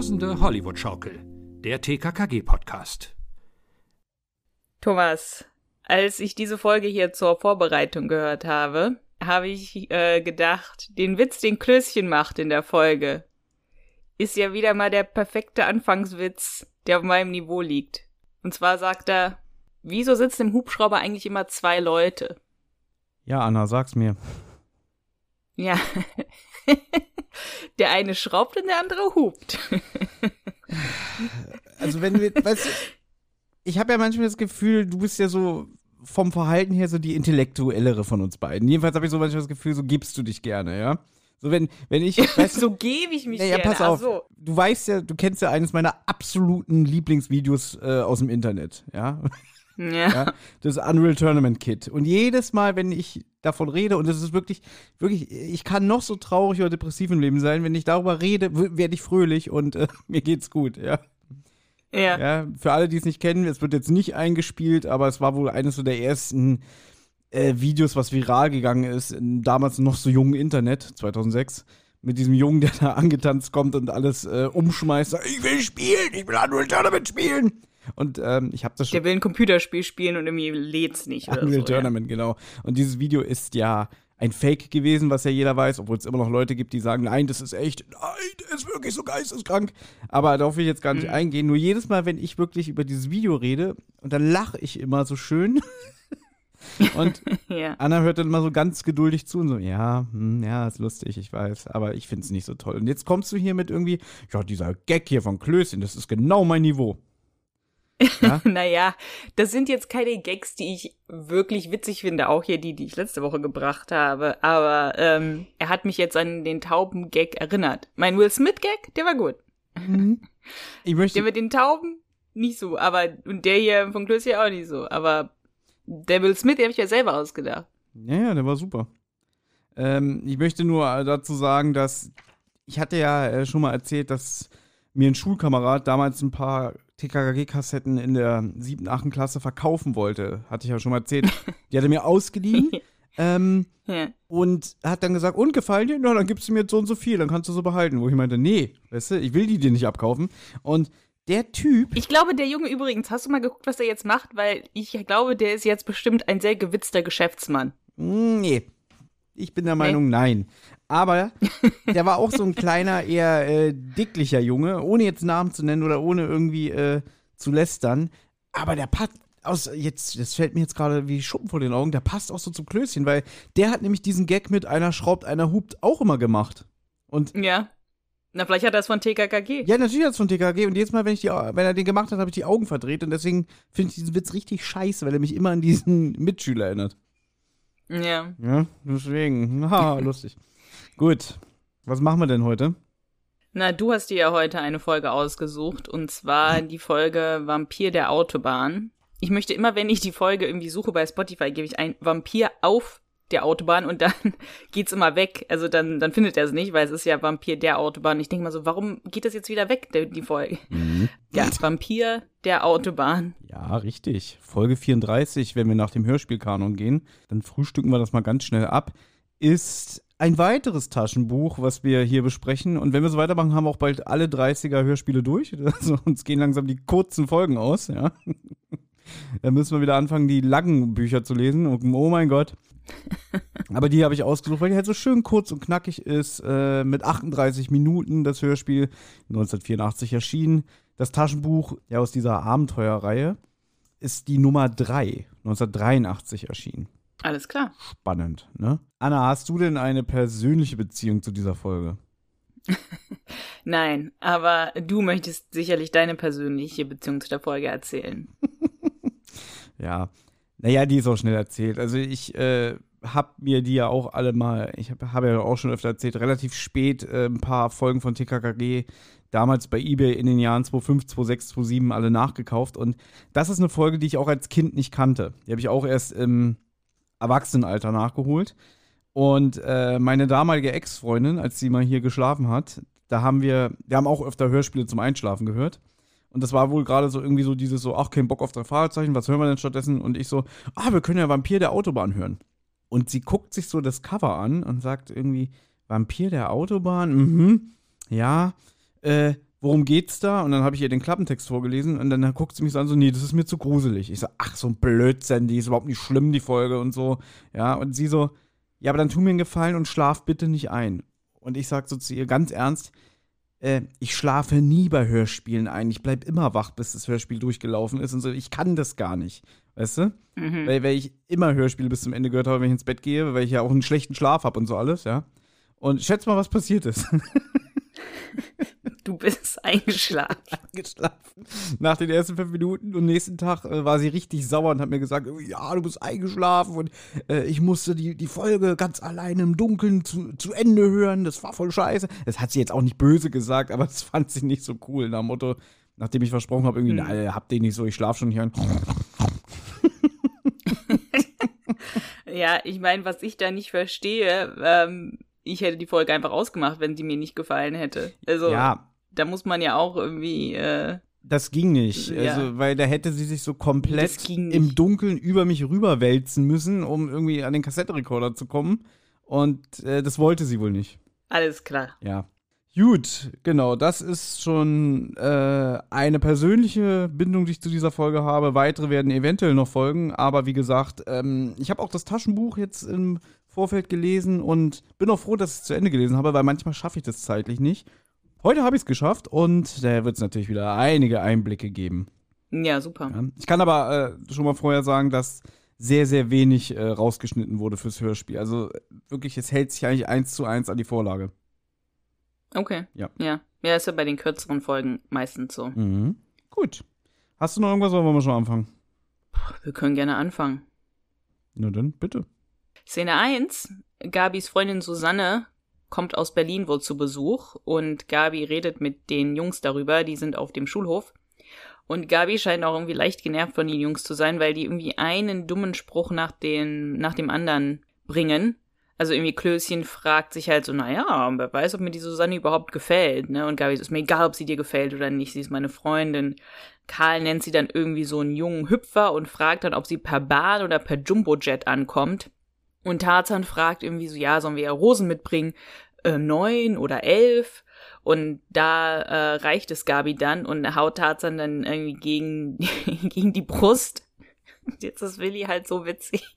Tosende Hollywood-Schaukel, der TKKG-Podcast. Thomas, als ich diese Folge hier zur Vorbereitung gehört habe, habe ich gedacht, den Witz, den Klößchen macht in der Folge, ist ja wieder mal der perfekte Anfangswitz, der auf meinem Niveau liegt. Und zwar sagt er, wieso sitzen im Hubschrauber eigentlich immer 2 Leute? Ja, Anna, sag's mir. Ja, der eine schraubt und der andere hupt. Also wenn wir, weißt du, ich habe ja manchmal das Gefühl, du bist ja so vom Verhalten her so die intellektuellere von uns beiden. Jedenfalls habe ich so manchmal das Gefühl, so gibst du dich gerne, ja? So wenn ich, weißt du, so gebe ich mich ja, gerne. pass auf. So. Du weißt ja, du kennst ja eines meiner absoluten Lieblingsvideos aus dem Internet, ja? Ja, das Unreal Tournament Kit. Und jedes Mal, wenn ich davon rede, und das ist wirklich, ich kann noch so traurig oder depressiv im Leben sein, wenn ich darüber rede, werde ich fröhlich und mir geht's gut, ja. Ja. Für alle, die es nicht kennen, es wird jetzt nicht eingespielt, aber es war wohl eines so der ersten Videos, was viral gegangen ist, in damals noch so jungen Internet, 2006, mit diesem Jungen, der da angetanzt kommt und alles umschmeißt, sagt, ich will spielen, ich will Unreal Tournament spielen. Und ich habe das schon. Der will ein Computerspiel spielen und irgendwie lädt's nicht oder Unreal so. Tournament, genau. Und dieses Video ist ja ein Fake gewesen, was ja jeder weiß, obwohl es immer noch Leute gibt, die sagen, nein, das ist echt, nein, der ist wirklich so geisteskrank. Aber darauf will ich jetzt gar nicht eingehen. Nur jedes Mal, wenn ich wirklich über dieses Video rede, und dann lache ich immer so schön. Und Ja. Anna hört dann immer so ganz geduldig zu und so, ja, ist lustig, ich weiß, aber ich find's nicht so toll. Und jetzt kommst du hier mit irgendwie, ja, dieser Gag hier von Klößchen, das ist genau mein Niveau. Ja? Naja, das sind jetzt keine Gags, die ich wirklich witzig finde, auch hier die ich letzte Woche gebracht habe, aber er hat mich jetzt an den Tauben-Gag erinnert. Mein Will Smith-Gag, der war gut. Der mit den Tauben, nicht so, aber, und der hier von Klößchen auch nicht so, aber der Will Smith, den habe ich ja selber ausgedacht. Ja, der war super. Ich möchte nur dazu sagen, dass ich hatte ja schon mal erzählt, dass mir ein Schulkamerad damals ein paar TKKG-Kassetten in der 7., 8. Klasse verkaufen wollte. Hatte ich ja schon mal erzählt. Die hat er mir ausgeliehen und hat dann gesagt, und gefallen dir? Na, dann gibst du mir jetzt so und so viel, dann kannst du so behalten. Wo ich meinte, nee, weißt du, ich will die dir nicht abkaufen. Und der Typ. Ich glaube, der Junge übrigens, hast du mal geguckt, was er jetzt macht? Weil ich glaube, der ist jetzt bestimmt ein sehr gewitzter Geschäftsmann. Nee. Ich bin der Meinung, nein. Aber der war auch so ein kleiner, eher dicklicher Junge, ohne jetzt Namen zu nennen oder ohne irgendwie zu lästern. Aber der passt das fällt mir jetzt gerade wie Schuppen vor den Augen, der passt auch so zum Klößchen, weil der hat nämlich diesen Gag mit einer schraubt, einer hupt auch immer gemacht. Und ja. Na, vielleicht hat er es von TKKG. Ja, natürlich hat es von TKKG. Und jedes Mal, wenn er den gemacht hat, habe ich die Augen verdreht. Und deswegen finde ich diesen Witz richtig scheiße, weil er mich immer an diesen Mitschüler erinnert. Ja. Ja, deswegen. Ha, lustig. Gut. Was machen wir denn heute? Na, du hast dir ja heute eine Folge ausgesucht. Und zwar die Folge Vampir der Autobahn. Ich möchte immer, wenn ich die Folge irgendwie suche bei Spotify, gebe ich ein Vampir auf der Autobahn und dann geht's immer weg. Also dann findet er es nicht, weil es ist ja Vampir der Autobahn. Ich denke mal so, warum geht das jetzt wieder weg, die Folge? Ja, Vampir der Autobahn. Ja, richtig. Folge 34, wenn wir nach dem Hörspielkanon gehen, dann frühstücken wir das mal ganz schnell ab, ist ein weiteres Taschenbuch, was wir hier besprechen. Und wenn wir so weitermachen, haben wir auch bald alle 30er-Hörspiele durch. Also uns gehen langsam die kurzen Folgen aus, ja. Dann müssen wir wieder anfangen, die langen Bücher zu lesen. Und, oh mein Gott. Aber die habe ich ausgesucht, weil die halt so schön kurz und knackig ist, mit 38 Minuten, das Hörspiel, 1984 erschienen. Das Taschenbuch, ja, aus dieser Abenteuerreihe, ist die Nummer 3, 1983 erschienen. Alles klar. Spannend, ne? Anna, hast du denn eine persönliche Beziehung zu dieser Folge? Nein, aber du möchtest sicherlich deine persönliche Beziehung zu der Folge erzählen. Ja, naja, die ist auch schnell erzählt. Also ich habe mir die ja auch alle mal, ich habe ja auch schon öfter erzählt, relativ spät ein paar Folgen von TKKG damals bei eBay in den Jahren 2005, 2006, 2007 alle nachgekauft. Und das ist eine Folge, die ich auch als Kind nicht kannte. Die habe ich auch erst im Erwachsenenalter nachgeholt. Und meine damalige Ex-Freundin, als sie mal hier geschlafen hat, wir haben auch öfter Hörspiele zum Einschlafen gehört. Und das war wohl gerade so irgendwie so dieses so, ach, kein Bock auf 3 Fragezeichen, was hören wir denn stattdessen? Und ich so, wir können ja Vampir der Autobahn hören. Und sie guckt sich so das Cover an und sagt irgendwie, Vampir der Autobahn, ja, worum geht's da? Und dann habe ich ihr den Klappentext vorgelesen und dann guckt sie mich so an, so, nee, das ist mir zu gruselig. Ich so, ach, so ein Blödsinn, die ist überhaupt nicht schlimm, die Folge und so. Ja, und sie so, ja, aber dann tu mir einen Gefallen und schlaf bitte nicht ein. Und ich sag so zu ihr ganz ernst, ich schlafe nie bei Hörspielen ein. Ich bleib immer wach, bis das Hörspiel durchgelaufen ist und so. Ich kann das gar nicht, weißt du? Weil ich immer Hörspiele bis zum Ende gehört habe, wenn ich ins Bett gehe, weil ich ja auch einen schlechten Schlaf habe und so alles, ja. Und schätz mal, was passiert ist. Du bist eingeschlafen. Nach den ersten 5 Minuten und nächsten Tag war sie richtig sauer und hat mir gesagt, ja, du bist eingeschlafen und ich musste die Folge ganz alleine im Dunkeln zu Ende hören, das war voll scheiße. Das hat sie jetzt auch nicht böse gesagt, aber das fand sie nicht so cool. Nach dem Motto, nachdem ich versprochen habe, irgendwie, nein, habt ihr nicht so, ich schlaf schon hier. Ja, ich meine, was ich da nicht verstehe, ich hätte die Folge einfach ausgemacht, wenn sie mir nicht gefallen hätte. Also, ja. Da muss man ja auch irgendwie das ging nicht, ja. Also, weil da hätte sie sich so komplett im Dunkeln über mich rüberwälzen müssen, um irgendwie an den Kassettenrekorder zu kommen. Und das wollte sie wohl nicht. Alles klar. Ja. Gut, genau, das ist schon eine persönliche Bindung, die ich zu dieser Folge habe. Weitere werden eventuell noch folgen, aber wie gesagt, ich habe auch das Taschenbuch jetzt im Vorfeld gelesen und bin auch froh, dass ich es zu Ende gelesen habe, weil manchmal schaffe ich das zeitlich nicht. Heute habe ich es geschafft und da wird es natürlich wieder einige Einblicke geben. Ja, super. Ja, ich kann aber schon mal vorher sagen, dass sehr, sehr wenig rausgeschnitten wurde fürs Hörspiel. Also wirklich, es hält sich eigentlich 1:1 an die Vorlage. Okay. Ja. Ja, ist ja bei den kürzeren Folgen meistens so. Mhm. Gut. Hast du noch irgendwas oder wollen wir schon anfangen? Wir können gerne anfangen. Na dann, bitte. Szene 1. Gabis Freundin Susanne kommt aus Berlin wohl zu Besuch und Gabi redet mit den Jungs darüber, die sind auf dem Schulhof. Und Gabi scheint auch irgendwie leicht genervt von den Jungs zu sein, weil die irgendwie einen dummen Spruch nach dem anderen bringen. Also irgendwie Klößchen fragt sich halt so, naja, wer weiß, ob mir die Susanne überhaupt gefällt, ne? Und Gabi so, ist mir egal, ob sie dir gefällt oder nicht, sie ist meine Freundin. Karl nennt sie dann irgendwie so einen jungen Hüpfer und fragt dann, ob sie per Bahn oder per Jumbojet ankommt. Und Tarzan fragt irgendwie so, ja, sollen wir ja Rosen mitbringen? 9 oder 11? Und da reicht es Gabi dann und haut Tarzan dann irgendwie gegen die Brust. Jetzt ist Willi halt so witzig.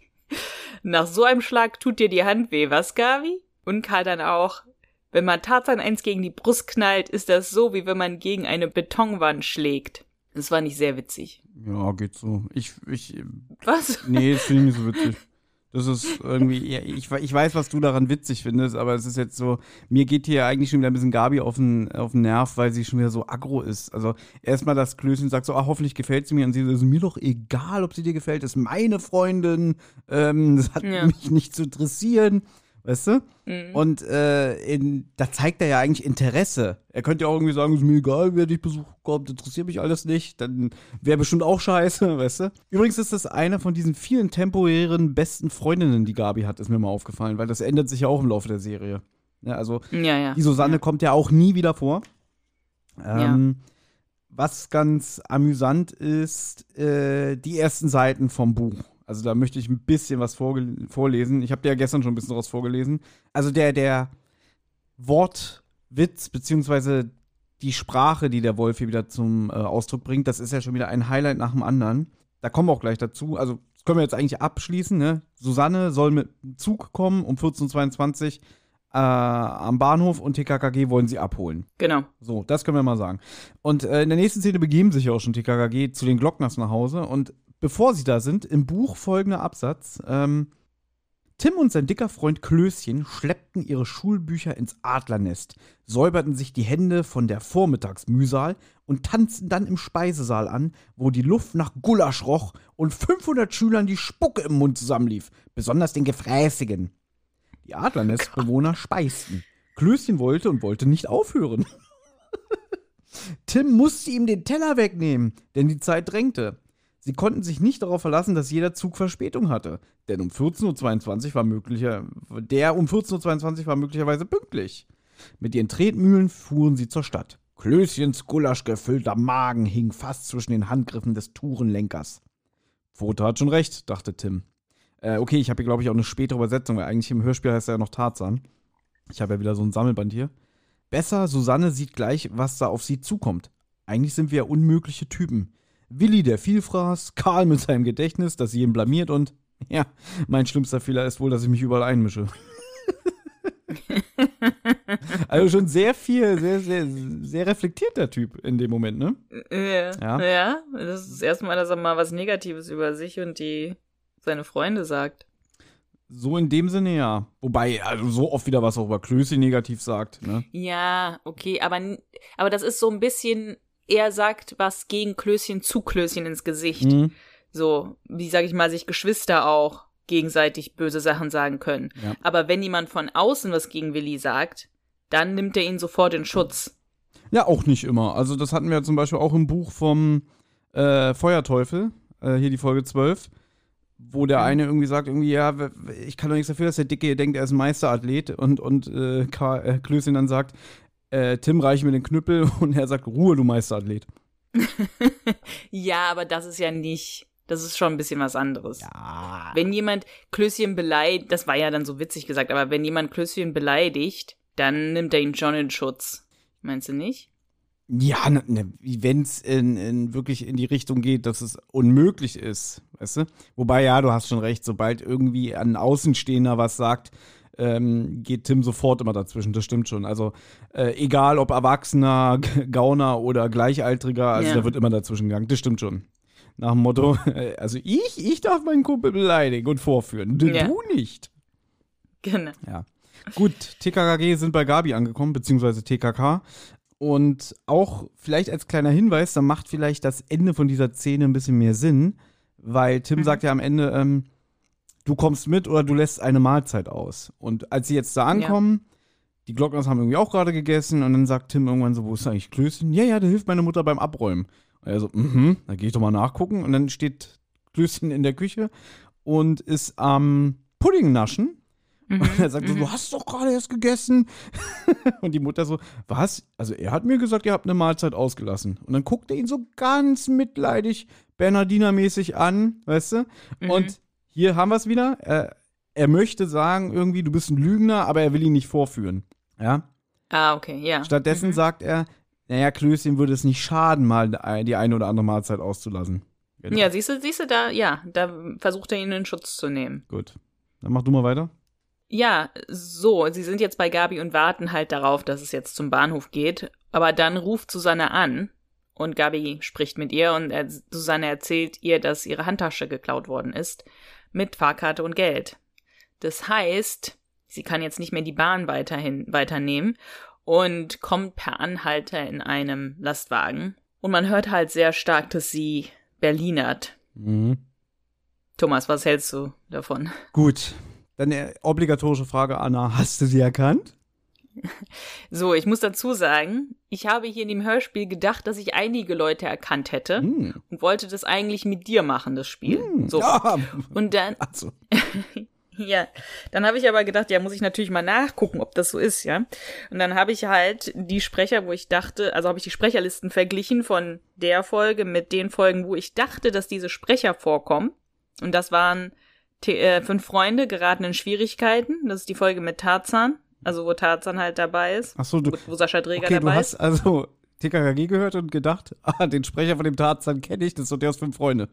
Nach so einem Schlag tut dir die Hand weh, was, Gabi? Und Karl dann auch. Wenn man Tarzan eins gegen die Brust knallt, ist das so, wie wenn man gegen eine Betonwand schlägt. Das war nicht sehr witzig. Ja, geht so. Was? Nee, das finde ich nicht so witzig. Das ist irgendwie, ja, ich weiß, was du daran witzig findest, aber es ist jetzt so, mir geht hier eigentlich schon wieder ein bisschen Gabi auf den Nerv, weil sie schon wieder so aggro ist. Also erstmal das Klößchen sagt so, hoffentlich gefällt sie mir. Und sie so, ist mir doch egal, ob sie dir gefällt, das ist meine Freundin, das hat mich nicht zu interessieren, weißt du? Mhm. Und da zeigt er ja eigentlich Interesse. Er könnte ja auch irgendwie sagen, ist mir egal, wer dich besuchen kommt, interessiert mich alles nicht. Dann wäre bestimmt auch scheiße, weißt du? Übrigens ist das eine von diesen vielen temporären besten Freundinnen, die Gabi hat, ist mir mal aufgefallen, weil das ändert sich ja auch im Laufe der Serie. Ja, also die Susanne kommt ja auch nie wieder vor. Was ganz amüsant ist, die ersten Seiten vom Buch. Also da möchte ich ein bisschen was vorlesen. Ich habe dir ja gestern schon ein bisschen daraus vorgelesen. Also der Wortwitz beziehungsweise die Sprache, die der Wolf hier wieder zum Ausdruck bringt, das ist ja schon wieder ein Highlight nach dem anderen. Da kommen wir auch gleich dazu. Also das können wir jetzt eigentlich abschließen. Ne? Susanne soll mit dem Zug kommen um 14:22 Uhr am Bahnhof und TKKG wollen sie abholen. Genau. So, das können wir mal sagen. Und in der nächsten Szene begeben sich ja auch schon TKKG zu den Glockners nach Hause und bevor sie da sind, im Buch folgender Absatz. Tim und sein dicker Freund Klößchen schleppten ihre Schulbücher ins Adlernest, säuberten sich die Hände von der Vormittagsmühsal und tanzten dann im Speisesaal an, wo die Luft nach Gulasch roch und 500 Schülern die Spucke im Mund zusammenlief, besonders den Gefräßigen. Die Adlernestbewohner speisten. Klößchen wollte nicht aufhören. Tim musste ihm den Teller wegnehmen, denn die Zeit drängte. Sie konnten sich nicht darauf verlassen, dass jeder Zug Verspätung hatte. Denn um 14:22 Uhr war möglicherweise pünktlich. Mit ihren Tretmühlen fuhren sie zur Stadt. Klößchens Gulasch gefüllter Magen hing fast zwischen den Handgriffen des Tourenlenkers. Pfote hat schon recht, dachte Tim. Okay, ich habe hier, glaube ich, auch eine spätere Übersetzung, weil eigentlich im Hörspiel heißt er ja noch Tarzan. Ich habe ja wieder so ein Sammelband hier. Besser, Susanne sieht gleich, was da auf sie zukommt. Eigentlich sind wir ja unmögliche Typen. Willi der Vielfraß, Karl mit seinem Gedächtnis, das jeden blamiert und, ja, mein schlimmster Fehler ist wohl, dass ich mich überall einmische. Also schon sehr viel, sehr, sehr, sehr reflektierter Typ in dem Moment, ne? Ja, das ist das erste Mal, dass er mal was Negatives über sich und seine Freunde sagt. So in dem Sinne, ja. Wobei, also so oft wieder was auch über Klößchen negativ sagt, ne? Ja, okay, aber das ist so ein bisschen, er sagt was gegen Klößchen zu Klößchen ins Gesicht. Mhm. So, wie sag ich mal, sich Geschwister auch gegenseitig böse Sachen sagen können. Ja. Aber wenn jemand von außen was gegen Willi sagt, dann nimmt er ihn sofort in Schutz. Ja, auch nicht immer. Also das hatten wir zum Beispiel auch im Buch vom Feuerteufel, hier die Folge 12, wo der eine irgendwie sagt, ja, ich kann doch nichts dafür, dass der Dicke denkt, er ist ein Meisterathlet und Klößchen dann sagt, Tim, reich mir den Knüppel und er sagt, Ruhe, du Meisterathlet. Ja, aber das ist ja nicht, das ist schon ein bisschen was anderes. Ja. Wenn jemand Klößchen beleidigt, das war ja dann so witzig gesagt, aber wenn jemand Klößchen beleidigt, dann nimmt er ihn schon in Schutz. Meinst du nicht? Ja, wenn es wirklich in die Richtung geht, dass es unmöglich ist, weißt du? Wobei, ja, du hast schon recht, sobald irgendwie ein Außenstehender was sagt, geht Tim sofort immer dazwischen, das stimmt schon. Also egal ob Erwachsener, Gauner oder Gleichaltriger, also da wird immer dazwischen gegangen, das stimmt schon. Nach dem Motto, also ich darf meinen Kumpel beleidigen und vorführen, du nicht. Genau. Ja. Gut, TKKG sind bei Gabi angekommen, beziehungsweise TKK. Und auch vielleicht als kleiner Hinweis, dann macht vielleicht das Ende von dieser Szene ein bisschen mehr Sinn, weil Tim sagt ja am Ende, du kommst mit oder du lässt eine Mahlzeit aus. Und als sie jetzt da ankommen, die Glockners haben irgendwie auch gerade gegessen und dann sagt Tim irgendwann so, wo ist eigentlich Klößchen? Ja, der hilft meine Mutter beim Abräumen. Und er so, da gehe ich doch mal nachgucken. Und dann steht Klößchen in der Küche und ist am Pudding naschen. Und er sagt so, du hast doch gerade erst gegessen. Und die Mutter so, was? Also er hat mir gesagt, ihr habt eine Mahlzeit ausgelassen. Und dann guckt er ihn so ganz mitleidig, Bernardiner-mäßig an, weißt du? Und hier haben wir es wieder. Er möchte sagen irgendwie, du bist ein Lügner, aber er will ihn nicht vorführen. Ja? Ah, okay, ja. Stattdessen sagt er, naja, Klößchen würde es nicht schaden, mal die eine oder andere Mahlzeit auszulassen. Genau. Ja, siehst du, da versucht er ihn in Schutz zu nehmen. Gut. Dann mach du mal weiter. Ja, so, sie sind jetzt bei Gabi und warten halt darauf, dass es jetzt zum Bahnhof geht. Aber dann ruft Susanne an und Gabi spricht mit ihr und Susanne erzählt ihr, dass ihre Handtasche geklaut worden ist mit Fahrkarte und Geld. Das heißt, sie kann jetzt nicht mehr die Bahn weiternehmen und kommt per Anhalter in einem Lastwagen. Und man hört halt sehr stark, dass sie Berlinert. Thomas, was hältst du davon? Gut. Dann eine obligatorische Frage, Anna. Hast du sie erkannt? So, ich muss dazu sagen, ich habe hier in dem Hörspiel gedacht, dass ich einige Leute erkannt hätte und wollte das eigentlich mit dir machen, das Spiel. So. Ja. Und dann, Also. ja, dann habe ich aber gedacht, ja, muss ich natürlich mal nachgucken, ob das so ist, ja. Und dann habe ich halt die Sprecher, wo ich dachte, also habe ich die Sprecherlisten verglichen von der Folge mit den Folgen, wo ich dachte, dass diese Sprecher vorkommen. Und das waren 5 Freunde geraten in Schwierigkeiten. Das ist die Folge mit Tarzan, also wo Tarzan halt dabei ist. Ach so, wo Sascha Dreger okay, dabei du ist. hast also TKKG gehört und gedacht, den Sprecher von dem Tarzan kenne ich, das ist so der aus 5 Freunde.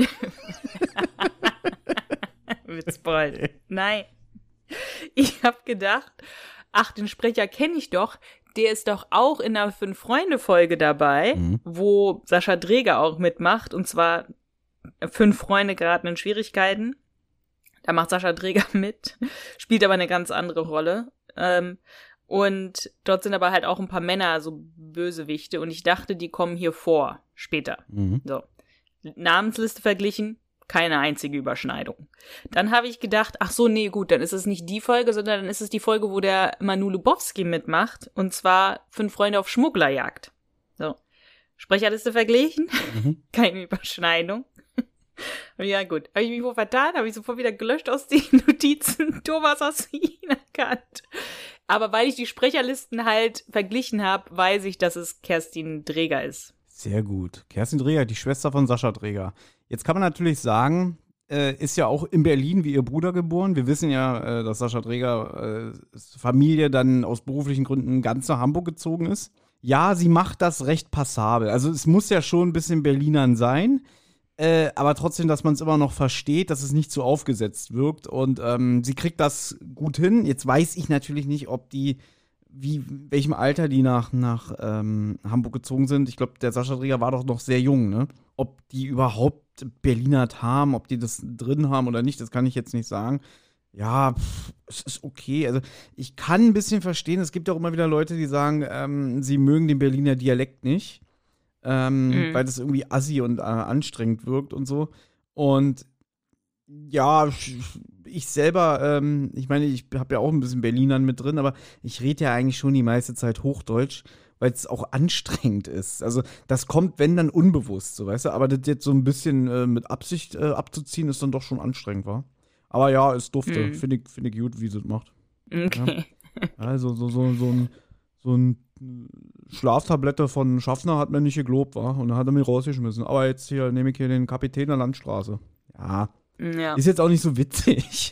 Witzbold. Nein. Ich habe gedacht, ach, den Sprecher kenne ich doch. Der ist doch auch in der 5-Freunde-Folge dabei, wo Sascha Dreger auch mitmacht. Und zwar 5 Freunde geraten in Schwierigkeiten. Da macht Sascha Dreger mit, spielt aber eine ganz andere Rolle. Und dort sind aber halt auch ein paar Männer, so Bösewichte. Und ich dachte, die kommen hier vor, später. So. Namensliste verglichen, keine einzige Überschneidung. Dann habe ich gedacht, ach so, nee, gut, dann ist es nicht die Folge, sondern dann ist es die Folge, wo der Manu Lubowski mitmacht. Und zwar 5 Freunde auf Schmugglerjagd. So. Sprecherliste verglichen, keine Überschneidung. Ja, gut. Habe ich mich wohl vertan? Habe ich sofort wieder gelöscht aus den Notizen. Thomas, hast du ihn erkannt? Aber weil ich die Sprecherlisten halt verglichen habe, weiß ich, dass es Kerstin Dreger ist. Sehr gut. Kerstin Dreger, die Schwester von Sascha Dreger. Jetzt kann man natürlich sagen, ist ja auch in Berlin wie ihr Bruder geboren. Wir wissen ja, dass Sascha Draeger Familie dann aus beruflichen Gründen ganz nach Hamburg gezogen ist. Ja, sie macht das recht passabel. Also es muss ja schon ein bisschen Berlinern sein, aber trotzdem, dass man es immer noch versteht, dass es nicht so aufgesetzt wirkt. Und sie kriegt das gut hin. Jetzt weiß ich natürlich nicht, ob die, welchem Alter die nach Hamburg gezogen sind. Ich glaube, der Sascha Draeger war doch noch sehr jung, ne? Ob die überhaupt Berlinert haben, ob die das drin haben oder nicht, das kann ich jetzt nicht sagen. Ja, es ist okay. Also ich kann ein bisschen verstehen, es gibt ja auch immer wieder Leute, die sagen, sie mögen den Berliner Dialekt nicht, weil das irgendwie assi und anstrengend wirkt und so. Und ja, ich selber, ich meine, ich habe ja auch ein bisschen Berlinern mit drin, aber ich rede ja eigentlich schon die meiste Zeit Hochdeutsch, weil es auch anstrengend ist. Also das kommt, wenn, dann unbewusst, so, weißt du, aber das jetzt so ein bisschen mit Absicht abzuziehen, ist dann doch schon anstrengend, war. Aber ja, es dufte. Finde ich gut, wie sie es macht. Okay. Ja. Also so ein Schlaftablette von Schaffner hat mir nicht gelobt, war. Und dann hat er mich rausgeschmissen. Aber jetzt hier nehme ich hier den Kapitän der Landstraße. Ja. Ist jetzt auch nicht so witzig.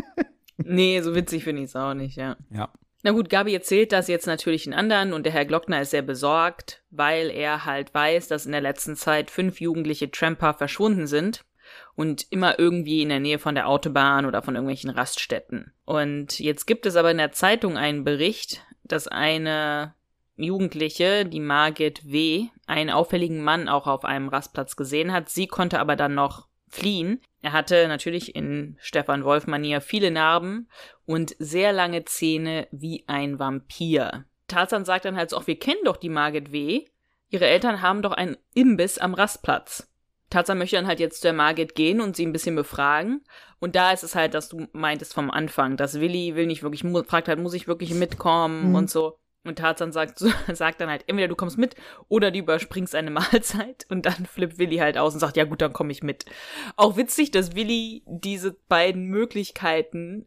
Nee, so witzig finde ich es auch nicht, ja. Ja. Na gut, Gabi erzählt das jetzt natürlich den anderen und der Herr Glockner ist sehr besorgt, weil er halt weiß, dass in der letzten Zeit 5 jugendliche Tramper verschwunden sind und immer irgendwie in der Nähe von der Autobahn oder von irgendwelchen Raststätten. Und jetzt gibt es aber in der Zeitung einen Bericht, dass eine Jugendliche, die Margit W., einen auffälligen Mann auch auf einem Rastplatz gesehen hat. Sie konnte aber dann noch fliehen. Er hatte natürlich in Stefan Wolf-Manier viele Narben und sehr lange Zähne wie ein Vampir. Tarzan sagt dann halt so, wir kennen doch die Margit W., ihre Eltern haben doch einen Imbiss am Rastplatz. Tarzan möchte dann halt jetzt zu der Margit gehen und sie ein bisschen befragen. Und da ist es halt, dass du meintest vom Anfang, dass Willi will nicht wirklich, fragt halt, muss ich wirklich mitkommen und so. Und Tarzan sagt dann halt, entweder du kommst mit oder du überspringst eine Mahlzeit. Und dann flippt Willi halt aus und sagt, ja gut, dann komme ich mit. Auch witzig, dass Willi diese beiden Möglichkeiten,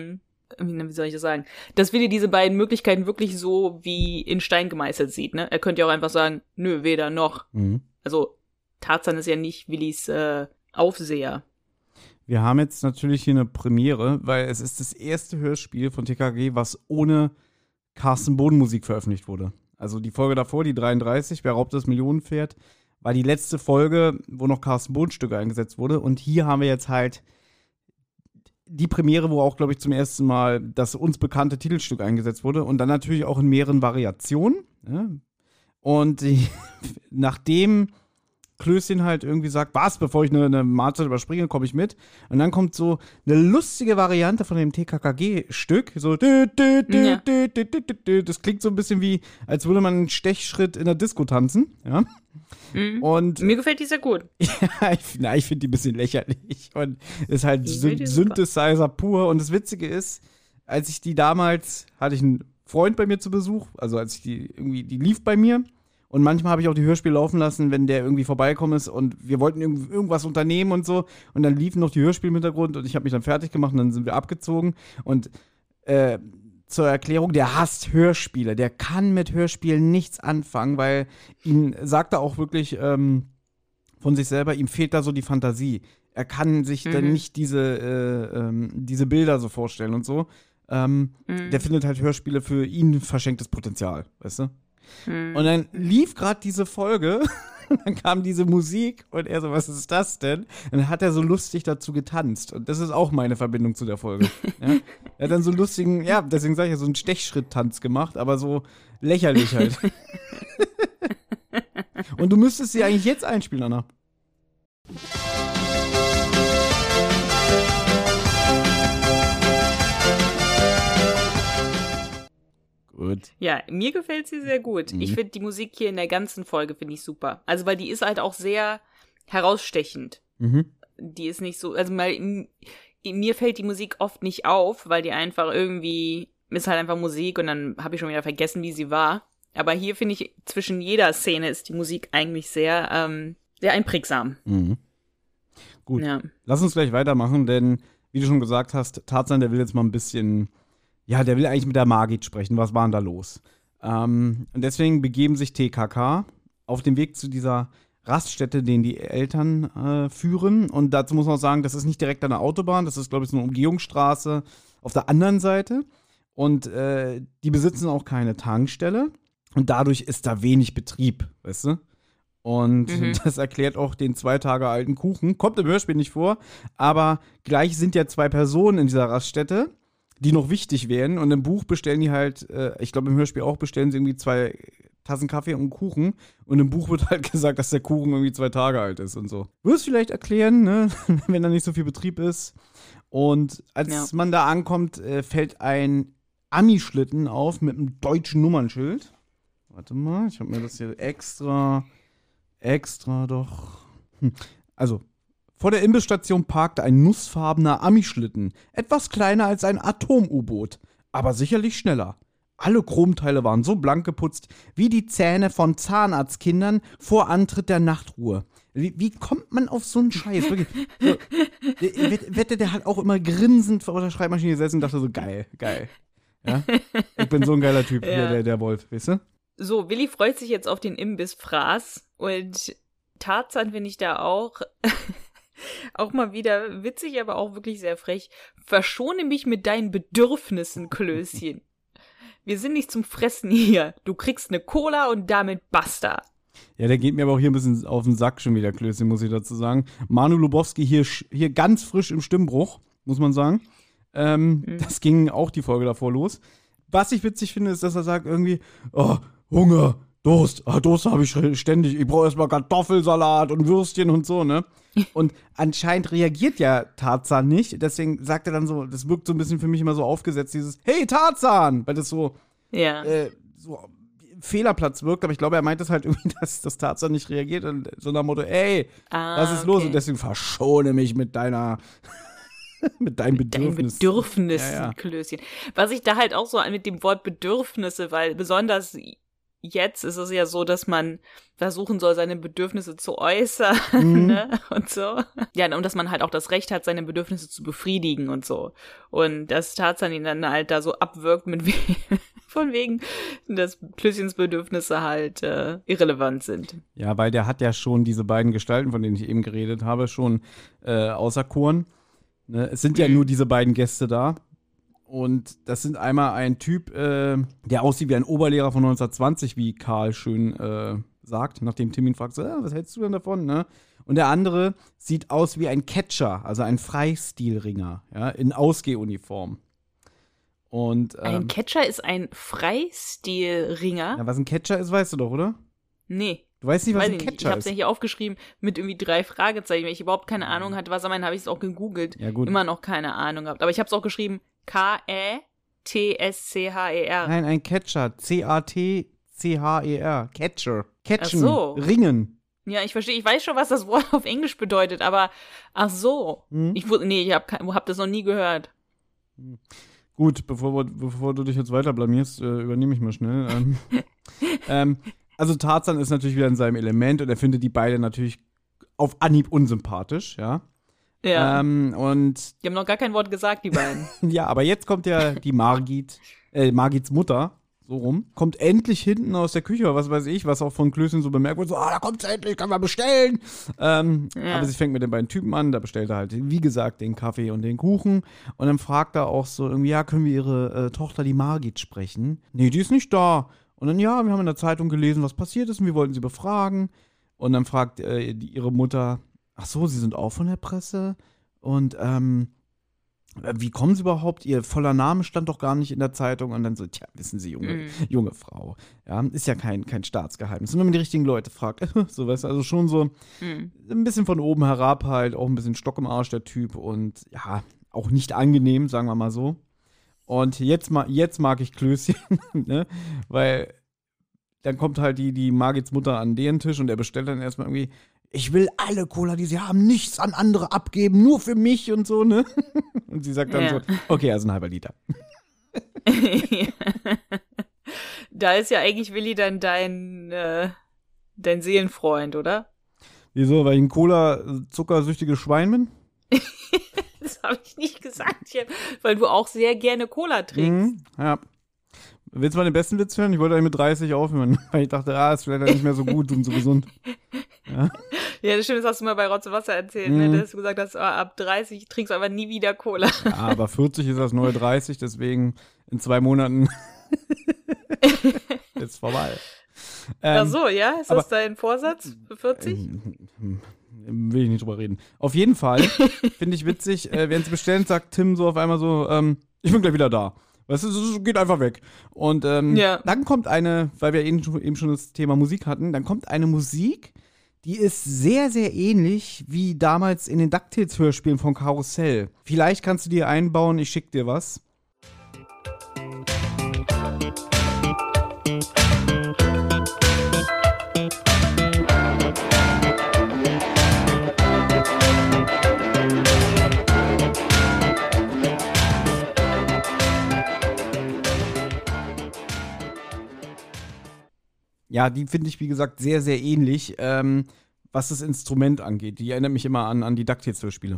wie soll ich das sagen, dass Willi diese beiden Möglichkeiten wirklich so wie in Stein gemeißelt sieht, ne? Er könnte ja auch einfach sagen, nö, weder noch. Also Tarzan ist ja nicht Willis Aufseher. Wir haben jetzt natürlich hier eine Premiere, weil es ist das erste Hörspiel von TKKG, was ohne Carsten Bohn Musik veröffentlicht wurde. Also die Folge davor, die 33, Wer raubt das Millionenpferd, war die letzte Folge, wo noch Carsten Bohn Stücke eingesetzt wurde. Und hier haben wir jetzt halt die Premiere, wo auch, glaube ich, zum ersten Mal das uns bekannte Titelstück eingesetzt wurde. Und dann natürlich auch in mehreren Variationen. Ja. Und nachdem Klößchen halt irgendwie sagt, was, bevor ich eine Mahlzeit überspringe, komme ich mit. Und dann kommt so eine lustige Variante von dem TKKG-Stück. So, das klingt so ein bisschen wie, als würde man einen Stechschritt in der Disco tanzen. Ja. Und mir gefällt die sehr gut. Ja, ich finde die ein bisschen lächerlich. Und ist halt Synthesizer pur. Und das Witzige ist, als ich die damals, hatte ich einen Freund bei mir zu Besuch, also als ich die lief bei mir. Und manchmal habe ich auch die Hörspiele laufen lassen, wenn der irgendwie vorbeikommen ist und wir wollten irgendwas unternehmen und so. Und dann liefen noch die Hörspiele im Hintergrund und ich habe mich dann fertig gemacht und dann sind wir abgezogen. Und zur Erklärung, der hasst Hörspiele. Der kann mit Hörspielen nichts anfangen, weil ihm sagt er auch wirklich von sich selber, ihm fehlt da so die Fantasie. Er kann sich dann nicht diese Bilder so vorstellen und so. Der findet halt Hörspiele für ihn verschenktes Potenzial, weißt du? Und dann lief gerade diese Folge, dann kam diese Musik und er so, was ist das denn? Und dann hat er so lustig dazu getanzt. Und das ist auch meine Verbindung zu der Folge. Ja? Er hat dann so einen lustigen, ja, deswegen sage ich ja, so einen Stechschritt-Tanz gemacht, aber so lächerlich halt. Und du müsstest sie eigentlich jetzt einspielen, Anna. Gut. Ja, mir gefällt sie sehr gut. Ich finde die Musik hier in der ganzen Folge finde ich super. Also, weil die ist halt auch sehr herausstechend. Die ist nicht so, also mir fällt die Musik oft nicht auf, weil die einfach irgendwie, ist halt einfach Musik und dann habe ich schon wieder vergessen, wie sie war. Aber hier finde ich, zwischen jeder Szene ist die Musik eigentlich sehr, sehr einprägsam. Gut, lass uns gleich weitermachen, denn, wie du schon gesagt hast, Tarzan, der will jetzt mal ein bisschen, ja, der will eigentlich mit der Margit sprechen. Was war denn da los? Und deswegen begeben sich TKK auf dem Weg zu dieser Raststätte, den die Eltern führen. Und dazu muss man auch sagen, das ist nicht direkt an der Autobahn, das ist, glaube ich, so eine Umgehungsstraße auf der anderen Seite. Und die besitzen auch keine Tankstelle. Und dadurch ist da wenig Betrieb, weißt du? Und das erklärt auch den 2 Tage alten Kuchen. Kommt im Hörspiel nicht vor, aber gleich sind ja 2 Personen in dieser Raststätte, die noch wichtig wären. Und im Buch bestellen die halt, ich glaube im Hörspiel auch, bestellen sie irgendwie 2 Tassen Kaffee und einen Kuchen. Und im Buch wird halt gesagt, dass der Kuchen irgendwie 2 Tage alt ist und so. Wirst vielleicht erklären, ne? Wenn da nicht so viel Betrieb ist. Und als man da ankommt, fällt ein Ami-Schlitten auf mit einem deutschen Nummernschild. Warte mal, ich habe mir das hier extra doch. Also, vor der Imbissstation parkte ein nussfarbener Ami-Schlitten. Etwas kleiner als ein Atom-U-Boot, aber sicherlich schneller. Alle Chromteile waren so blank geputzt wie die Zähne von Zahnarztkindern vor Antritt der Nachtruhe. Wie kommt man auf so einen Scheiß? Wirklich, so, wette, der hat auch immer grinsend vor der Schreibmaschine gesessen und dachte so, geil. Ja? Ich bin so ein geiler Typ, der Wolf, weißt du? So, Willi freut sich jetzt auf den Imbiss-Fraß und Tarzan finde ich da auch mal wieder witzig, aber auch wirklich sehr frech. Verschone mich mit deinen Bedürfnissen, Klößchen. Wir sind nicht zum Fressen hier. Du kriegst eine Cola und damit basta. Ja, der geht mir aber auch hier ein bisschen auf den Sack schon wieder, Klößchen, muss ich dazu sagen. Manu Lubowski hier ganz frisch im Stimmbruch, muss man sagen. Das ging auch die Folge davor los. Was ich witzig finde, ist, dass er sagt irgendwie, oh, Hunger, Durst habe ich ständig, ich brauche erstmal Kartoffelsalat und Würstchen und so, ne? Und anscheinend reagiert ja Tarzan nicht, deswegen sagt er dann so, das wirkt so ein bisschen für mich immer so aufgesetzt, dieses Hey Tarzan, weil das so, so Fehlerplatz wirkt, aber ich glaube, er meint das halt irgendwie, dass Tarzan nicht reagiert und so nach dem Motto, ey, was ist los? Und deswegen verschone mich mit deinen Bedürfnissen, Klößchen. Was ich da halt auch so mit dem Wort Bedürfnisse, weil besonders jetzt ist es ja so, dass man versuchen soll, seine Bedürfnisse zu äußern, ne? Und so. Ja, und dass man halt auch das Recht hat, seine Bedürfnisse zu befriedigen und so. Und dass Tarzan ihn dann halt da so abwirkt von wegen, dass Klößchens Bedürfnisse halt irrelevant sind. Ja, weil der hat ja schon diese beiden Gestalten, von denen ich eben geredet habe, schon auserkoren. Ne? Es sind ja nur diese beiden Gäste da. Und das sind einmal ein Typ, der aussieht wie ein Oberlehrer von 1920, wie Karl schön sagt, nachdem Tim ihn fragt, so, was hältst du denn davon, ne? Und der andere sieht aus wie ein Catcher, also ein Freistilringer, ja, in Ausgehuniform. Und, ein Catcher ist ein Freistilringer? Ja, was ein Catcher ist, weißt du doch, oder? Nee. Du weißt nicht, was ein Catcher ist? Ich hab's ja hier aufgeschrieben mit irgendwie 3 Fragezeichen, weil ich überhaupt keine Ahnung hatte, was er meint, habe ich es auch gegoogelt. Ja, gut. Immer noch keine Ahnung gehabt. Aber ich hab's auch geschrieben, K-E-T-S-C-H-E-R. Nein, ein Catcher. C-A-T-C-H-E-R. Catcher. Catchen. Ach so. Ringen. Ja, ich verstehe. Ich weiß schon, was das Wort auf Englisch bedeutet, aber ach so. Ich hab das noch nie gehört. Gut, bevor du dich jetzt weiter blamierst, übernehme ich mal schnell. Also Tarzan ist natürlich wieder in seinem Element und er findet die beiden natürlich auf Anhieb unsympathisch, ja. Ja. Und die haben noch gar kein Wort gesagt, die beiden. Ja, aber jetzt kommt ja die Margits Mutter, so rum, kommt endlich hinten aus der Küche oder was weiß ich, was auch von Klößchen so bemerkt wird, so, da kommt's endlich, können wir bestellen. Aber sie fängt mit den beiden Typen an, da bestellt er halt, wie gesagt, den Kaffee und den Kuchen und dann fragt er auch so irgendwie, ja, können wir ihre Tochter, die Margit, sprechen? Nee, die ist nicht da. Und dann, ja, wir haben in der Zeitung gelesen, was passiert ist und wir wollten sie befragen. Und dann fragt ihre Mutter, ach so, Sie sind auch von der Presse? Und wie kommen Sie überhaupt? Ihr voller Name stand doch gar nicht in der Zeitung. Und dann so, tja, wissen Sie, junge Frau. Ja, ist ja kein Staatsgeheimnis. Und wenn man die richtigen Leute fragt, so weißt du, also schon so ein bisschen von oben herab halt, auch ein bisschen Stock im Arsch der Typ und ja, auch nicht angenehm, sagen wir mal so. Und jetzt mag ich Klößchen, ne? Weil dann kommt halt die Margits Mutter an den Tisch und er bestellt dann erstmal irgendwie, ich will alle Cola, die sie haben, nichts an andere abgeben, nur für mich und so, ne? Und sie sagt dann so, okay, also ein halber Liter. Da ist ja eigentlich Willi dann dein Seelenfreund, oder? Wieso, weil ich ein Cola-zuckersüchtiges Schwein bin? Das habe ich nicht gesagt, weil du auch sehr gerne Cola trinkst. Ja. Willst du mal den besten Witz hören? Ich wollte eigentlich mit 30 aufhören, weil ich dachte, ist vielleicht nicht mehr so gut und so gesund. Ja, das stimmt, das hast du mal bei Rotz und Wasser erzählt, ne? Dass du gesagt hast, ab 30 trinkst du aber nie wieder Cola. Ja, aber 40 ist das neue 30, deswegen in 2 Monaten ist vorbei. Ach so, ja? Ist das dein Vorsatz für 40? Will ich nicht drüber reden. Auf jeden Fall finde ich witzig, während sie bestellen, sagt Tim so auf einmal so, ich bin gleich wieder da. Weißt du, so geht einfach weg. Und dann kommt eine, weil wir eben schon das Thema Musik hatten, dann kommt eine Musik, die ist sehr, sehr ähnlich wie damals in den DuckTales-Hörspielen von Karussell. Vielleicht kannst du dir einbauen, ich schick dir was. Ja, die finde ich, wie gesagt, sehr, sehr ähnlich, was das Instrument angeht. Die erinnert mich immer an die DuckTales-Hörspiele.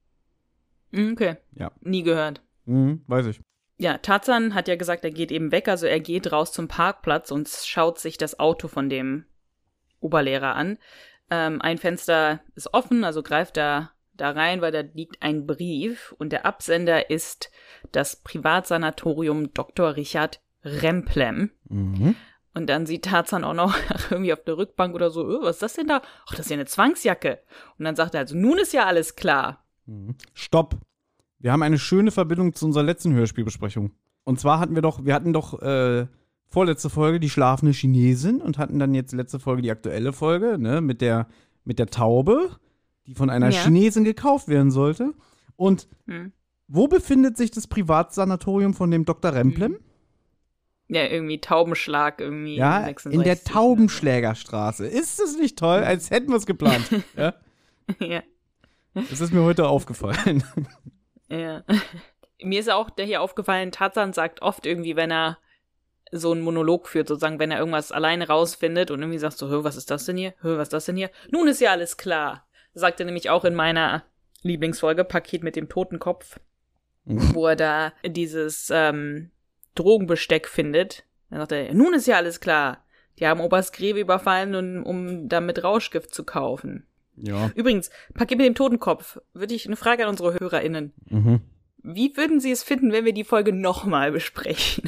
Okay. Ja. Nie gehört. Weiß ich. Ja, Tarzan hat ja gesagt, er geht eben weg, also er geht raus zum Parkplatz und schaut sich das Auto von dem Oberlehrer an. Ein Fenster ist offen, also greift da rein, weil da liegt ein Brief und der Absender ist das Privatsanatorium Dr. Richard Remplem. Und dann sieht Tarzan auch noch irgendwie auf der Rückbank oder so, was ist das denn da? Ach, das ist ja eine Zwangsjacke. Und dann sagt er also, nun ist ja alles klar. Stopp. Wir haben eine schöne Verbindung zu unserer letzten Hörspielbesprechung. Und zwar hatten wir vorletzte Folge die schlafende Chinesin und hatten dann jetzt letzte Folge die aktuelle Folge, ne, mit der Taube, die von einer Chinesin gekauft werden sollte. Und wo befindet sich das Privatsanatorium von dem Dr. Remplem? Ja, irgendwie Taubenschlag, irgendwie. Ja, 66, in der Taubenschlägerstraße. Ist das nicht toll? Als hätten wir es geplant. Ja? Ja. Das ist mir heute aufgefallen. Ja. Mir ist auch hier aufgefallen, Tarzan sagt oft irgendwie, wenn er so einen Monolog führt, sozusagen, wenn er irgendwas alleine rausfindet und irgendwie sagt so, was ist das denn hier? Was ist das denn hier? Nun ist ja alles klar. Das sagt er nämlich auch in meiner Lieblingsfolge, Paket mit dem Totenkopf, wo er da dieses Drogenbesteck findet. Dann sagt er, nun ist ja alles klar. Die haben Oberst Greve überfallen, um damit Rauschgift zu kaufen. Ja. Übrigens, Paket mit dem Totenkopf, würde ich eine Frage an unsere HörerInnen. Wie würden Sie es finden, wenn wir die Folge nochmal besprechen?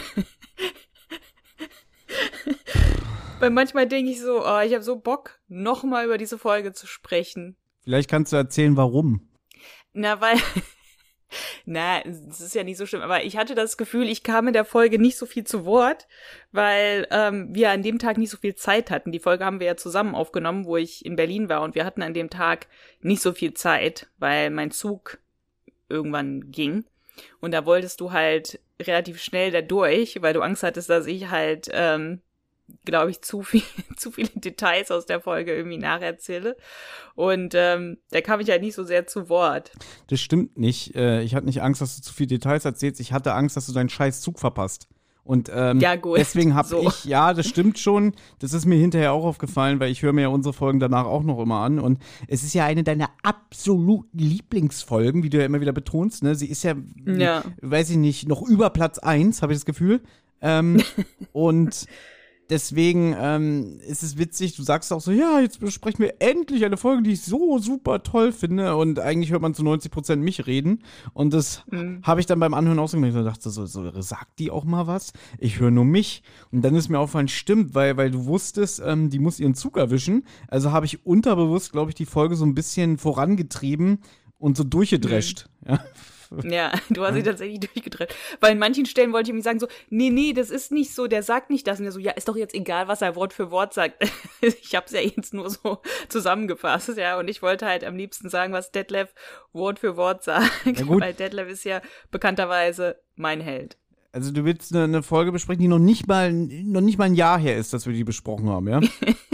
Weil manchmal denke ich so, ich habe so Bock, nochmal über diese Folge zu sprechen. Vielleicht kannst du erzählen, warum. Es ist ja nicht so schlimm, aber ich hatte das Gefühl, ich kam in der Folge nicht so viel zu Wort, weil wir an dem Tag nicht so viel Zeit hatten. Die Folge haben wir ja zusammen aufgenommen, wo ich in Berlin war und wir hatten an dem Tag nicht so viel Zeit, weil mein Zug irgendwann ging. Und da wolltest du halt relativ schnell da durch, weil du Angst hattest, dass ich halt, glaube ich, zu viele Details aus der Folge irgendwie nacherzähle. Und da kam ich halt nicht so sehr zu Wort. Das stimmt nicht. Ich hatte nicht Angst, dass du zu viele Details erzählst. Ich hatte Angst, dass du deinen scheiß Zug verpasst. Und ja, gut. Deswegen habe ich, ja, das stimmt schon, das ist mir hinterher auch aufgefallen, weil ich höre mir ja unsere Folgen danach auch noch immer an. Und es ist ja eine deiner absoluten Lieblingsfolgen, wie du ja immer wieder betonst. Ne? Sie ist ja, weiß ich nicht, noch über Platz 1, habe ich das Gefühl. Und deswegen ist es witzig, du sagst auch so, ja, jetzt besprechen wir endlich eine Folge, die ich so super toll finde und eigentlich hört man zu 90% mich reden und das habe ich dann beim Anhören auch so gemerkt und dachte so, sagt die auch mal was? Ich höre nur mich und dann ist mir aufgefallen, stimmt, weil du wusstest, die muss ihren Zug erwischen, also habe ich unterbewusst, glaube ich, die Folge so ein bisschen vorangetrieben und so durchgedrescht, Ja, du hast sie tatsächlich durchgedreht. Weil in manchen Stellen wollte ich irgendwie sagen so, nee, das ist nicht so, der sagt nicht das. Und der so, ja, ist doch jetzt egal, was er Wort für Wort sagt. Ich hab's ja jetzt nur so zusammengefasst, ja. Und ich wollte halt am liebsten sagen, was Detlef Wort für Wort sagt. Ja, weil Detlef ist ja bekannterweise mein Held. Also du willst eine Folge besprechen, die noch nicht mal ein Jahr her ist, dass wir die besprochen haben, ja?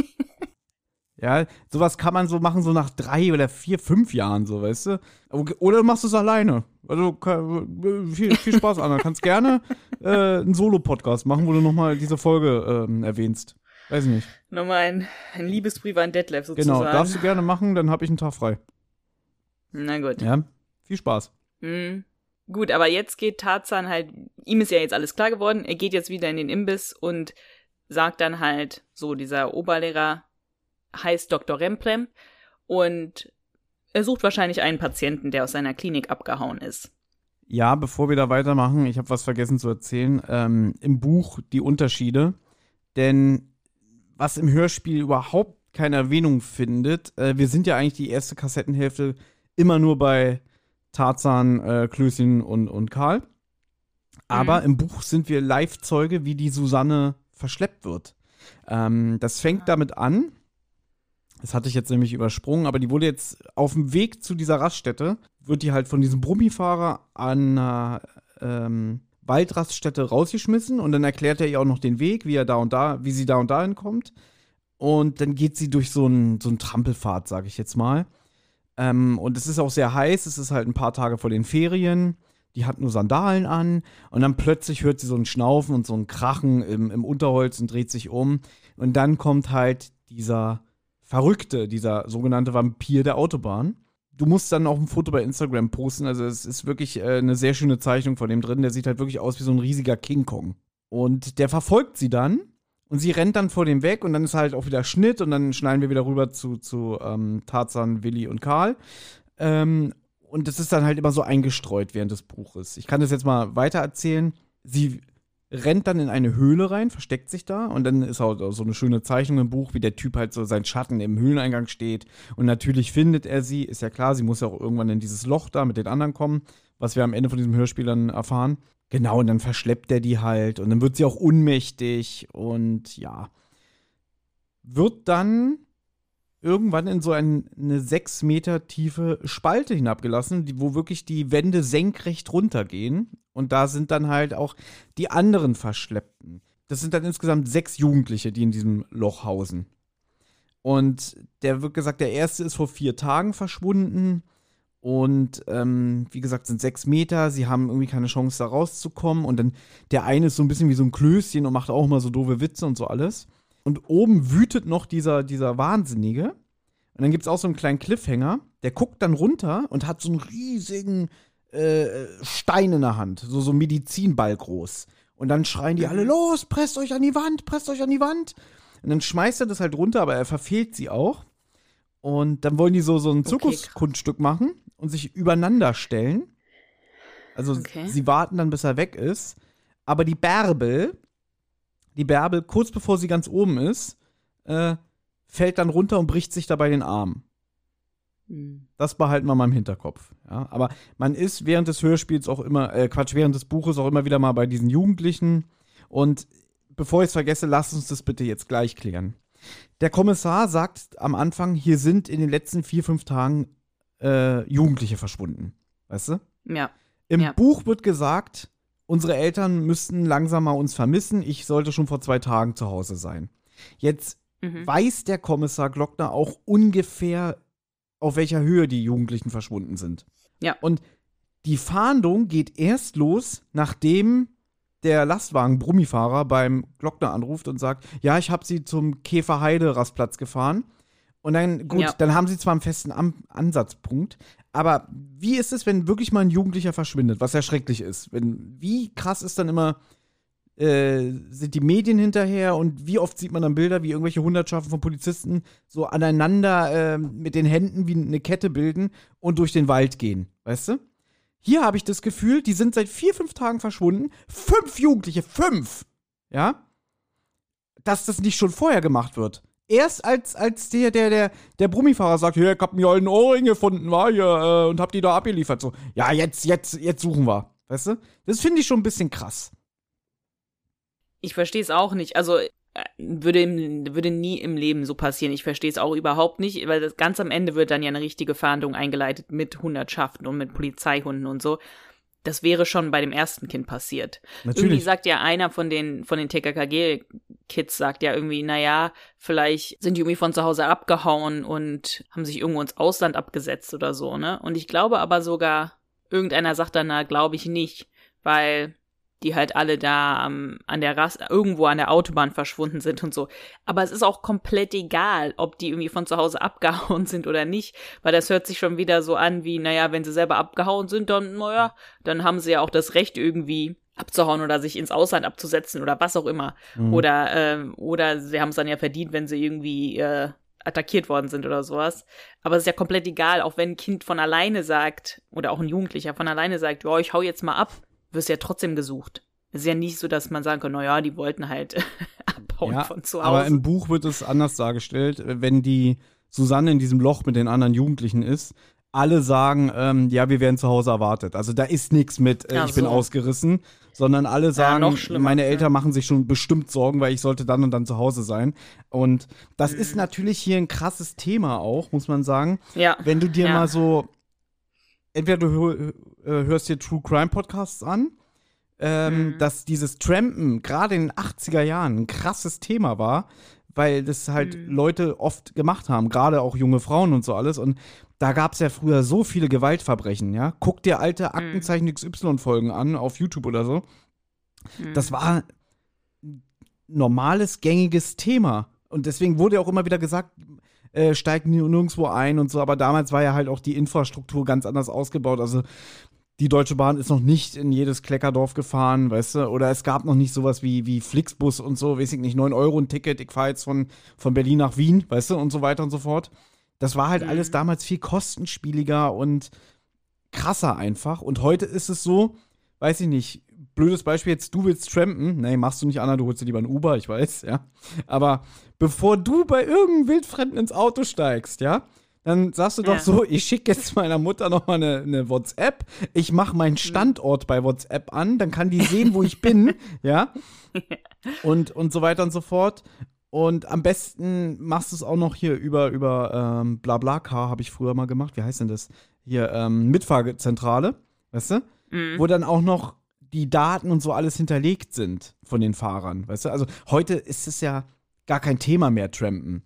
Ja, sowas kann man so machen, so nach 3 oder 4, 5 Jahren, so, weißt du? Oder du machst es alleine. Also viel Spaß, Anna. Du kannst gerne einen Solo-Podcast machen, wo du nochmal diese Folge erwähnst. Weiß ich nicht. Nochmal ein Liebesbrief an Detlef sozusagen. Genau, darfst du gerne machen, dann hab ich einen Tag frei. Na gut. Ja, viel Spaß. Gut, aber jetzt geht Tarzan halt, ihm ist ja jetzt alles klar geworden, er geht jetzt wieder in den Imbiss und sagt dann halt so, dieser Oberlehrer, heißt Dr. Remplem und er sucht wahrscheinlich einen Patienten, der aus seiner Klinik abgehauen ist. Ja, bevor wir da weitermachen, ich habe was vergessen zu erzählen. Im Buch die Unterschiede. Denn was im Hörspiel überhaupt keine Erwähnung findet, wir sind ja eigentlich die erste Kassettenhälfte immer nur bei Tarzan, Klößchen und Karl. Aber im Buch sind wir Live-Zeuge, wie die Susanne verschleppt wird. Das fängt damit an. Das hatte ich jetzt nämlich übersprungen, aber die wurde jetzt auf dem Weg zu dieser Raststätte, wird die halt von diesem Brummifahrer an einer Waldraststätte rausgeschmissen und dann erklärt er ihr auch noch den Weg, wie sie da und dahin kommt. Und dann geht sie durch so einen Trampelpfad, sage ich jetzt mal. Und es ist auch sehr heiß, es ist halt ein paar Tage vor den Ferien. Die hat nur Sandalen an und dann plötzlich hört sie so ein Schnaufen und so ein Krachen im Unterholz und dreht sich um. Und dann kommt halt dieser Verrückte, dieser sogenannte Vampir der Autobahn. Du musst dann auch ein Foto bei Instagram posten, also es ist wirklich eine sehr schöne Zeichnung von dem drin. Der sieht halt wirklich aus wie so ein riesiger King Kong. Und der verfolgt sie dann und sie rennt dann vor dem weg und dann ist halt auch wieder Schnitt und dann schneiden wir wieder rüber zu Tarzan, Willi und Karl. Und das ist dann halt immer so eingestreut während des Buches. Ich kann das jetzt mal weiter erzählen. Sie rennt dann in eine Höhle rein, versteckt sich da und dann ist auch so eine schöne Zeichnung im Buch, wie der Typ halt so sein Schatten im Höhleneingang steht und natürlich findet er sie, ist ja klar, sie muss ja auch irgendwann in dieses Loch da mit den anderen kommen, was wir am Ende von diesem Hörspiel dann erfahren. Genau, und dann verschleppt er die halt und dann wird sie auch ohnmächtig und ja, wird dann irgendwann in so eine 6 Meter tiefe Spalte hinabgelassen, wo wirklich die Wände senkrecht runtergehen. Und da sind dann halt auch die anderen Verschleppten. Das sind dann insgesamt 6 Jugendliche, die in diesem Loch hausen. Und der wird gesagt, der erste ist vor 4 Tagen verschwunden. Und wie gesagt, sind 6 Meter. Sie haben irgendwie keine Chance, da rauszukommen. Und dann der eine ist so ein bisschen wie so ein Klößchen und macht auch mal so doofe Witze und so alles. Und oben wütet noch dieser Wahnsinnige. Und dann gibt es auch so einen kleinen Cliffhanger. Der guckt dann runter und hat so einen riesigen Stein in der Hand. So einen Medizinball groß. Und dann schreien die alle, los, presst euch an die Wand, presst euch an die Wand. Und dann schmeißt er das halt runter, aber er verfehlt sie auch. Und dann wollen die so ein Zirkuskunststück machen und sich übereinander stellen. Also sie warten dann, bis er weg ist. Aber die Bärbel, kurz bevor sie ganz oben ist, fällt dann runter und bricht sich dabei den Arm. Das behalten wir mal im Hinterkopf. Ja? Aber man ist während des Hörspiels auch immer, während des Buches auch immer wieder mal bei diesen Jugendlichen. Und bevor ich es vergesse, lasst uns das bitte jetzt gleich klären. Der Kommissar sagt am Anfang, hier sind in den letzten 4-5 Tagen Jugendliche verschwunden. Weißt du? Ja. Im Buch wird gesagt, unsere Eltern müssten langsam mal uns vermissen. Ich sollte schon vor 2 Tagen zu Hause sein. Jetzt weiß der Kommissar Glockner auch ungefähr, auf welcher Höhe die Jugendlichen verschwunden sind. Ja. Und die Fahndung geht erst los, nachdem der Lastwagen-Brummifahrer beim Glockner anruft und sagt, ja, ich habe sie zum Käferheide-Rastplatz gefahren. Und dann, dann haben sie zwar einen festen Ansatzpunkt, aber wie ist es, wenn wirklich mal ein Jugendlicher verschwindet, was ja schrecklich ist? Wie krass ist dann immer, sind die Medien hinterher und wie oft sieht man dann Bilder, wie irgendwelche Hundertschaften von Polizisten so aneinander mit den Händen wie eine Kette bilden und durch den Wald gehen, weißt du? Hier habe ich das Gefühl, die sind seit 4-5 Tagen verschwunden. 5 Jugendliche, 5! Ja? Dass das nicht schon vorher gemacht wird. Erst als der Brummifahrer sagt, hier, ich hab mir einen Ohrring gefunden, war hier, und hab die da abgeliefert. So, ja, jetzt suchen wir. Weißt du? Das finde ich schon ein bisschen krass. Ich verstehe es auch nicht. Also, würde nie im Leben so passieren. Ich verstehe es auch überhaupt nicht, weil das ganz am Ende wird dann ja eine richtige Fahndung eingeleitet mit Hundertschaften und mit Polizeihunden und so. Das wäre schon bei dem ersten Kind passiert. Natürlich. Irgendwie sagt ja einer von den TKKG-Kids, sagt ja irgendwie, naja, vielleicht sind die irgendwie von zu Hause abgehauen und haben sich irgendwo ins Ausland abgesetzt oder so, ne? Und ich glaube aber sogar, irgendeiner sagt dann, na, glaube ich nicht, weil die halt alle da irgendwo an der Autobahn verschwunden sind und so. Aber es ist auch komplett egal, ob die irgendwie von zu Hause abgehauen sind oder nicht, weil das hört sich schon wieder so an wie, naja, wenn sie selber abgehauen sind, dann, naja, dann haben sie ja auch das Recht irgendwie abzuhauen oder sich ins Ausland abzusetzen oder was auch immer. Oder sie haben es dann ja verdient, wenn sie irgendwie attackiert worden sind oder sowas. Aber es ist ja komplett egal, auch wenn ein Kind von alleine sagt, oder auch ein Jugendlicher von alleine sagt, ja, ich hau jetzt mal ab, wirst ja trotzdem gesucht. Es ist ja nicht so, dass man sagen kann, naja, die wollten halt abhauen von zu Hause. Aber im Buch wird es anders dargestellt, wenn die Susanne in diesem Loch mit den anderen Jugendlichen ist, alle sagen, ja, wir werden zu Hause erwartet. Also da ist nichts mit, ich bin ausgerissen, sondern alle sagen, meine Eltern machen sich schon bestimmt Sorgen, weil ich sollte dann und dann zu Hause sein. Und das ist natürlich hier ein krasses Thema auch, muss man sagen. Ja. Wenn du dir mal so, entweder du hörst dir True Crime Podcasts an, dass dieses Trampen gerade in den 80er Jahren ein krasses Thema war, weil das halt Leute oft gemacht haben, gerade auch junge Frauen und so alles. Und da gab es ja früher so viele Gewaltverbrechen, ja. Guck dir alte Aktenzeichen XY-Folgen an auf YouTube oder so. Das war ein normales, gängiges Thema. Und deswegen wurde ja auch immer wieder gesagt, steigt nirgendwo ein und so. Aber damals war ja halt auch die Infrastruktur ganz anders ausgebaut. Also die Deutsche Bahn ist noch nicht in jedes Kleckerdorf gefahren, weißt du? Oder es gab noch nicht sowas wie Flixbus und so, weiß ich nicht, 9 Euro ein Ticket, ich fahre jetzt von Berlin nach Wien, weißt du? Und so weiter und so fort. Das war halt alles damals viel kostenspieliger und krasser einfach. Und heute ist es so, weiß ich nicht, blödes Beispiel jetzt, du willst trampen. Nee, machst du nicht, Anna, du holst dir lieber ein Uber, ich weiß, ja. Aber bevor du bei irgendeinem Wildfremden ins Auto steigst, ja, dann sagst du doch so, ich schicke jetzt meiner Mutter nochmal eine WhatsApp, ich mache meinen Standort bei WhatsApp an, dann kann die sehen, wo ich bin, ja. Und so weiter und so fort. Und am besten machst du es auch noch hier über BlaBlaCar, habe ich früher mal gemacht. Wie heißt denn das? Hier, Mitfahrzentrale, weißt du? Wo dann auch noch die Daten und so alles hinterlegt sind von den Fahrern, weißt du? Also heute ist es ja gar kein Thema mehr, Trampen.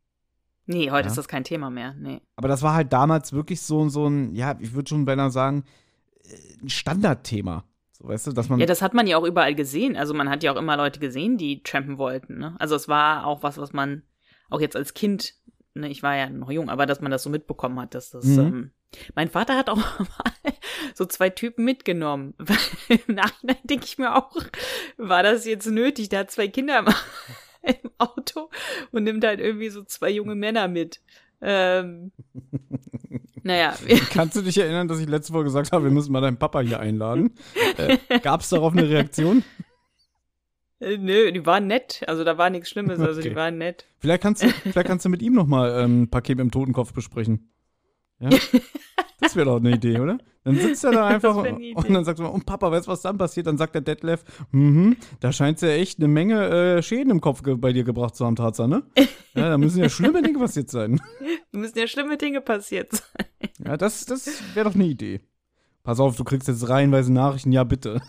Nee, heute ist das kein Thema mehr, nee. Aber das war halt damals wirklich so ein, ja, ich würde schon beinahe sagen, ein Standardthema. So, weißt du, dass man das hat man ja auch überall gesehen. Also man hat ja auch immer Leute gesehen, die trampen wollten, ne? Also es war auch was man auch jetzt als Kind, ne, ich war ja noch jung, aber dass man das so mitbekommen hat, dass das, mein Vater hat auch mal so 2 Typen mitgenommen. Im Nachhinein denke ich mir auch, war das jetzt nötig? Der hat 2 Kinder im Auto und nimmt halt irgendwie so 2 junge Männer mit. Naja. Kannst du dich erinnern, dass ich letzte Woche gesagt habe, wir müssen mal deinen Papa hier einladen? Gab es darauf eine Reaktion? Nö, die waren nett. Also da war nichts Schlimmes, also die waren nett. Vielleicht kannst du mit ihm noch mal ein Paket mit dem Totenkopf besprechen. Ja? Das wäre doch eine Idee, oder? Dann sitzt er da einfach und dann sagt er, oh Papa, weißt du, was dann passiert? Dann sagt der Detlef, da scheint es ja echt eine Menge Schäden im Kopf bei dir gebracht zu haben, Tarzan, ne? Ja, da müssen ja schlimme Dinge passiert sein. Ja, das wäre doch eine Idee. Pass auf, du kriegst jetzt reihenweise Nachrichten, ja bitte.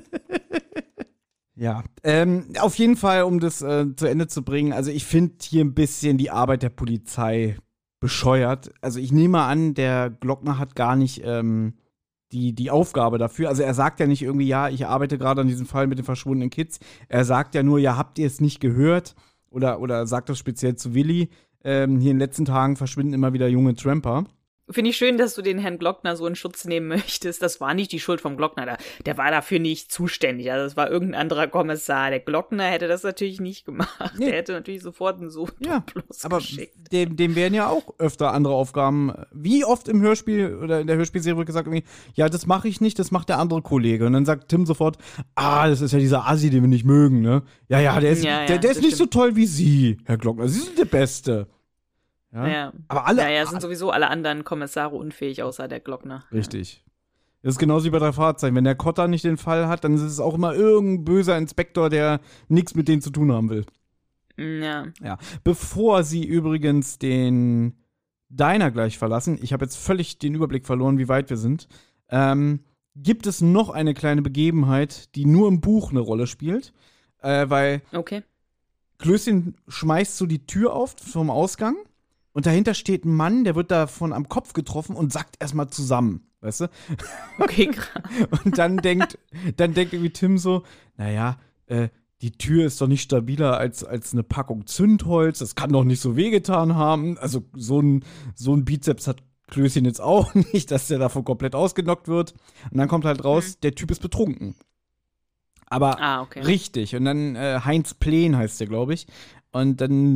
Ja, auf jeden Fall, um das zu Ende zu bringen, also ich finde hier ein bisschen die Arbeit der Polizei bescheuert. Also ich nehme an, der Glockner hat gar nicht die Aufgabe dafür. Also er sagt ja nicht irgendwie, ja, ich arbeite gerade an diesem Fall mit den verschwundenen Kids. Er sagt ja nur, ja, habt ihr es nicht gehört? Oder sagt das speziell zu Willi, hier in den letzten Tagen verschwinden immer wieder junge Tramper. Finde ich schön, dass du den Herrn Glockner so in Schutz nehmen möchtest. Das war nicht die Schuld vom Glockner. Der war dafür nicht zuständig. Also das war irgendein anderer Kommissar. Der Glockner hätte das natürlich nicht gemacht. Nee. Der hätte natürlich sofort einen Suchtrupp losgeschickt. Aber dem werden ja auch öfter andere Aufgaben. Wie oft im Hörspiel oder in der Hörspielserie wird gesagt, ja, das mache ich nicht, das macht der andere Kollege. Und dann sagt Tim sofort, das ist ja dieser Assi, den wir nicht mögen, ne? Ja, der ist, der ist nicht so toll wie Sie, Herr Glockner. Sie sind der Beste. Ja. Aber alle sind sowieso alle anderen Kommissare unfähig, außer der Glockner. Richtig. Das ist genauso wie bei 3 Fahrzeichen. Wenn der Kotter nicht den Fall hat, dann ist es auch immer irgendein böser Inspektor, der nichts mit denen zu tun haben will. Ja. Bevor sie übrigens den Diner gleich verlassen, ich habe jetzt völlig den Überblick verloren, wie weit wir sind, gibt es noch eine kleine Begebenheit, die nur im Buch eine Rolle spielt. Weil Klößchen schmeißt so die Tür auf vom Ausgang. Und dahinter steht ein Mann, der wird davon am Kopf getroffen und sackt erstmal zusammen, weißt du? Okay, krass. Und dann denkt irgendwie Tim so, naja, die Tür ist doch nicht stabiler als eine Packung Zündholz, das kann doch nicht so wehgetan haben. Also so ein Bizeps hat Klößchen jetzt auch nicht, dass der davon komplett ausgenockt wird. Und dann kommt halt raus, der Typ ist betrunken. Aber richtig. Und dann Heinz Plen heißt der, glaube ich. Und dann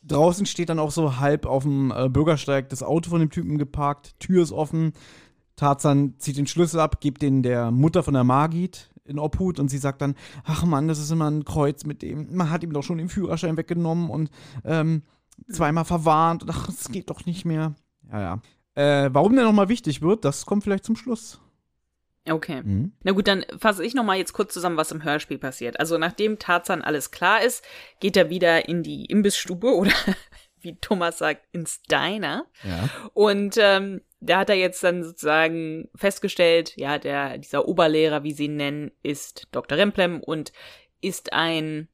draußen steht dann auch so halb auf dem Bürgersteig das Auto von dem Typen geparkt, Tür ist offen. Tarzan zieht den Schlüssel ab, gibt den der Mutter von der Margit in Obhut und sie sagt dann, ach Mann, das ist immer ein Kreuz mit dem, man hat ihm doch schon den Führerschein weggenommen und zweimal verwarnt und ach, es geht doch nicht mehr. Ja. Warum der nochmal wichtig wird, das kommt vielleicht zum Schluss. Okay. Na gut, dann fasse ich nochmal jetzt kurz zusammen, was im Hörspiel passiert. Also nachdem Tarzan alles klar ist, geht er wieder in die Imbissstube oder wie Thomas sagt, ins Diner. Ja. Und da hat er jetzt dann sozusagen festgestellt, ja, dieser Oberlehrer, wie sie ihn nennen, ist Dr. Remplem und ist ein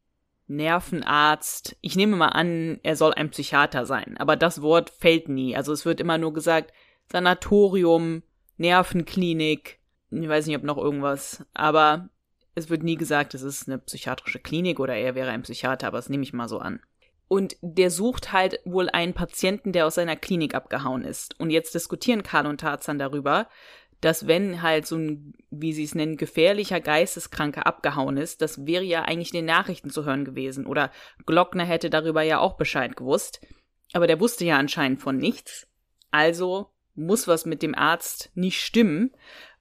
Nervenarzt. Ich nehme mal an, er soll ein Psychiater sein, aber das Wort fällt nie. Also es wird immer nur gesagt, Sanatorium, Nervenklinik, ich weiß nicht, ob noch irgendwas, aber es wird nie gesagt, es ist eine psychiatrische Klinik oder er wäre ein Psychiater, aber das nehme ich mal so an. Und der sucht halt wohl einen Patienten, der aus seiner Klinik abgehauen ist. Und jetzt diskutieren Karl und Tarzan darüber, dass wenn halt so ein, wie sie es nennen, gefährlicher Geisteskranker abgehauen ist, das wäre ja eigentlich in den Nachrichten zu hören gewesen. Oder Glockner hätte darüber ja auch Bescheid gewusst. Aber der wusste ja anscheinend von nichts. Also muss was mit dem Arzt nicht stimmen.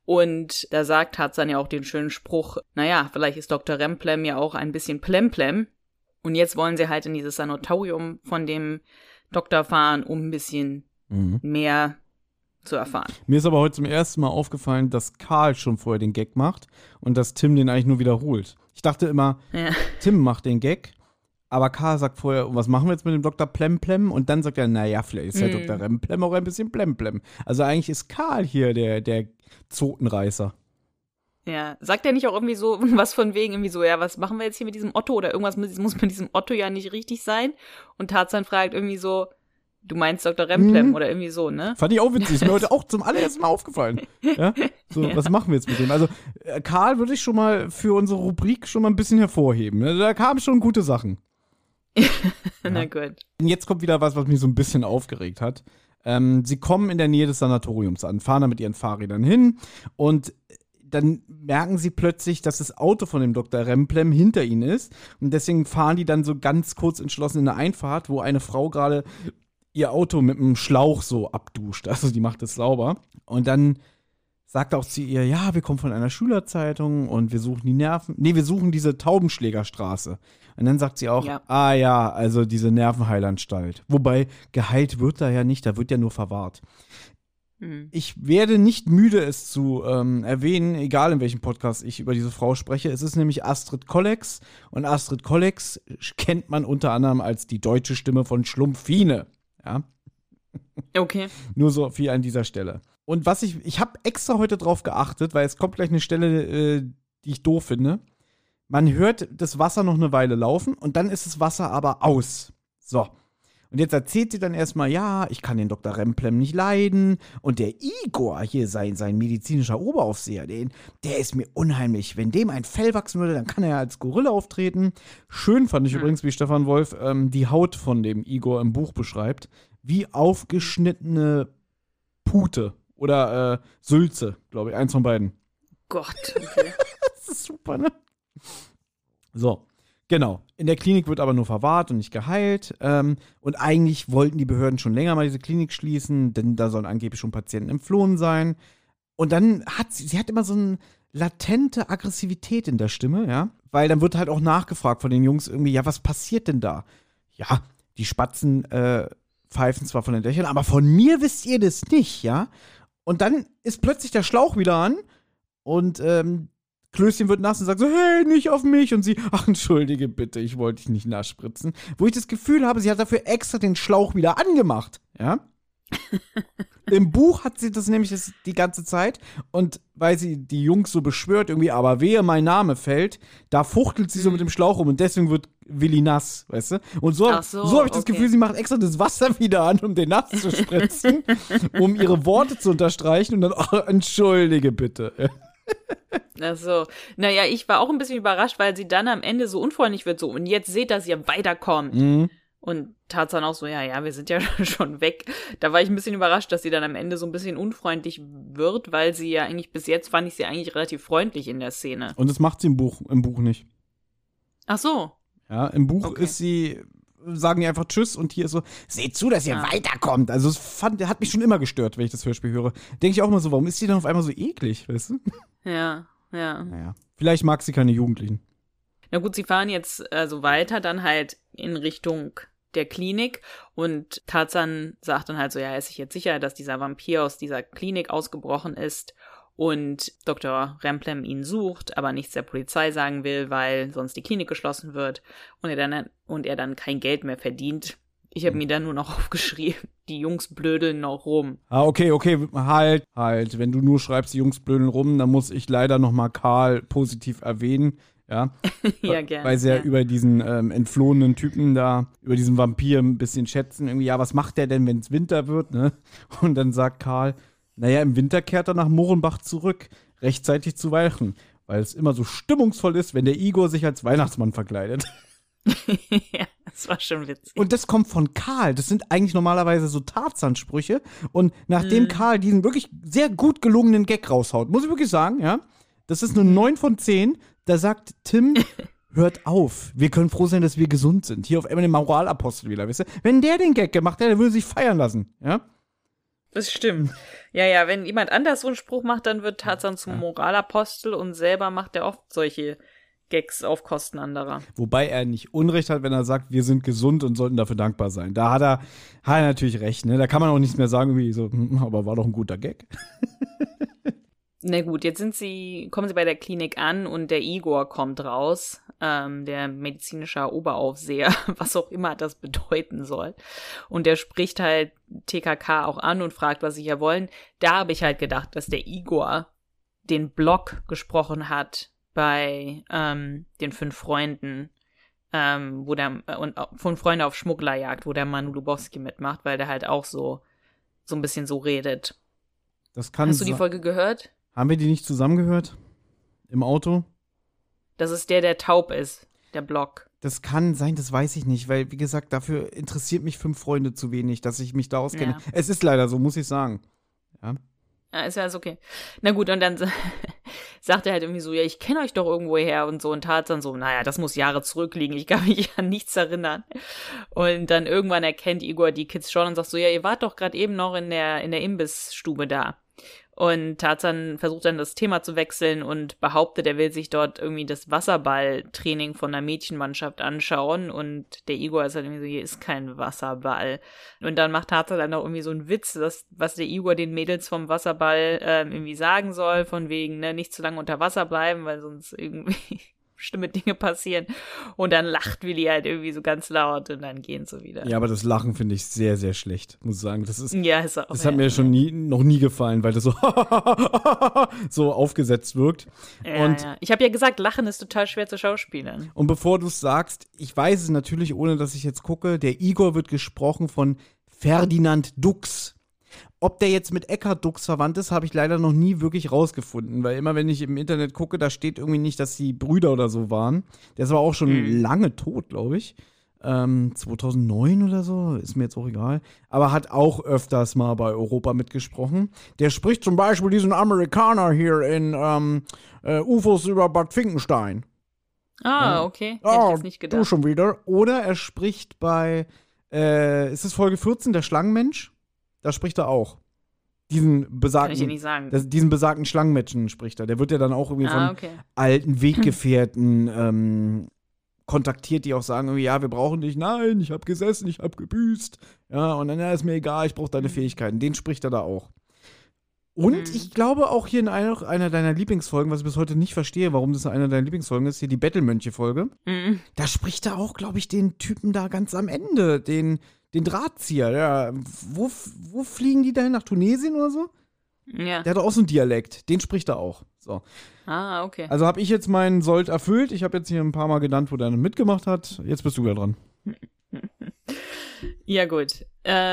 Und da sagt Tarzan ja auch den schönen Spruch, naja, vielleicht ist Dr. Remplem ja auch ein bisschen Plemplem. Und jetzt wollen sie halt in dieses Sanatorium von dem Doktor fahren, um ein bisschen mehr zu erfahren. Mir ist aber heute zum ersten Mal aufgefallen, dass Karl schon vorher den Gag macht und dass Tim den eigentlich nur wiederholt. Ich dachte immer, Tim macht den Gag, aber Karl sagt vorher, was machen wir jetzt mit dem Dr. Plemplem? Und dann sagt er, naja, vielleicht ist der Dr. Remplem auch ein bisschen Plemplem. Also eigentlich ist Karl hier der Zotenreißer. Ja, sagt er nicht auch irgendwie so was von wegen irgendwie so, ja, was machen wir jetzt hier mit diesem Otto oder irgendwas muss mit diesem Otto ja nicht richtig sein? Und Tarzan fragt irgendwie so, du meinst Dr. Remplem oder irgendwie so, ne? Fand ich auch witzig, ist mir heute auch zum allerersten Mal aufgefallen. Ja? So, was machen wir jetzt mit dem? Also, Karl würde ich schon mal für unsere Rubrik schon mal ein bisschen hervorheben. Ne? Da kamen schon gute Sachen. Na gut. Und jetzt kommt wieder was mich so ein bisschen aufgeregt hat. Sie kommen in der Nähe des Sanatoriums an, fahren da mit ihren Fahrrädern hin und dann merken sie plötzlich, dass das Auto von dem Dr. Remplem hinter ihnen ist. Und deswegen fahren die dann so ganz kurz entschlossen in eine Einfahrt, wo eine Frau gerade ihr Auto mit einem Schlauch so abduscht. Also die macht es sauber. Und dann sagt auch zu ihr, ja, wir kommen von einer Schülerzeitung und wir suchen die wir suchen diese Taubenschlägerstraße. Und dann sagt sie auch, also diese Nervenheilanstalt. Wobei, geheilt wird da ja nicht, da wird ja nur verwahrt. Ich werde nicht müde, es zu erwähnen, egal in welchem Podcast ich über diese Frau spreche. Es ist nämlich Astrid Kollex. Und Astrid Kollex kennt man unter anderem als die deutsche Stimme von Schlumpfine. Ja. Okay. Nur so viel an dieser Stelle. Und ich habe extra heute drauf geachtet, weil es kommt gleich eine Stelle, die ich doof finde. Man hört das Wasser noch eine Weile laufen und dann ist das Wasser aber aus. So. Und jetzt erzählt sie dann erstmal, ja, ich kann den Dr. Remplem nicht leiden. Und der Igor hier, sein medizinischer Oberaufseher, der ist mir unheimlich. Wenn dem ein Fell wachsen würde, dann kann er ja als Gorilla auftreten. Schön fand ich übrigens, wie Stefan Wolf die Haut von dem Igor im Buch beschreibt. Wie aufgeschnittene Pute oder Sülze, glaube ich. Eins von beiden. Gott, okay. Das ist super, ne? So. Genau. In der Klinik wird aber nur verwahrt und nicht geheilt. Und eigentlich wollten die Behörden schon länger mal diese Klinik schließen, denn da sollen angeblich schon Patienten entflohen sein. Und dann hat sie hat immer so eine latente Aggressivität in der Stimme, ja. Weil dann wird halt auch nachgefragt von den Jungs irgendwie, ja, was passiert denn da? Ja, die Spatzen pfeifen zwar von den Dächern, aber von mir wisst ihr das nicht, ja. Und dann ist plötzlich der Schlauch wieder an und Klößchen wird nass und sagt so, hey, nicht auf mich. Und sie, ach, entschuldige bitte, ich wollte dich nicht nass spritzen. Wo ich das Gefühl habe, sie hat dafür extra den Schlauch wieder angemacht. Ja? Im Buch hat sie das nämlich die ganze Zeit. Und weil sie die Jungs so beschwört, irgendwie, aber wehe, mein Name fällt, da fuchtelt sie so mit dem Schlauch rum und deswegen wird Willi nass, weißt du? Und so habe ich das Gefühl, sie macht extra das Wasser wieder an, um den nass zu spritzen, um ihre Worte zu unterstreichen und dann, ach, entschuldige bitte. Ach so. Naja, ich war auch ein bisschen überrascht, weil sie dann am Ende so unfreundlich wird, so, und jetzt seht, dass ihr weiterkommt. Und Tarzan auch so, ja, wir sind ja schon weg. Da war ich ein bisschen überrascht, dass sie dann am Ende so ein bisschen unfreundlich wird, weil sie ja eigentlich, bis jetzt fand ich sie eigentlich relativ freundlich in der Szene. Und das macht sie im Buch nicht. Ach so. Ja, im Buch ist sie sagen die einfach Tschüss und hier ist so, seht zu, dass ihr weiterkommt. Also es hat mich schon immer gestört, wenn ich das Hörspiel höre. Denke ich auch immer so, warum ist die dann auf einmal so eklig, weißt du? Ja. Naja, vielleicht mag sie keine Jugendlichen. Na gut, sie fahren jetzt also weiter, dann halt in Richtung der Klinik und Tarzan sagt dann halt so, ja, er ist sich jetzt sicher, dass dieser Vampir aus dieser Klinik ausgebrochen ist und Dr. Remplem ihn sucht, aber nichts der Polizei sagen will, weil sonst die Klinik geschlossen wird und er dann kein Geld mehr verdient. Ich habe mir dann nur noch aufgeschrieben, die Jungs blödeln noch rum. Okay, halt. Wenn du nur schreibst, die Jungs blödeln rum, dann muss ich leider nochmal Karl positiv erwähnen. Ja, ja, gerne. Weil sie ja über diesen entflohenen Typen da, über diesen Vampir ein bisschen schätzen. Irgendwie, ja, was macht der denn, wenn es Winter wird, ne? Und dann sagt Karl, naja, im Winter kehrt er nach Mohrenbach zurück, rechtzeitig zu Weihnachten. Weil es immer so stimmungsvoll ist, wenn der Igor sich als Weihnachtsmann verkleidet. Ja, das war schon witzig. Und das kommt von Karl. Das sind eigentlich normalerweise so Tarzan-Sprüche. Und nachdem Karl diesen wirklich sehr gut gelungenen Gag raushaut, muss ich wirklich sagen, ja, das ist eine 9 von 10. Da sagt Tim, hört auf. Wir können froh sein, dass wir gesund sind. Hier auf einmal den Moralapostel wieder, weißt du? Wenn der den Gag gemacht hätte, der würde sich feiern lassen, ja? Das stimmt. Ja, wenn jemand anders so einen Spruch macht, dann wird Tarzan zum Moralapostel und selber macht er oft solche Gags auf Kosten anderer. Wobei er nicht Unrecht hat, wenn er sagt, wir sind gesund und sollten dafür dankbar sein. Da hat er natürlich recht, ne? Da kann man auch nichts mehr sagen, wie so, aber war doch ein guter Gag. Na gut, jetzt kommen sie bei der Klinik an und der Igor kommt raus, der medizinische Oberaufseher, was auch immer das bedeuten soll. Und der spricht halt TKK auch an und fragt, was sie hier wollen. Da habe ich halt gedacht, dass der Igor den Block gesprochen hat bei den 5 Freunden, wo der und 5 Freunde auf Schmugglerjagd, wo der Manu Lubowski mitmacht, weil der halt auch so ein bisschen so redet. Das kann Hast du die Folge gehört? Haben wir die nicht zusammengehört? Im Auto? Das ist der taub ist, der Block. Das kann sein, das weiß ich nicht, weil, wie gesagt, dafür interessiert mich 5 Freunde zu wenig, dass ich mich da auskenne. Ja. Es ist leider so, muss ich sagen. Ja. Ja, ist ja alles okay. Na gut, und dann sagt er halt irgendwie so, ja, ich kenne euch doch irgendwo her und so. Und Tarzan so, naja, das muss Jahre zurückliegen, ich kann mich an nichts erinnern. Und dann irgendwann erkennt Igor die Kids schon und sagt so, ja, ihr wart doch gerade eben noch in der Imbissstube da. Und Tarzan versucht dann das Thema zu wechseln und behauptet, er will sich dort irgendwie das Wasserballtraining von der Mädchenmannschaft anschauen. Und der Igor ist halt irgendwie so, hier ist kein Wasserball. Und dann macht Tarzan dann auch irgendwie so einen Witz, was der Igor den Mädels vom Wasserball irgendwie sagen soll, von wegen, ne, nicht zu lange unter Wasser bleiben, weil sonst irgendwie schlimme Dinge passieren. Und dann lacht Willi halt irgendwie so ganz laut und dann gehen sie wieder. Ja, aber das Lachen finde ich sehr, sehr schlecht, muss ich sagen. Das auch, hat mir schon noch nie gefallen, weil das so so aufgesetzt wirkt. Ja. Ich habe ja gesagt, Lachen ist total schwer zu schauspielern. Und bevor du es sagst, ich weiß es natürlich, ohne dass ich jetzt gucke, der Igor wird gesprochen von Ferdinand Dux. Ob der jetzt mit Eckhard Dux verwandt ist, habe ich leider noch nie wirklich rausgefunden, weil immer, wenn ich im Internet gucke, da steht irgendwie nicht, dass die Brüder oder so waren. Der ist aber auch schon lange tot, glaube ich. 2009 oder so, ist mir jetzt auch egal. Aber hat auch öfters mal bei Europa mitgesprochen. Der spricht zum Beispiel diesen Amerikaner hier in UFOs über Bad Finkenstein. Okay. Hätte ich jetzt nicht gedacht. Du schon wieder. Oder er spricht bei, ist es Folge 14, der Schlangenmensch? Da spricht er auch. Diesen besagten, kann ich dir nicht sagen. Diesen besagten Schlangenmenschen spricht er. Der wird ja dann auch irgendwie von alten Weggefährten kontaktiert, die auch sagen irgendwie, ja, wir brauchen dich. Nein, ich habe gesessen, ich habe gebüßt. Ja, und dann, ja, ist mir egal, ich brauche deine Fähigkeiten. Den spricht er da auch. Und ich glaube auch hier in einer deiner Lieblingsfolgen, was ich bis heute nicht verstehe, warum das einer deiner Lieblingsfolgen ist, hier die Bettelmönche-Folge. Da spricht er auch, glaube ich, den Typen da ganz am Ende, den Drahtzieher. Ja. Wo fliegen die dahin? Nach Tunesien oder so? Ja. Der hat auch so einen Dialekt. Den spricht er auch. So. Okay. Also habe ich jetzt meinen Sold erfüllt. Ich habe jetzt hier ein paar Mal genannt, wo der mitgemacht hat. Jetzt bist du wieder dran. Ja, gut.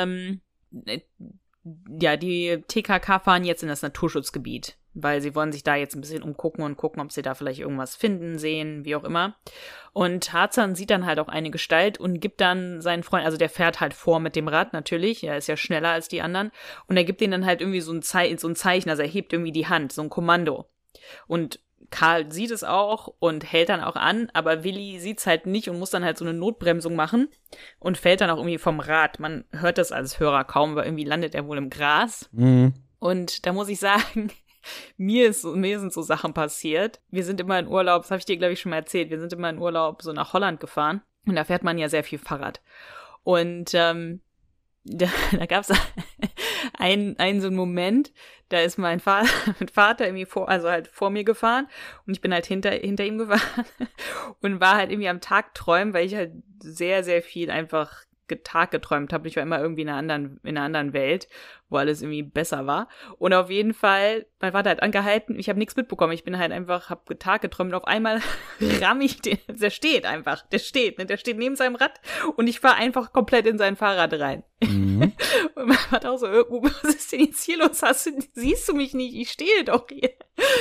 Ja, die TKK fahren jetzt in das Naturschutzgebiet, weil sie wollen sich da jetzt ein bisschen umgucken und gucken, ob sie da vielleicht irgendwas finden, sehen, wie auch immer. Und Tarzan sieht dann halt auch eine Gestalt und gibt dann seinen Freund, also der fährt halt vor mit dem Rad natürlich, er ist ja schneller als die anderen, und er gibt denen dann halt irgendwie so ein Zeichen, also er hebt irgendwie die Hand, so ein Kommando. Und Karl sieht es auch und hält dann auch an, aber Willi sieht's halt nicht und muss dann halt so eine Notbremsung machen und fällt dann auch irgendwie vom Rad. Man hört das als Hörer kaum, weil irgendwie landet er wohl im Gras. Mhm. Und da muss ich sagen, mir sind so Sachen passiert. Wir sind immer in Urlaub, das habe ich dir, glaube ich, schon mal erzählt, wir sind immer in Urlaub so nach Holland gefahren und da fährt man ja sehr viel Fahrrad. Und da gab's einen so einen Moment, da ist mein Vater irgendwie vor mir gefahren und ich bin halt hinter ihm gefahren und war halt irgendwie am Tag träumen, weil ich halt sehr, sehr viel einfach Tag geträumt habe. Ich war immer irgendwie in einer anderen Welt, wo alles irgendwie besser war. Und auf jeden Fall, mein Vater hat angehalten, ich habe nichts mitbekommen. Ich bin halt einfach, habe Tag geträumt und auf einmal ramm ich den, der steht neben seinem Rad und ich fahre einfach komplett in sein Fahrrad rein. Mhm. Und mein Vater auch so, was ist denn jetzt hier los? Siehst du mich nicht? Ich stehe doch hier.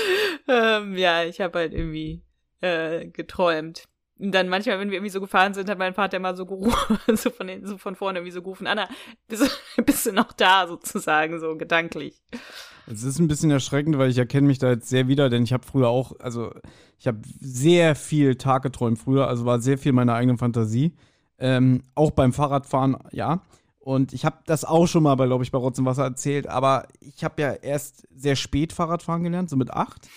Ja, ich habe halt irgendwie geträumt. Und dann manchmal, wenn wir irgendwie so gefahren sind, hat mein Vater immer so gerufen, so von vorne irgendwie so gerufen, Anna, bist du noch da, sozusagen, so gedanklich. Es ist ein bisschen erschreckend, weil ich erkenne mich da jetzt sehr wieder, denn ich habe früher auch, also ich habe sehr viel Tag geträumt früher, also war sehr viel meiner eigenen Fantasie. Auch beim Fahrradfahren, ja. Und ich habe das auch schon mal, glaube ich, bei Rotz und Wasser erzählt, aber ich habe ja erst sehr spät Fahrradfahren gelernt, so mit 8.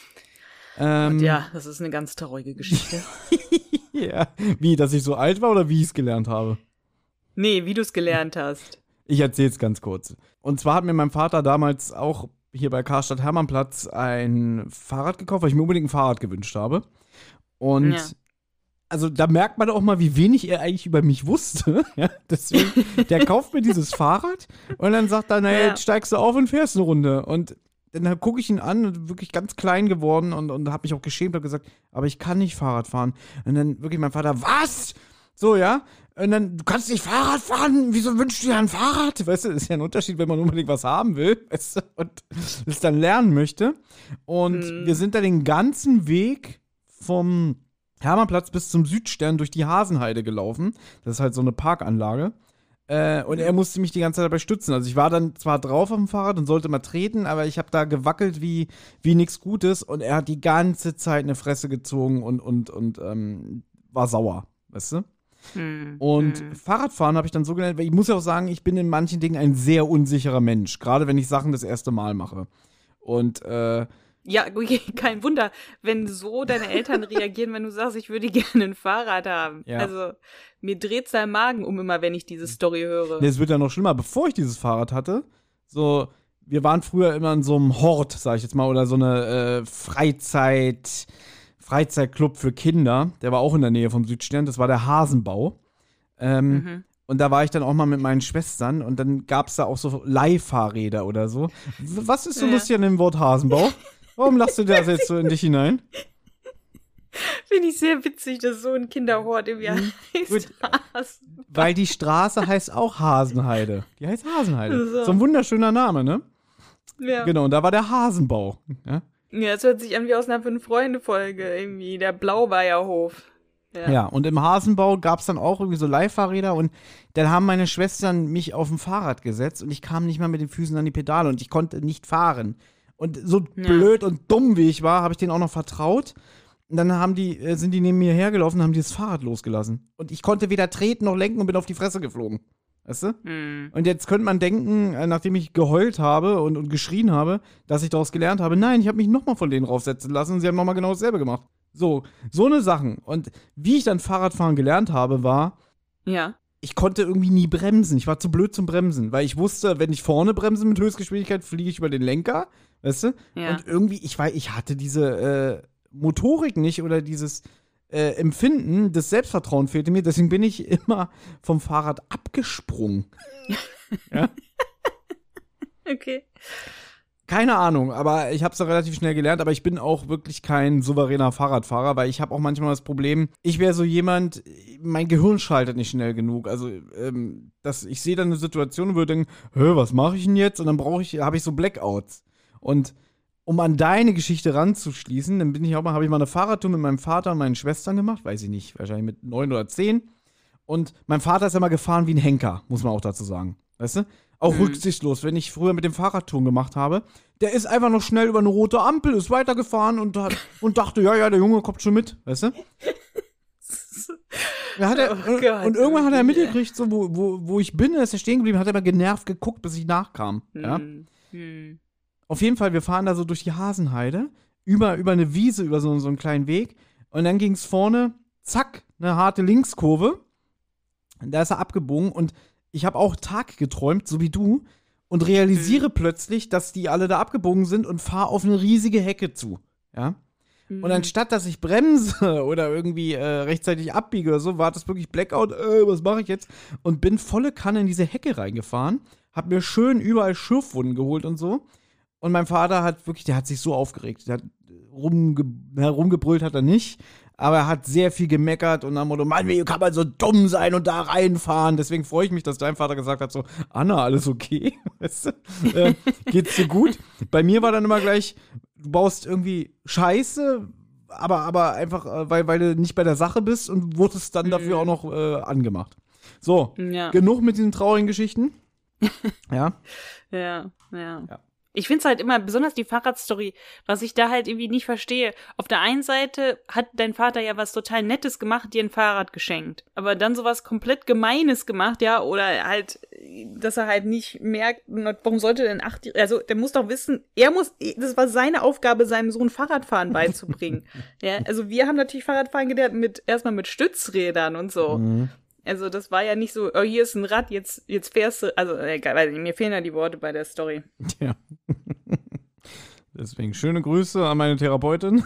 Und ja, das ist eine ganz traurige Geschichte. Ja. Wie, dass ich so alt war oder wie ich es gelernt habe? Nee, wie du es gelernt hast. Ich erzähl's ganz kurz. Und zwar hat mir mein Vater damals auch hier bei Karstadt Hermannplatz ein Fahrrad gekauft, weil ich mir unbedingt ein Fahrrad gewünscht habe. Und also da merkt man auch mal, wie wenig er eigentlich über mich wusste. Ja, deswegen, der kauft mir dieses Fahrrad und dann sagt er, naja, jetzt steigst du auf und fährst eine Runde. Und dann gucke ich ihn an, wirklich ganz klein geworden und habe mich auch geschämt und gesagt, aber ich kann nicht Fahrrad fahren. Und dann wirklich mein Vater, was? So, ja? Und dann, du kannst nicht Fahrrad fahren? Wieso wünschst du dir ein Fahrrad? Weißt du, das ist ja ein Unterschied, wenn man unbedingt was haben will, weißt du, und es dann lernen möchte. Und wir sind da den ganzen Weg vom Hermannplatz bis zum Südstern durch die Hasenheide gelaufen. Das ist halt so eine Parkanlage. Und er musste mich die ganze Zeit dabei stützen. Also ich war dann zwar drauf auf dem Fahrrad und sollte mal treten, aber ich habe da gewackelt wie nichts Gutes und er hat die ganze Zeit eine Fresse gezogen und war sauer, weißt du? Und Fahrradfahren habe ich dann so gelernt, weil ich muss ja auch sagen, ich bin in manchen Dingen ein sehr unsicherer Mensch, gerade wenn ich Sachen das erste Mal mache. Und ja, kein Wunder, wenn so deine Eltern reagieren, wenn du sagst, ich würde gerne ein Fahrrad haben. Ja. Also, mir dreht's der Magen um immer, wenn ich diese Story höre. Nee, es wird ja noch schlimmer. Bevor ich dieses Fahrrad hatte, so, wir waren früher immer in so einem Hort, sag ich jetzt mal, oder so eine Freizeitclub für Kinder. Der war auch in der Nähe vom Südstern. Das war der Hasenbau. Und da war ich dann auch mal mit meinen Schwestern und dann gab's da auch so Leihfahrräder oder so. Was ist so lustig an dem Wort Hasenbau? Warum lachst du das jetzt so in dich hinein? Finde ich sehr witzig, dass so ein Kinderhort irgendwie heißt Hasenbau. Weil die Straße heißt auch Hasenheide. Die heißt Hasenheide. So ein wunderschöner Name, ne? Ja. Genau, und da war der Hasenbau. Ja, es hört sich an wie aus einer 5-Freunde-Folge irgendwie. Der Blaubeierhof. Ja, und im Hasenbau gab es dann auch irgendwie so Leihfahrräder und dann haben meine Schwestern mich auf dem Fahrrad gesetzt und ich kam nicht mal mit den Füßen an die Pedale und ich konnte nicht fahren. Und so blöd und dumm wie ich war, habe ich denen auch noch vertraut. Und dann sind die neben mir hergelaufen und haben dieses Fahrrad losgelassen. Und ich konnte weder treten noch lenken und bin auf die Fresse geflogen. Weißt du? Und jetzt könnte man denken, nachdem ich geheult habe und geschrien habe, dass ich daraus gelernt habe. Nein, ich habe mich nochmal von denen draufsetzen lassen und sie haben nochmal genau dasselbe gemacht. So eine Sachen. Und wie ich dann Fahrradfahren gelernt habe, war, ich konnte irgendwie nie bremsen. Ich war zu blöd zum Bremsen, weil ich wusste, wenn ich vorne bremse mit Höchstgeschwindigkeit, fliege ich über den Lenker, weißt du? Ja. Und irgendwie, ich hatte diese Motorik nicht oder dieses Empfinden, das Selbstvertrauen fehlte mir, deswegen bin ich immer vom Fahrrad abgesprungen. Ja? Okay. Keine Ahnung, aber ich habe es relativ schnell gelernt, aber ich bin auch wirklich kein souveräner Fahrradfahrer, weil ich habe auch manchmal das Problem, ich wäre so jemand, mein Gehirn schaltet nicht schnell genug, also ich sehe dann eine Situation und würde denken, was mache ich denn jetzt? Und dann habe ich so Blackouts. Und um an deine Geschichte ranzuschließen, dann habe ich mal eine Fahrradtour mit meinem Vater und meinen Schwestern gemacht, weiß ich nicht, wahrscheinlich mit 9 oder 10. Und mein Vater ist ja mal gefahren wie ein Henker, muss man auch dazu sagen, weißt du? Auch rücksichtslos, wenn ich früher mit dem Fahrradtouren gemacht habe. Der ist einfach noch schnell über eine rote Ampel, ist weitergefahren und dachte, ja, der Junge kommt schon mit, weißt du? Und irgendwann hat er mitgekriegt, so, wo ich bin, ist er stehen geblieben, hat er mal genervt geguckt, bis ich nachkam. Ja? Auf jeden Fall, wir fahren da so durch die Hasenheide, über eine Wiese, über so einen kleinen Weg. Und dann ging es vorne, zack, eine harte Linkskurve. Und da ist er abgebogen und ich habe auch Tag geträumt, so wie du, und realisiere plötzlich, dass die alle da abgebogen sind und fahre auf eine riesige Hecke zu. Ja? Und anstatt, dass ich bremse oder irgendwie rechtzeitig abbiege oder so, war das wirklich Blackout, was mache ich jetzt? Und bin volle Kanne in diese Hecke reingefahren, hab mir schön überall Schürfwunden geholt und so. Und mein Vater der hat sich so aufgeregt. Der hat rumgebrüllt hat er nicht, aber er hat sehr viel gemeckert und am Motto, Mann, wie kann man so dumm sein und da reinfahren? Deswegen freue ich mich, dass dein Vater gesagt hat, so, Anna, alles okay? Weißt du? Geht's dir gut? Bei mir war dann immer gleich, du baust irgendwie Scheiße, aber einfach, weil du nicht bei der Sache bist und wurdest dann dafür auch noch angemacht. So, genug mit diesen traurigen Geschichten. Ja. Ja. Ich finde es halt immer, besonders die Fahrradstory, was ich da halt irgendwie nicht verstehe. Auf der einen Seite hat dein Vater ja was total Nettes gemacht, dir ein Fahrrad geschenkt. Aber dann sowas komplett Gemeines gemacht, ja, oder halt, dass er halt nicht merkt, warum sollte denn also der muss doch wissen, das war seine Aufgabe, seinem Sohn Fahrradfahren beizubringen. Ja, also wir haben natürlich Fahrradfahren gelernt erstmal mit Stützrädern und so. Mhm. Also das war ja nicht so, oh, hier ist ein Rad, jetzt fährst du, also egal, mir fehlen ja die Worte bei der Story. Ja. Deswegen schöne Grüße an meine Therapeutin.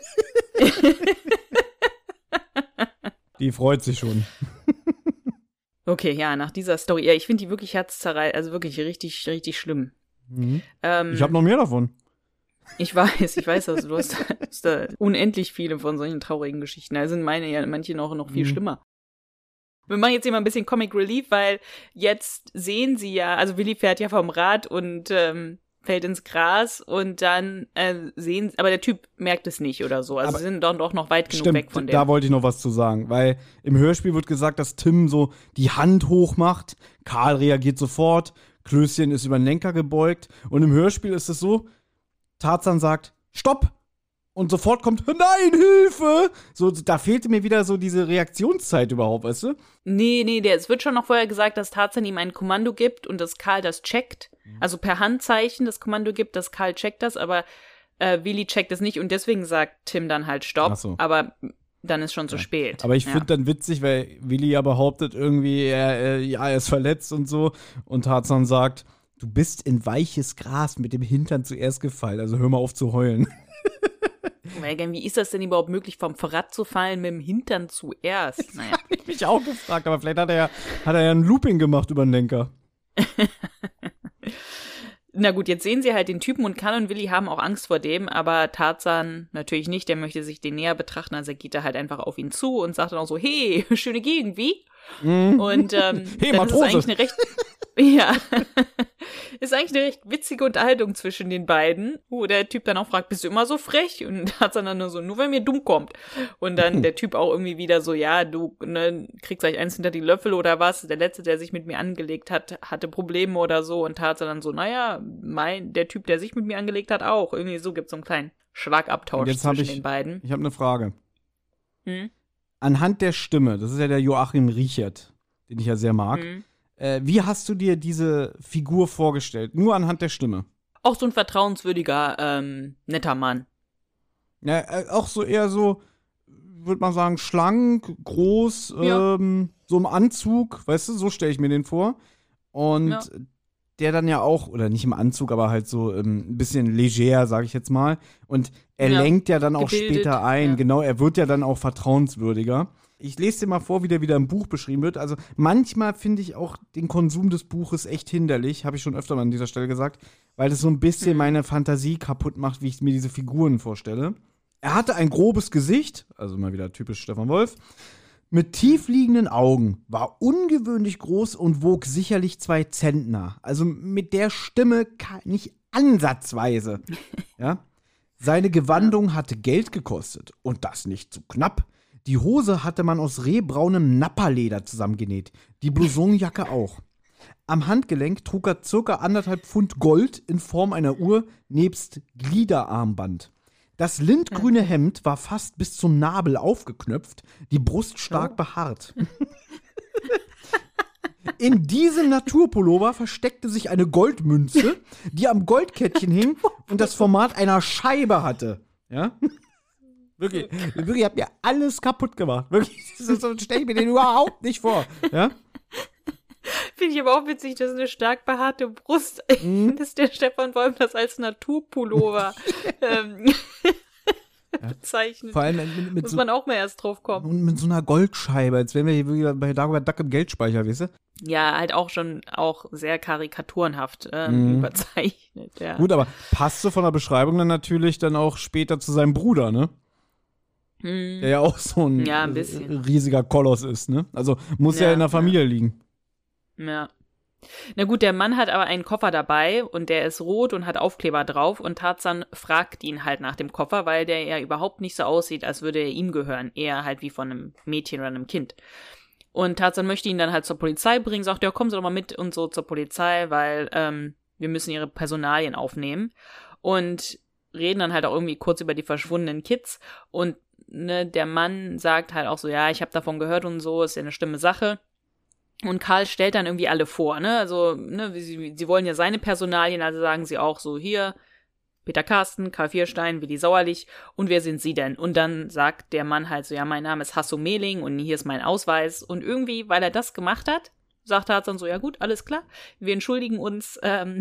Die freut sich schon. Okay, ja, nach dieser Story, ja, ich finde die wirklich herzzerreißend, also wirklich richtig, richtig schlimm. Mhm. Ich habe noch mehr davon. Ich weiß, also du hast da unendlich viele von solchen traurigen Geschichten. Da sind meine ja manche noch viel schlimmer. Wir machen jetzt hier mal ein bisschen Comic Relief, weil jetzt sehen sie ja, also Willi fährt ja vom Rad und fällt ins Gras und dann aber der Typ merkt es nicht oder so. Also sie sind doch noch weit genug weg von dem. Da wollte ich noch was zu sagen, weil im Hörspiel wird gesagt, dass Tim so die Hand hoch macht, Karl reagiert sofort, Klößchen ist über den Lenker gebeugt und im Hörspiel ist es so, Tarzan sagt, Stopp! Und sofort kommt, nein, Hilfe! So, da fehlte mir wieder so diese Reaktionszeit überhaupt, weißt du? Nee, es wird schon noch vorher gesagt, dass Tarzan ihm ein Kommando gibt und dass Karl das checkt. Also per Handzeichen das Kommando gibt, dass Karl checkt das, aber Willi checkt es nicht und deswegen sagt Tim dann halt Stopp. Ach so. Aber dann ist schon zu spät. Aber ich finde dann witzig, weil Willi ja behauptet irgendwie, er ist verletzt und so und Tarzan sagt, du bist in weiches Gras mit dem Hintern zuerst gefallen, also hör mal auf zu heulen. Wie ist das denn überhaupt möglich, vom Rad zu fallen mit dem Hintern zuerst? Naja. Hab ich mich auch gefragt, aber vielleicht hat er ja ein Looping gemacht über den Lenker. Na gut, jetzt sehen sie halt den Typen und Karl und Willi haben auch Angst vor dem, aber Tarzan natürlich nicht, der möchte sich den näher betrachten, also er geht da halt einfach auf ihn zu und sagt dann auch so, hey, schöne Gegend, wie? Und hey, das ist eigentlich eine recht ist eigentlich eine recht witzige Unterhaltung zwischen den beiden, wo der Typ dann auch fragt, bist du immer so frech? Und Tarzan dann nur so, nur wenn mir dumm kommt. Und dann der Typ auch irgendwie wieder so, ja, du kriegst gleich eins hinter die Löffel oder was? Der Letzte, der sich mit mir angelegt hat, hatte Probleme oder so. Und Tarzan dann so, naja, der Typ, der sich mit mir angelegt hat, auch. Irgendwie so gibt's so einen kleinen Schlagabtausch zwischen den beiden. Ich habe eine Frage. Anhand der Stimme, das ist ja der Joachim Riechert, den ich ja sehr mag, wie hast du dir diese Figur vorgestellt? Nur anhand der Stimme. Auch so ein vertrauenswürdiger, netter Mann. Ja, auch so eher so, würde man sagen, schlank, groß, so im Anzug, weißt du, so stelle ich mir den vor. Und der dann ja auch, oder nicht im Anzug, aber halt so ein bisschen leger, sage ich jetzt mal. Und er lenkt ja dann auch gebildet, später ein. Ja. Genau, er wird ja dann auch vertrauenswürdiger. Ich lese dir mal vor, wie der wieder im Buch beschrieben wird. Also manchmal finde ich auch den Konsum des Buches echt hinderlich, habe ich schon öfter mal an dieser Stelle gesagt, weil das so ein bisschen meine Fantasie kaputt macht, wie ich mir diese Figuren vorstelle. Er hatte ein grobes Gesicht, also mal wieder typisch Stefan Wolf, mit tiefliegenden Augen, war ungewöhnlich groß und wog sicherlich 2 Zentner. Also mit der Stimme nicht ansatzweise. Ja? Seine Gewandung hatte Geld gekostet und das nicht zu knapp. Die Hose hatte man aus rehbraunem Napperleder zusammengenäht, die Blousonjacke auch. Am Handgelenk trug er ca. 1,5 Pfund Gold in Form einer Uhr nebst Gliederarmband. Das lindgrüne Hemd war fast bis zum Nabel aufgeknöpft, die Brust stark behaart. In diesem Naturpullover versteckte sich eine Goldmünze, die am Goldkettchen hing und das Format einer Scheibe hatte. Ja? Wirklich, ihr habt mir alles kaputt gemacht. Wirklich, so stelle ich mir den überhaupt nicht vor. Ja? Finde ich aber auch witzig, dass eine stark behaarte Brust, dass der Stefan Wolf das als Naturpullover bezeichnet. Vor allem mit muss so, man auch mal erst drauf kommen. und mit so einer Goldscheibe, als wären wir hier wirklich bei Dagobert Duck im Geldspeicher, weißt du? Ja, halt auch sehr karikaturenhaft überzeichnet. Ja. Gut, aber passte von der Beschreibung dann natürlich dann auch später zu seinem Bruder, ne? Der ja auch so ein riesiger Koloss ist, ne? Also muss ja in der Familie liegen. Ja. Na gut, der Mann hat aber einen Koffer dabei und der ist rot und hat Aufkleber drauf und Tarzan fragt ihn halt nach dem Koffer, weil der ja überhaupt nicht so aussieht, als würde er ihm gehören. Eher halt wie von einem Mädchen oder einem Kind. Und Tarzan möchte ihn dann halt zur Polizei bringen, sagt, ja, kommen Sie doch mal mit und so zur Polizei, weil wir müssen Ihre Personalien aufnehmen. Und reden dann halt auch irgendwie kurz über die verschwundenen Kids. Und ne, der Mann sagt halt auch so, ja, ich habe davon gehört und so, ist ja eine schlimme Sache. Und Karl stellt dann irgendwie alle vor, ne, also, ne, sie wollen ja seine Personalien, also sagen sie auch so, hier, Peter Carsten, Karl Vierstein, Willi Sauerlich, und wer sind Sie denn? Und dann sagt der Mann halt so, ja, mein Name ist Hasso Mehling und hier ist mein Ausweis. Und irgendwie, weil er das gemacht hat, sagt Tarzan so, ja gut, alles klar, wir entschuldigen uns,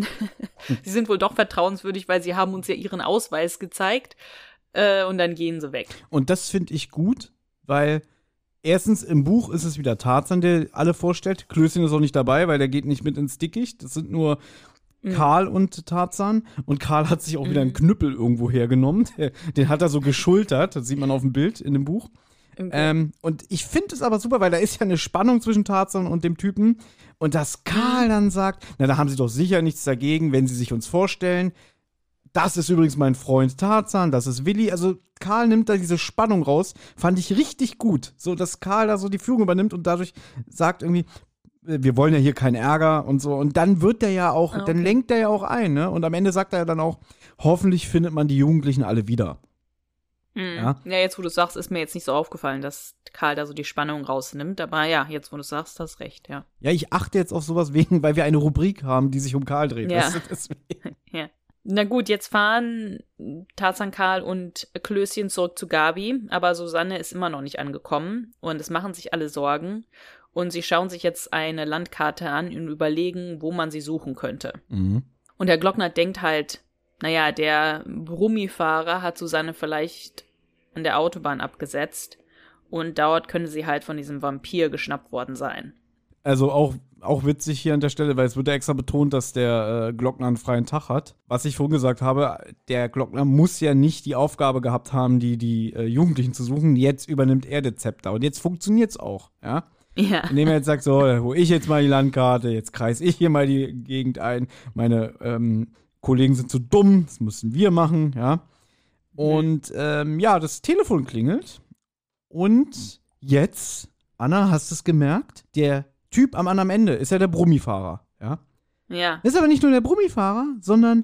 Sie sind wohl doch vertrauenswürdig, weil Sie haben uns ja Ihren Ausweis gezeigt, und dann gehen sie weg. Und das finde ich gut, weil erstens, im Buch ist es wieder Tarzan, der alle vorstellt. Klößchen ist auch nicht dabei, weil der geht nicht mit ins Dickicht. Das sind nur Karl und Tarzan. Und Karl hat sich auch wieder einen Knüppel irgendwo hergenommen. Den hat er so geschultert. Das sieht man auf dem Bild in dem Buch. Okay. Und ich finde es aber super, weil da ist ja eine Spannung zwischen Tarzan und dem Typen. Und dass Karl dann sagt, na, da haben sie doch sicher nichts dagegen, wenn sie sich uns vorstellen. Das ist übrigens mein Freund Tarzan, das ist Willi. Also Karl nimmt da diese Spannung raus. Fand ich richtig gut. So, dass Karl da so die Führung übernimmt und dadurch sagt irgendwie, wir wollen ja hier keinen Ärger und so. Und dann wird der ja auch, dann lenkt der ja auch ein, ne? Und am Ende sagt er ja dann auch, hoffentlich findet man die Jugendlichen alle wieder. Ja, jetzt wo du sagst, ist mir jetzt nicht so aufgefallen, dass Karl da so die Spannung rausnimmt. Aber ja, jetzt wo du sagst, hast recht, ja. Ja, ich achte jetzt auf sowas wegen, weil wir eine Rubrik haben, die sich um Karl dreht. Ja. Ja. Na gut, jetzt fahren Tarzan, Karl und Klößchen zurück zu Gabi, aber Susanne ist immer noch nicht angekommen und es machen sich alle Sorgen und sie schauen sich jetzt eine Landkarte an und überlegen, wo man sie suchen könnte. Mhm. Und der Glockner denkt halt, naja, der Brummifahrer hat Susanne vielleicht an der Autobahn abgesetzt und dort könnte sie halt von diesem Vampir geschnappt worden sein. Also auch witzig hier an der Stelle, weil es wird ja extra betont, dass der Glockner einen freien Tag hat. Was ich vorhin gesagt habe, der Glockner muss ja nicht die Aufgabe gehabt haben, die Jugendlichen zu suchen. Jetzt übernimmt er das Zepter. Und jetzt funktioniert es auch, ja? Ja. Indem er jetzt sagt, so, hol ich jetzt mal die Landkarte, jetzt kreise ich hier mal die Gegend ein. Meine Kollegen sind zu dumm, das müssen wir machen, ja? Und das Telefon klingelt. Und jetzt, Anna, hast du es gemerkt? Der Typ am anderen Ende ist ja der Brummifahrer, ja? Ja. Ist aber nicht nur der Brummifahrer, sondern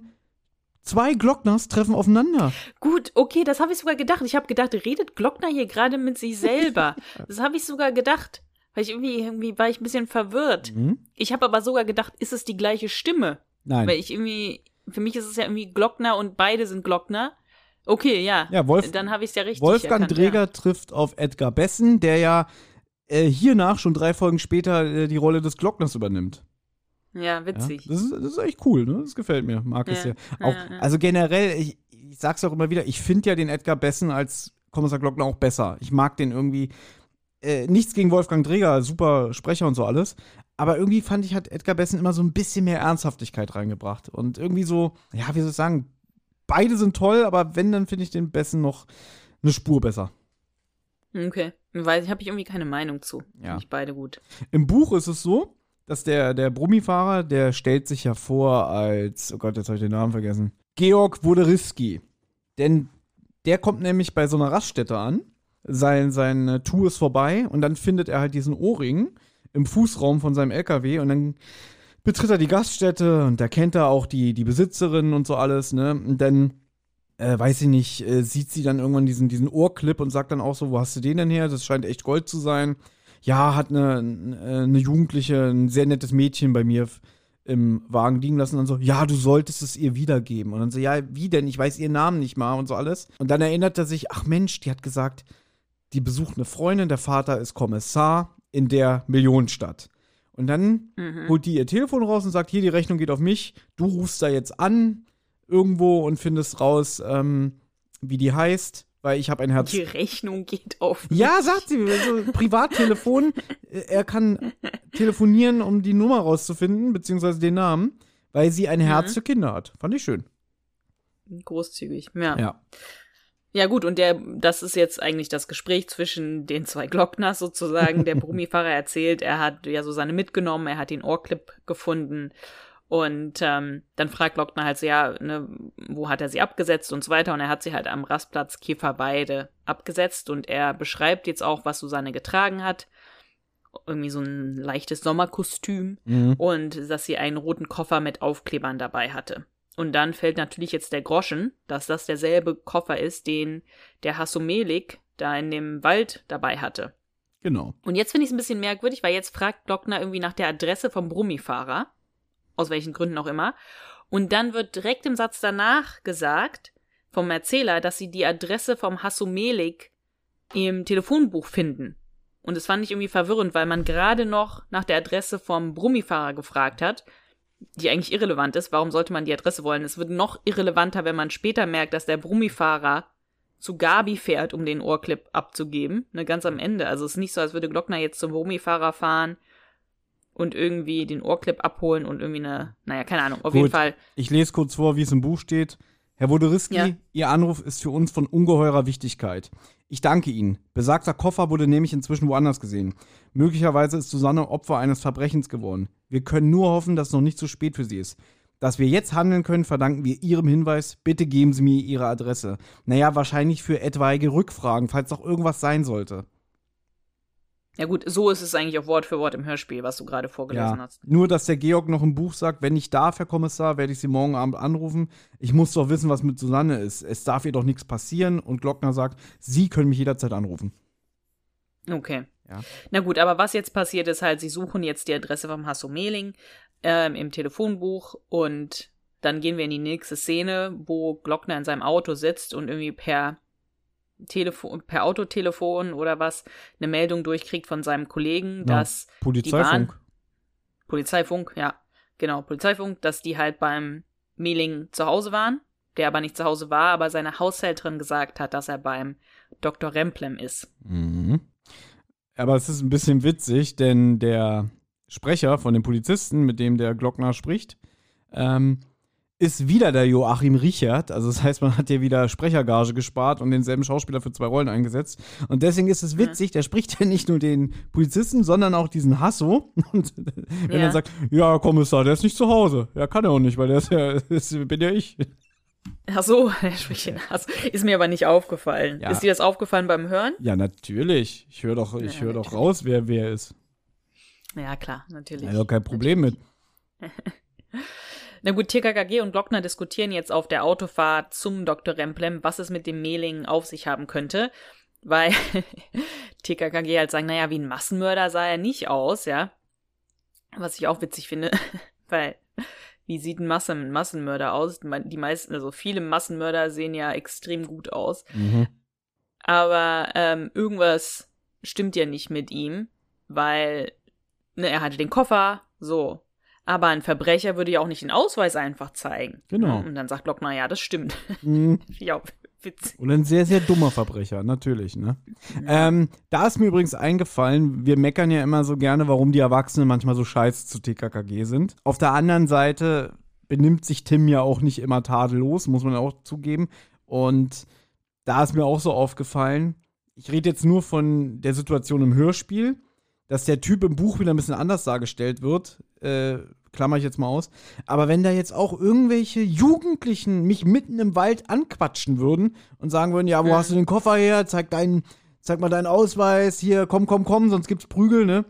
2 Glockners treffen aufeinander. Gut, okay, das habe ich sogar gedacht. Ich habe gedacht, redet Glockner hier gerade mit sich selber. Das habe ich sogar gedacht. Weil ich irgendwie war ich ein bisschen verwirrt. Mhm. Ich habe aber sogar gedacht, ist es die gleiche Stimme? Nein. Weil für mich ist es ja irgendwie Glockner und beide sind Glockner. Okay, ja. Ja, dann habe ich es ja richtig Wolfgang erkannt, Dreger trifft auf Edgar Bessen, der ja hiernach schon 3 Folgen später die Rolle des Glockners übernimmt. Ja, witzig. Ja, das ist echt cool, ne? Das gefällt mir, mag es ja. Auch, ja. Also generell, ich sag's auch immer wieder, ich finde ja den Edgar Bessen als Kommissar Glockner auch besser. Ich mag den irgendwie, nichts gegen Wolfgang Dreger, super Sprecher und so alles, aber irgendwie fand ich, hat Edgar Bessen immer so ein bisschen mehr Ernsthaftigkeit reingebracht und irgendwie so, ja, wie soll ich sagen, beide sind toll, aber wenn, dann finde ich den Bessen noch eine Spur besser. Okay, weil habe ich irgendwie keine Meinung zu. Ja. Finde ich beide gut. Im Buch ist es so, dass der Brummifahrer, der stellt sich ja vor als, oh Gott, jetzt habe ich den Namen vergessen, Georg Woderiski. Denn der kommt nämlich bei so einer Raststätte an, seine Tour ist vorbei und dann findet er halt diesen Ohrring im Fußraum von seinem LKW und dann betritt er die Gaststätte und da kennt er auch die Besitzerin und so alles, ne? Und dann, weiß ich nicht, sieht sie dann irgendwann diesen Ohrclip und sagt dann auch so, wo hast du den denn her? Das scheint echt Gold zu sein. Ja, hat eine Jugendliche, ein sehr nettes Mädchen bei mir im Wagen liegen lassen und dann so, ja, du solltest es ihr wiedergeben. Und dann so, ja, wie denn? Ich weiß ihren Namen nicht mal und so alles. Und dann erinnert er sich, ach Mensch, die hat gesagt, die besucht eine Freundin, der Vater ist Kommissar in der Millionenstadt. Und dann holt die ihr Telefon raus und sagt, hier, die Rechnung geht auf mich, du rufst da jetzt an irgendwo und findest raus, wie die heißt, weil ich habe ein Herz. Die Rechnung geht auf mich. Ja, sagt sie, so Privattelefon. Er kann telefonieren, um die Nummer rauszufinden, beziehungsweise den Namen, weil sie ein Herz für Kinder hat. Fand ich schön. Großzügig, ja. Ja. Ja gut, und das ist jetzt eigentlich das Gespräch zwischen den zwei Glockners sozusagen. Der Brummifahrer erzählt, er hat ja Susanne mitgenommen, er hat den Ohrclip gefunden und dann fragt Glockner halt so, ja, ne, wo hat er sie abgesetzt und so weiter, und er hat sie halt am Rastplatz Käferweide abgesetzt und er beschreibt jetzt auch, was Susanne getragen hat. Irgendwie so ein leichtes Sommerkostüm und dass sie einen roten Koffer mit Aufklebern dabei hatte. Und dann fällt natürlich jetzt der Groschen, dass das derselbe Koffer ist, den der Hasso Melik da in dem Wald dabei hatte. Genau. Und jetzt finde ich es ein bisschen merkwürdig, weil jetzt fragt Glockner irgendwie nach der Adresse vom Brummifahrer, aus welchen Gründen auch immer. Und dann wird direkt im Satz danach gesagt vom Erzähler, dass sie die Adresse vom Hasso Melik im Telefonbuch finden. Und das fand ich irgendwie verwirrend, weil man gerade noch nach der Adresse vom Brummifahrer gefragt hat, die eigentlich irrelevant ist. Warum sollte man die Adresse wollen? Es wird noch irrelevanter, wenn man später merkt, dass der Brummifahrer zu Gabi fährt, um den Ohrclip abzugeben. Ne, ganz am Ende. Also es ist nicht so, als würde Glockner jetzt zum Brummifahrer fahren und irgendwie den Ohrclip abholen und irgendwie naja, keine Ahnung. Auf jeden Fall. Ich lese kurz vor, wie es im Buch steht. Herr Woderiski, Ihr Anruf ist für uns von ungeheurer Wichtigkeit. Ich danke Ihnen. Besagter Koffer wurde nämlich inzwischen woanders gesehen. Möglicherweise ist Susanne Opfer eines Verbrechens geworden. Wir können nur hoffen, dass es noch nicht zu spät für sie ist. Dass wir jetzt handeln können, verdanken wir Ihrem Hinweis. Bitte geben Sie mir Ihre Adresse. Naja, wahrscheinlich für etwaige Rückfragen, falls noch irgendwas sein sollte. Ja gut, so ist es eigentlich auch Wort für Wort im Hörspiel, was du gerade vorgelesen hast. Nur, dass der Georg noch im Buch sagt, wenn ich darf, Herr Kommissar, werde ich Sie morgen Abend anrufen. Ich muss doch wissen, was mit Susanne ist. Es darf ihr doch nichts passieren. Und Glockner sagt, Sie können mich jederzeit anrufen. Okay. Ja. Na gut, aber was jetzt passiert ist halt, sie suchen jetzt die Adresse vom Hasso Meling im Telefonbuch und dann gehen wir in die nächste Szene, wo Glockner in seinem Auto sitzt und irgendwie per Autotelefon oder was eine Meldung durchkriegt von seinem Kollegen, dass Polizeifunk, ja, genau, Polizeifunk, dass die halt beim Meling zu Hause waren, der aber nicht zu Hause war, aber seine Haushälterin gesagt hat, dass er beim Dr. Remplem ist. Mhm. Aber es ist ein bisschen witzig, denn der Sprecher von dem Polizisten, mit dem der Glockner spricht, ist wieder der Joachim Richert. Also das heißt, man hat hier wieder Sprechergage gespart und denselben Schauspieler für 2 Rollen eingesetzt. Und deswegen ist es witzig, der spricht ja nicht nur den Polizisten, sondern auch diesen Hasso. Und wenn er sagt, ja, Kommissar, der ist nicht zu Hause. Ja, kann er auch nicht, weil der ist ja, bin ja ich. Ach so, er spricht den Hasso. Ist mir aber nicht aufgefallen. Ja. Ist dir das aufgefallen beim Hören? Ja, natürlich. Ich höre doch raus, wer ist. Ja, klar, natürlich. Ja, kein Problem mit. Na gut, TKKG und Glockner diskutieren jetzt auf der Autofahrt zum Dr. Remplem, was es mit dem Meling auf sich haben könnte, weil TKKG halt sagen, naja, wie ein Massenmörder sah er nicht aus, ja. Was ich auch witzig finde, weil wie sieht ein Massenmörder aus? Die meisten, also viele Massenmörder sehen ja extrem gut aus. Mhm. Aber irgendwas stimmt ja nicht mit ihm, weil er hatte den Koffer, so. Aber ein Verbrecher würde ja auch nicht den Ausweis einfach zeigen. Genau. Und dann sagt Glockner, ja, das stimmt. Ja, witzig. Und ein sehr, sehr dummer Verbrecher, natürlich, ne? Ja. Da ist mir übrigens eingefallen, wir meckern ja immer so gerne, warum die Erwachsenen manchmal so scheiße zu TKKG sind. Auf der anderen Seite benimmt sich Tim ja auch nicht immer tadellos, muss man auch zugeben. Und da ist mir auch so aufgefallen, ich rede jetzt nur von der Situation im Hörspiel, dass der Typ im Buch wieder ein bisschen anders dargestellt wird, klammer ich jetzt mal aus. Aber wenn da jetzt auch irgendwelche Jugendlichen mich mitten im Wald anquatschen würden und sagen würden, ja, wo hast du den Koffer her? Zeig mal deinen Ausweis, hier, komm, sonst gibt's Prügel, ne?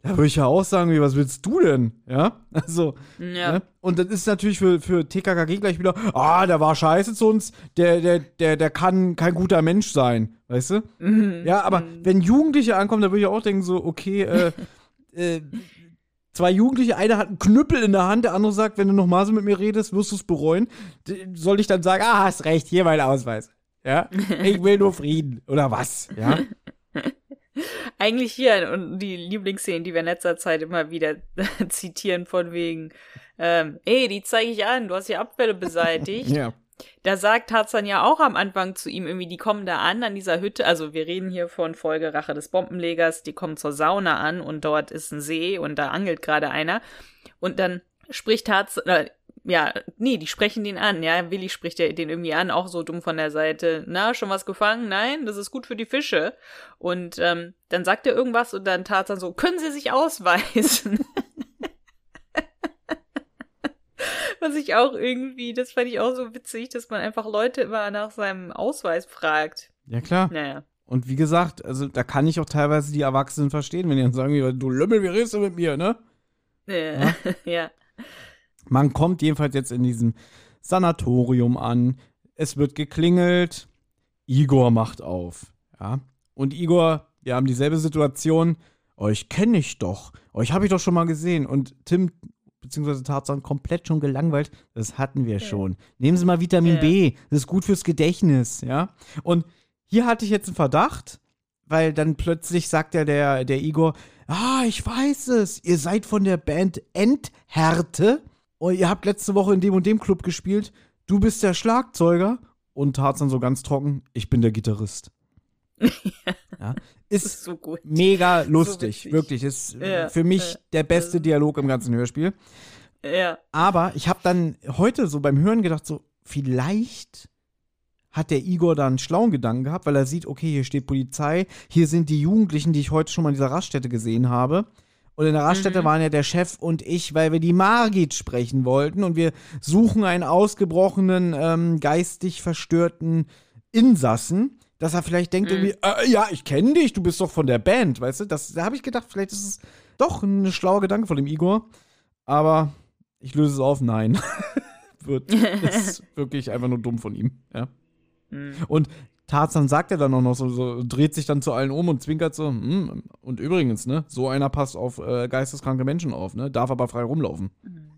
Da würde ich ja auch sagen, was willst du denn? Ja, also, Ja. ne? Und das ist natürlich für TKKG gleich wieder, der war scheiße zu uns, der kann kein guter Mensch sein, weißt du? Ja, aber wenn Jugendliche ankommen, da würde ich auch denken so, okay, zwei Jugendliche, einer hat einen Knüppel in der Hand, der andere sagt, wenn du nochmal so mit mir redest, wirst du es bereuen. Soll ich dann sagen, hast recht, hier mein Ausweis. Ja, ich will nur Frieden. Oder was? Ja. Eigentlich hier und die Lieblingsszenen, die wir in letzter Zeit immer wieder zitieren, von wegen, die zeige ich an, du hast hier Abfälle beseitigt. Ja. Da sagt Tarzan ja auch am Anfang zu ihm irgendwie, die kommen da an dieser Hütte, also wir reden hier von Folge Rache des Bombenlegers, die kommen zur Sauna an und dort ist ein See und da angelt gerade einer und dann spricht Tarzan, die sprechen den an, ja, Willi spricht den irgendwie an, auch so dumm von der Seite, na, schon was gefangen? Nein, das ist gut für die Fische. Und dann sagt er irgendwas und dann Tarzan so, können Sie sich ausweisen? Was ich auch irgendwie, das fand ich auch so witzig, dass man einfach Leute immer nach seinem Ausweis fragt. Ja, klar. Naja. Und wie gesagt, also da kann ich auch teilweise die Erwachsenen verstehen, wenn die dann sagen, du Lümmel, wie redest du mit mir, ne? Ja. Man kommt jedenfalls jetzt in diesem Sanatorium an. Es wird geklingelt. Igor macht auf. Ja. Und Igor, wir haben dieselbe Situation. Euch kenne ich doch. Euch habe ich doch schon mal gesehen. Und Tim bzw. Tarzan komplett schon gelangweilt. Das hatten wir schon. Nehmen Sie mal Vitamin B. Das ist gut fürs Gedächtnis. Ja. Und hier hatte ich jetzt einen Verdacht, weil dann plötzlich sagt der Igor, ich weiß es. Ihr seid von der Band Endhärte. Und ihr habt letzte Woche in dem und dem Club gespielt. Du bist der Schlagzeuger. Und Tarzan so ganz trocken, ich bin der Gitarrist. Ja, ist so gut. Mega lustig, So wirklich. Ist für mich der beste Dialog im ganzen Hörspiel. Ja. Aber ich habe dann heute so beim Hören gedacht, so vielleicht hat der Igor da einen schlauen Gedanken gehabt, weil er sieht, okay, hier steht Polizei, hier sind die Jugendlichen, die ich heute schon mal in dieser Raststätte gesehen habe. Und in der Raststätte waren ja der Chef und ich, weil wir die Margit sprechen wollten und wir suchen einen ausgebrochenen, geistig verstörten Insassen, dass er vielleicht denkt irgendwie, ich kenne dich, du bist doch von der Band, weißt du? Da habe ich gedacht, vielleicht ist es doch ein schlauer Gedanke von dem Igor. Aber ich löse es auf, nein. Ist wirklich einfach nur dumm von ihm, ja. Und Tarzan sagt ja dann auch noch so, dreht sich dann zu allen um und zwinkert so, und übrigens, ne, so einer passt auf geisteskranke Menschen auf, ne, darf aber frei rumlaufen.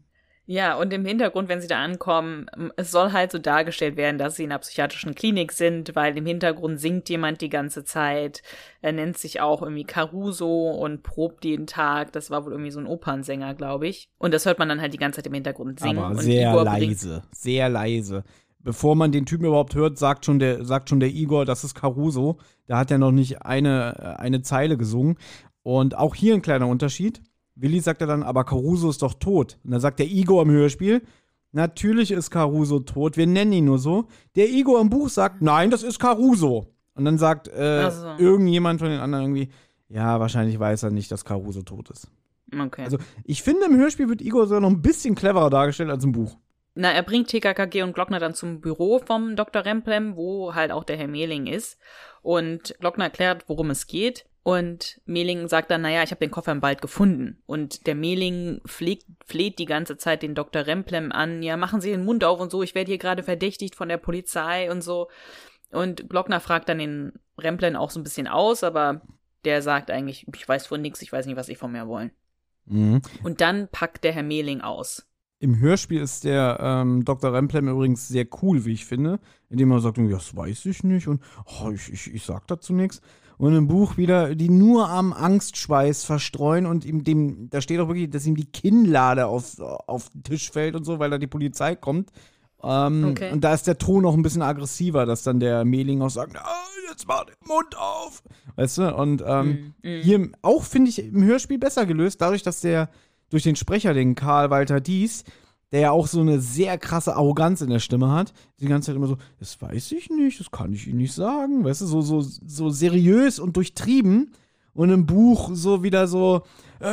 Ja, und im Hintergrund, wenn sie da ankommen, es soll halt so dargestellt werden, dass sie in einer psychiatrischen Klinik sind, weil im Hintergrund singt jemand die ganze Zeit. Er nennt sich auch irgendwie Caruso und probt jeden Tag. Das war wohl irgendwie so ein Opernsänger, glaube ich. Und das hört man dann halt die ganze Zeit im Hintergrund singen. Aber und sehr Igor leise, sehr leise. Bevor man den Typen überhaupt hört, sagt schon der Igor, das ist Caruso. Da hat er noch nicht eine Zeile gesungen. Und auch hier ein kleiner Unterschied. Willi sagt ja dann, aber Caruso ist doch tot. Und dann sagt der Igor im Hörspiel, natürlich ist Caruso tot, wir nennen ihn nur so. Der Igor im Buch sagt, nein, das ist Caruso. Und dann sagt irgendjemand von den anderen irgendwie, ja, wahrscheinlich weiß er nicht, dass Caruso tot ist. Okay. Also ich finde, im Hörspiel wird Igor sogar noch ein bisschen cleverer dargestellt als im Buch. Na, er bringt TKKG und Glockner dann zum Büro vom Dr. Remplem, wo halt auch der Herr Mehling ist. Und Glockner erklärt, worum es geht. Und Mehling sagt dann, naja, ich habe den Koffer im Wald gefunden. Und der Mehling fleht die ganze Zeit den Dr. Remplem an, ja, machen Sie den Mund auf und so, ich werde hier gerade verdächtigt von der Polizei und so. Und Glockner fragt dann den Remplem auch so ein bisschen aus, aber der sagt eigentlich, ich weiß von nichts, ich weiß nicht, was Sie von mir wollen. Mhm. Und dann packt der Herr Mehling aus. Im Hörspiel ist der Dr. Remplem übrigens sehr cool, wie ich finde, indem er sagt, ja, das weiß ich nicht und ich sag dazu nichts. Und im Buch wieder, die nur am Angstschweiß verstreuen und da steht auch wirklich, dass ihm die Kinnlade auf den Tisch fällt und so, weil da die Polizei kommt. Okay. Und da ist der Ton auch ein bisschen aggressiver, dass dann der Mehling auch sagt, jetzt mach den Mund auf. Weißt du? Und hier auch, finde ich, im Hörspiel besser gelöst, dadurch, dass der durch den Sprecher, den Karl Walter Dies, der ja auch so eine sehr krasse Arroganz in der Stimme hat, die ganze Zeit immer so, das weiß ich nicht, das kann ich Ihnen nicht sagen, weißt du, so seriös und durchtrieben und im Buch so wieder so,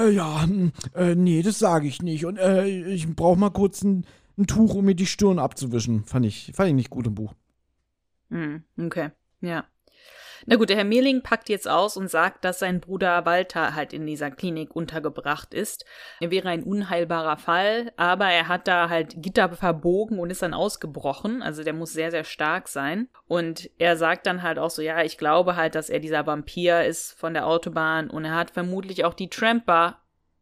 nee, das sage ich nicht und ich brauche mal kurz ein Tuch, um mir die Stirn abzuwischen. Fand ich nicht gut im Buch. Okay, ja. Na gut, der Herr Mehrling packt jetzt aus und sagt, dass sein Bruder Walter halt in dieser Klinik untergebracht ist. Er wäre ein unheilbarer Fall, aber er hat da halt Gitter verbogen und ist dann ausgebrochen. Also der muss sehr, sehr stark sein. Und er sagt dann halt auch so, ja, ich glaube halt, dass er dieser Vampir ist von der Autobahn und er hat vermutlich auch die Tramper.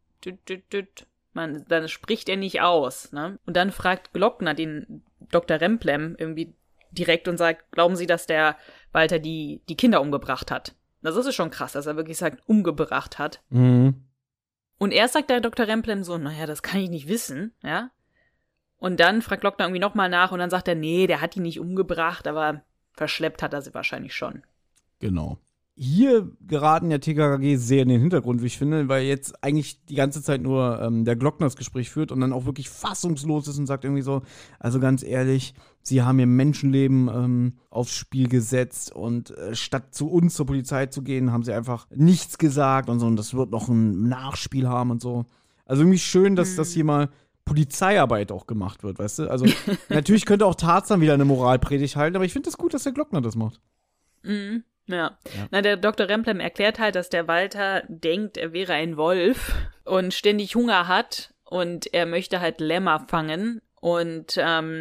Dann spricht er nicht aus, ne? Und dann fragt Glockner den Dr. Remplem irgendwie direkt und sagt, glauben Sie, dass der Walter die Kinder umgebracht hat? Das ist schon krass, dass er wirklich sagt, umgebracht hat. Mhm. Und erst sagt der Dr. Remplem so, naja, das kann ich nicht wissen, ja. Und dann fragt Glockner irgendwie nochmal nach und dann sagt er, nee, der hat die nicht umgebracht, aber verschleppt hat er sie wahrscheinlich schon. Genau. Hier geraten ja TKKG sehr in den Hintergrund, wie ich finde, weil jetzt eigentlich die ganze Zeit nur der Glockner das Gespräch führt und dann auch wirklich fassungslos ist und sagt irgendwie so, also ganz ehrlich, sie haben ihr Menschenleben aufs Spiel gesetzt und statt zu uns zur Polizei zu gehen, haben sie einfach nichts gesagt und so und das wird noch ein Nachspiel haben und so. Also irgendwie schön, dass das hier mal Polizeiarbeit auch gemacht wird, weißt du? Also natürlich könnte auch Tarzan wieder eine Moralpredigt halten, aber ich finde es gut, dass der Glockner das macht. Mhm. Ja. Na, der Dr. Remplem erklärt halt, dass der Walter denkt, er wäre ein Wolf und ständig Hunger hat und er möchte halt Lämmer fangen und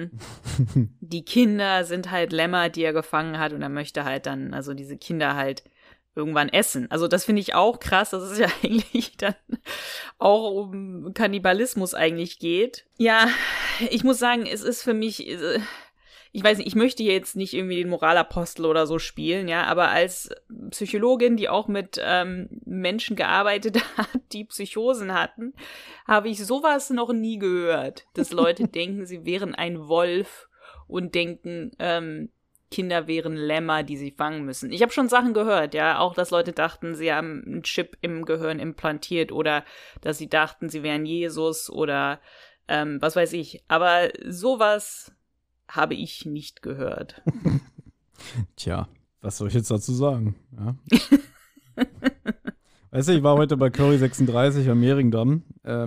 die Kinder sind halt Lämmer, die er gefangen hat und er möchte halt dann, also diese Kinder halt irgendwann essen. Also das finde ich auch krass, dass es ja eigentlich dann auch um Kannibalismus eigentlich geht. Ja, ich muss sagen, es ist für mich... Ich weiß nicht, ich möchte jetzt nicht irgendwie den Moralapostel oder so spielen, ja, aber als Psychologin, die auch mit Menschen gearbeitet hat, die Psychosen hatten, habe ich sowas noch nie gehört, dass Leute denken, sie wären ein Wolf und denken, Kinder wären Lämmer, die sie fangen müssen. Ich habe schon Sachen gehört, ja, auch, dass Leute dachten, sie haben einen Chip im Gehirn implantiert oder dass sie dachten, sie wären Jesus oder was weiß ich, aber sowas habe ich nicht gehört. Tja, was soll ich jetzt dazu sagen? Ja. Weißt du, ich war heute bei Curry 36 am Mehringdamm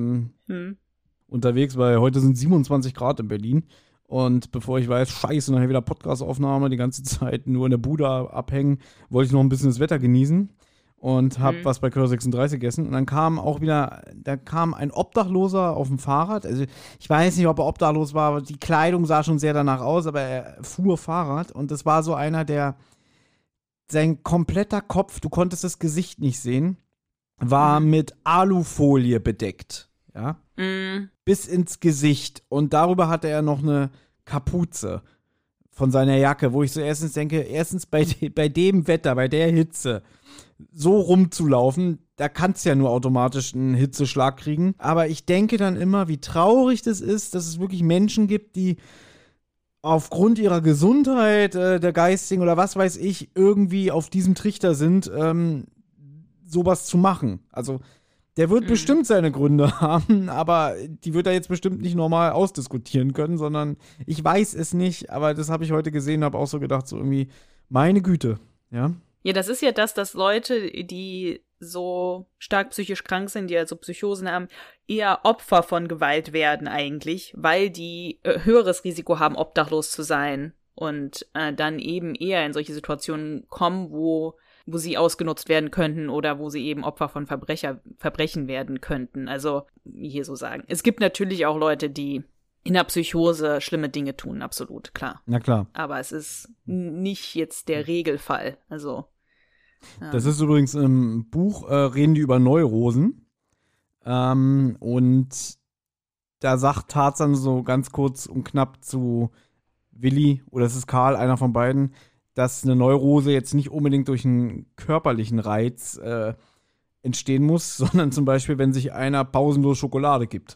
unterwegs, weil heute sind 27 Grad in Berlin. Und bevor ich weiß, scheiße, nachher wieder Podcast-Aufnahme, die ganze Zeit nur in der Bude abhängen, wollte ich noch ein bisschen das Wetter genießen. Und hab was bei Curry 36 gegessen. Und dann kam auch wieder, da kam ein Obdachloser auf dem Fahrrad. Also ich weiß nicht, ob er obdachlos war, aber die Kleidung sah schon sehr danach aus, aber er fuhr Fahrrad. Und das war so einer, der, sein kompletter Kopf, du konntest das Gesicht nicht sehen, war mit Alufolie bedeckt. Ja? Bis ins Gesicht. Und darüber hatte er noch eine Kapuze von seiner Jacke, wo ich so erstens denke, bei dem Wetter, bei der Hitze, so rumzulaufen, da kannst du ja nur automatisch einen Hitzeschlag kriegen. Aber ich denke dann immer, wie traurig das ist, dass es wirklich Menschen gibt, die aufgrund ihrer Gesundheit, der geistigen oder was weiß ich, irgendwie auf diesem Trichter sind, sowas zu machen. Also der wird bestimmt seine Gründe haben, aber die wird er jetzt bestimmt nicht normal ausdiskutieren können, sondern ich weiß es nicht, aber das habe ich heute gesehen, habe auch so gedacht, so irgendwie, meine Güte, ja. Ja, das ist ja das, dass Leute, die so stark psychisch krank sind, die also Psychosen haben, eher Opfer von Gewalt werden eigentlich, weil die höheres Risiko haben, obdachlos zu sein und dann eben eher in solche Situationen kommen, wo sie ausgenutzt werden könnten oder wo sie eben Opfer von Verbrechen werden könnten. Also, wie hier so sagen. Es gibt natürlich auch Leute, die in der Psychose schlimme Dinge tun, absolut, klar. Na klar. Aber es ist nicht jetzt der Regelfall, also. Ja. Das ist übrigens im Buch, reden die über Neurosen. Und da sagt Tarzan so ganz kurz und knapp zu Willi, oder es ist Karl, einer von beiden, dass eine Neurose jetzt nicht unbedingt durch einen körperlichen Reiz entstehen muss, sondern zum Beispiel, wenn sich einer pausenlos Schokolade gibt.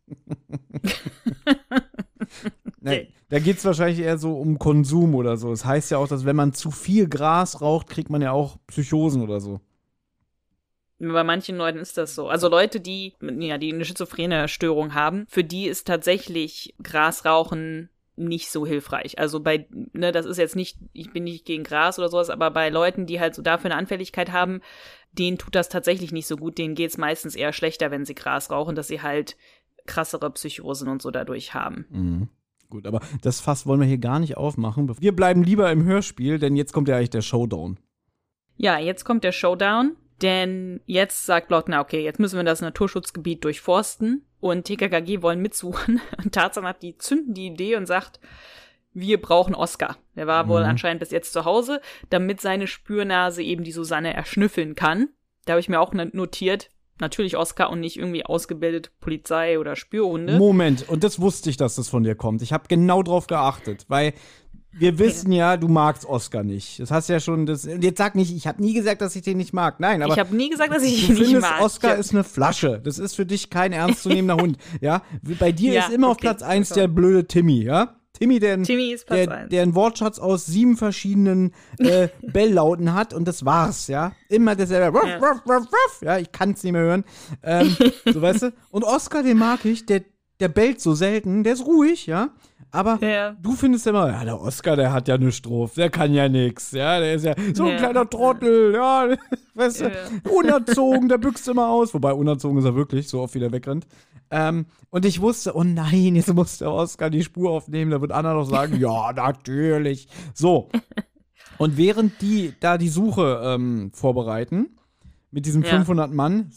Nein, da geht es wahrscheinlich eher so um Konsum oder so. Das heißt ja auch, dass wenn man zu viel Gras raucht, kriegt man ja auch Psychosen oder so. Bei manchen Leuten ist das so. Also Leute, die eine schizophrene Störung haben, für die ist tatsächlich Grasrauchen nicht so hilfreich. Also das ist jetzt nicht, ich bin nicht gegen Gras oder sowas, aber bei Leuten, die halt so dafür eine Anfälligkeit haben, denen tut das tatsächlich nicht so gut. Denen geht's meistens eher schlechter, wenn sie Gras rauchen, dass sie halt krassere Psychosen und so dadurch haben. Mhm. Gut, aber das Fass wollen wir hier gar nicht aufmachen. Wir bleiben lieber im Hörspiel, denn jetzt kommt ja eigentlich der Showdown. Ja, jetzt kommt der Showdown, denn jetzt sagt Glockner, okay, jetzt müssen wir das Naturschutzgebiet durchforsten und TKKG wollen mitsuchen. Und Tarzan hat die zündende Idee und sagt, wir brauchen Oscar. Der war wohl anscheinend bis jetzt zu Hause, damit seine Spürnase eben die Susanne erschnüffeln kann. Da habe ich mir auch notiert, natürlich Oscar und nicht irgendwie ausgebildete Polizei oder Spürhunde. Moment, und das wusste ich, dass das von dir kommt. Ich habe genau drauf geachtet, weil wir wissen ja, du magst Oscar nicht. Das hast ja schon, jetzt sag nicht, ich habe nie gesagt, dass ich den nicht mag. Nein, aber ich habe nie gesagt, dass ich ihn nicht mag. Oscar ist eine Flasche. Das ist für dich kein ernstzunehmender Hund. Ja, bei dir ist immer auf Platz 1 der blöde Timmy, ja? Timmy ist Platz 1. Der einen Wortschatz aus 7 verschiedenen Belllauten hat und das war's, ja. Immer derselbe. Ruff, ruff, ruff, ruff. Ja, ich kann's nicht mehr hören. So, weißt du? Und Oscar, den mag ich, der bellt so selten, der ist ruhig, ja. Aber du findest immer, ja, der Oscar, der hat ja nichts drauf, der kann ja nix, ja, der ist ja so ein kleiner Trottel, ja, weißt du, unerzogen, der büchst immer aus, wobei unerzogen ist er wirklich, so oft wie der wegrennt. Und ich wusste, oh nein, jetzt muss der Oscar die Spur aufnehmen, da wird Anna noch sagen, ja, natürlich. So, und während die da die Suche vorbereiten, mit diesem 500 Mann,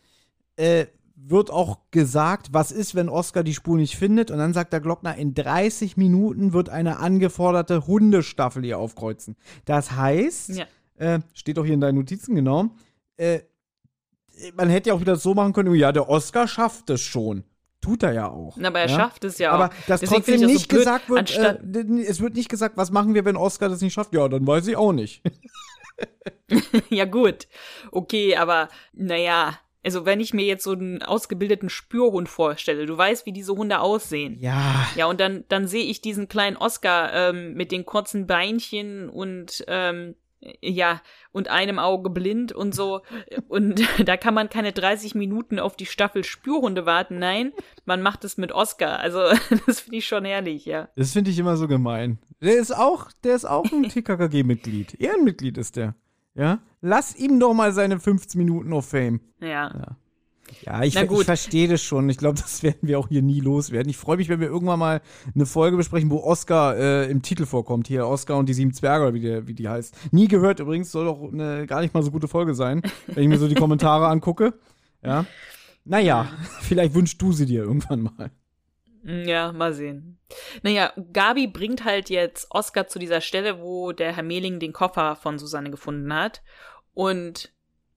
wird auch gesagt, was ist, wenn Oscar die Spur nicht findet. Und dann sagt der Glockner, in 30 Minuten wird eine angeforderte Hundestaffel hier aufkreuzen. Das heißt, steht auch hier in deinen Notizen, genau, man hätte ja auch wieder so machen können, ja, der Oscar schafft es schon. Tut er ja auch. Aber er schafft es ja auch. Aber dass trotzdem nicht gesagt wird, es wird nicht gesagt, was machen wir, wenn Oscar das nicht schafft? Ja, dann weiß ich auch nicht. Ja, gut. Okay, aber naja, also wenn ich mir jetzt so einen ausgebildeten Spürhund vorstelle, du weißt, wie diese Hunde aussehen. Ja. Ja, und dann sehe ich diesen kleinen Oscar mit den kurzen Beinchen und und einem Auge blind und so. Und da kann man keine 30 Minuten auf die Staffel Spürhunde warten. Nein, man macht es mit Oscar. Also das finde ich schon herrlich, ja. Das finde ich immer so gemein. Der ist auch ein TKKG-Mitglied. Ehrenmitglied ist der. Ja, lass ihm doch mal seine 15 Minuten of Fame. Ja. Ja, ich verstehe das schon. Ich glaube, das werden wir auch hier nie loswerden. Ich freue mich, wenn wir irgendwann mal eine Folge besprechen, wo Oscar im Titel vorkommt. Hier, Oscar und die 7 Zwerge, oder wie die heißt. Nie gehört übrigens, soll doch gar nicht mal so gute Folge sein, wenn ich mir so die Kommentare angucke. Ja. Naja, vielleicht wünschst du sie dir irgendwann mal. Ja, mal sehen. Naja, Gabi bringt halt jetzt Oscar zu dieser Stelle, wo der Herr Mehling den Koffer von Susanne gefunden hat. Und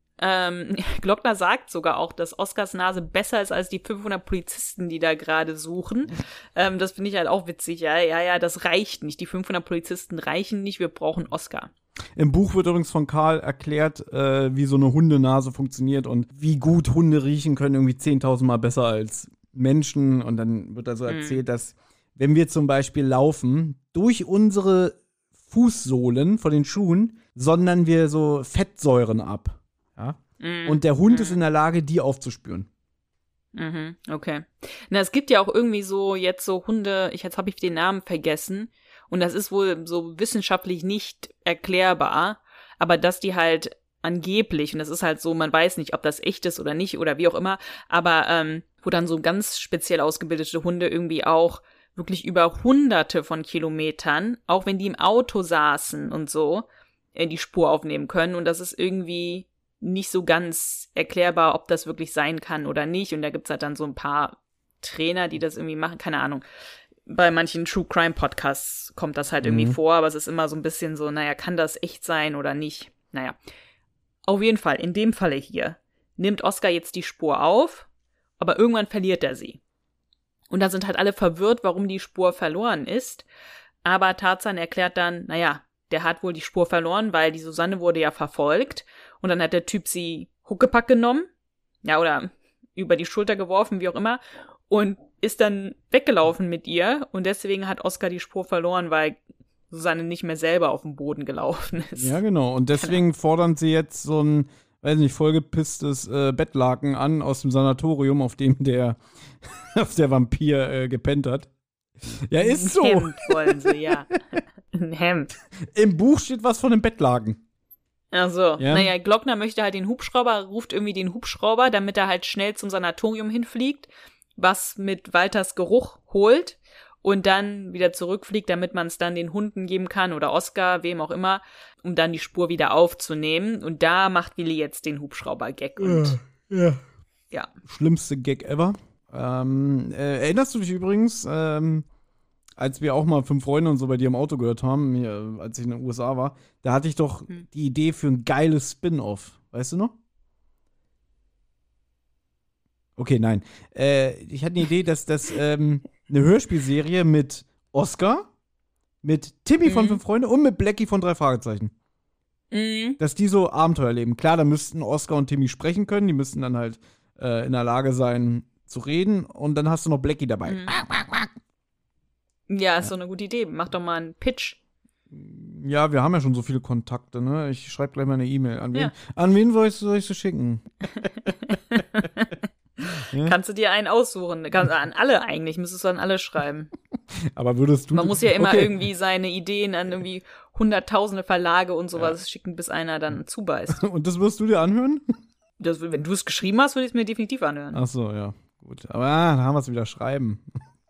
Glockner sagt sogar auch, dass Oscars Nase besser ist als die 500 Polizisten, die da gerade suchen. Das finde ich halt auch witzig. Ja, das reicht nicht. Die 500 Polizisten reichen nicht. Wir brauchen Oscar. Im Buch wird übrigens von Karl erklärt, wie so eine Hundenase funktioniert und wie gut Hunde riechen können, irgendwie 10.000 Mal besser als Menschen. Und dann wird da so erzählt, dass wenn wir zum Beispiel laufen, durch unsere Fußsohlen von den Schuhen sondern wir so Fettsäuren ab. Ja? Und der Hund ist in der Lage, die aufzuspüren. Okay. Na, es gibt ja auch irgendwie so jetzt so Hunde, jetzt habe ich den Namen vergessen und das ist wohl so wissenschaftlich nicht erklärbar, aber dass die halt angeblich, und das ist halt so, man weiß nicht, ob das echt ist oder nicht oder wie auch immer, aber wo dann so ganz speziell ausgebildete Hunde irgendwie auch wirklich über Hunderte von Kilometern, auch wenn die im Auto saßen und so, die Spur aufnehmen können und das ist irgendwie nicht so ganz erklärbar, ob das wirklich sein kann oder nicht. Und da gibt's halt dann so ein paar Trainer, die das irgendwie machen, keine Ahnung. Bei manchen True Crime Podcasts kommt das halt irgendwie vor, aber es ist immer so ein bisschen so, naja, kann das echt sein oder nicht? Naja, auf jeden Fall, in dem Falle hier, nimmt Oscar jetzt die Spur auf, aber irgendwann verliert er sie. Und da sind halt alle verwirrt, warum die Spur verloren ist. Aber Tarzan erklärt dann, naja, der hat wohl die Spur verloren, weil die Susanne wurde ja verfolgt. Und dann hat der Typ sie Huckepack genommen, ja, oder über die Schulter geworfen, wie auch immer, und ist dann weggelaufen mit ihr. Und deswegen hat Oscar die Spur verloren, weil Susanne nicht mehr selber auf dem Boden gelaufen ist. Ja, genau. Und deswegen fordern sie jetzt so ein, weiß nicht, vollgepisstes Bettlaken an aus dem Sanatorium, auf dem der Vampir gepennt hat. Ja, ist so. Ein Hemd wollen sie, ja. Ein Hemd. Im Buch steht was von einem Bettlaken. Ach so. Ja. Naja, Glockner möchte halt den Hubschrauber, ruft irgendwie den Hubschrauber, damit er halt schnell zum Sanatorium hinfliegt, was mit Walters Geruch holt. und dann wieder zurückfliegt, damit man es dann den Hunden geben kann oder Oscar, wem auch immer, um dann die Spur wieder aufzunehmen. Und da macht Willi jetzt den Hubschrauber-Gag. Und ja. Schlimmste Gag ever. Erinnerst du dich übrigens, als wir auch mal 5 Freunde und so bei dir im Auto gehört haben, hier, als ich in den USA war, da hatte ich doch die Idee für ein geiles Spin-Off. Weißt du noch? Okay, nein. Ich hatte eine Idee, dass das eine Hörspielserie mit Oscar, mit Timmy von 5 Freunde und mit Blackie von 3 Fragezeichen. Dass die so Abenteuer erleben. Klar, da müssten Oscar und Timmy sprechen können, die müssten dann halt in der Lage sein zu reden und dann hast du noch Blackie dabei. Ja, ist so eine gute Idee. Mach doch mal einen Pitch. Ja, wir haben ja schon so viele Kontakte, ne? Ich schreibe gleich mal eine E-Mail. An wen soll ich sie schicken? Ja? Kannst du dir einen aussuchen? An alle eigentlich, müsstest du an alle schreiben. Aber würdest du... Man muss ja immer irgendwie seine Ideen an irgendwie hunderttausende Verlage und sowas schicken, bis einer dann zubeißt. Und das wirst du dir anhören? Wenn du es geschrieben hast, würde ich es mir definitiv anhören. Ach so, ja, gut. Aber dann haben wir es wieder schreiben.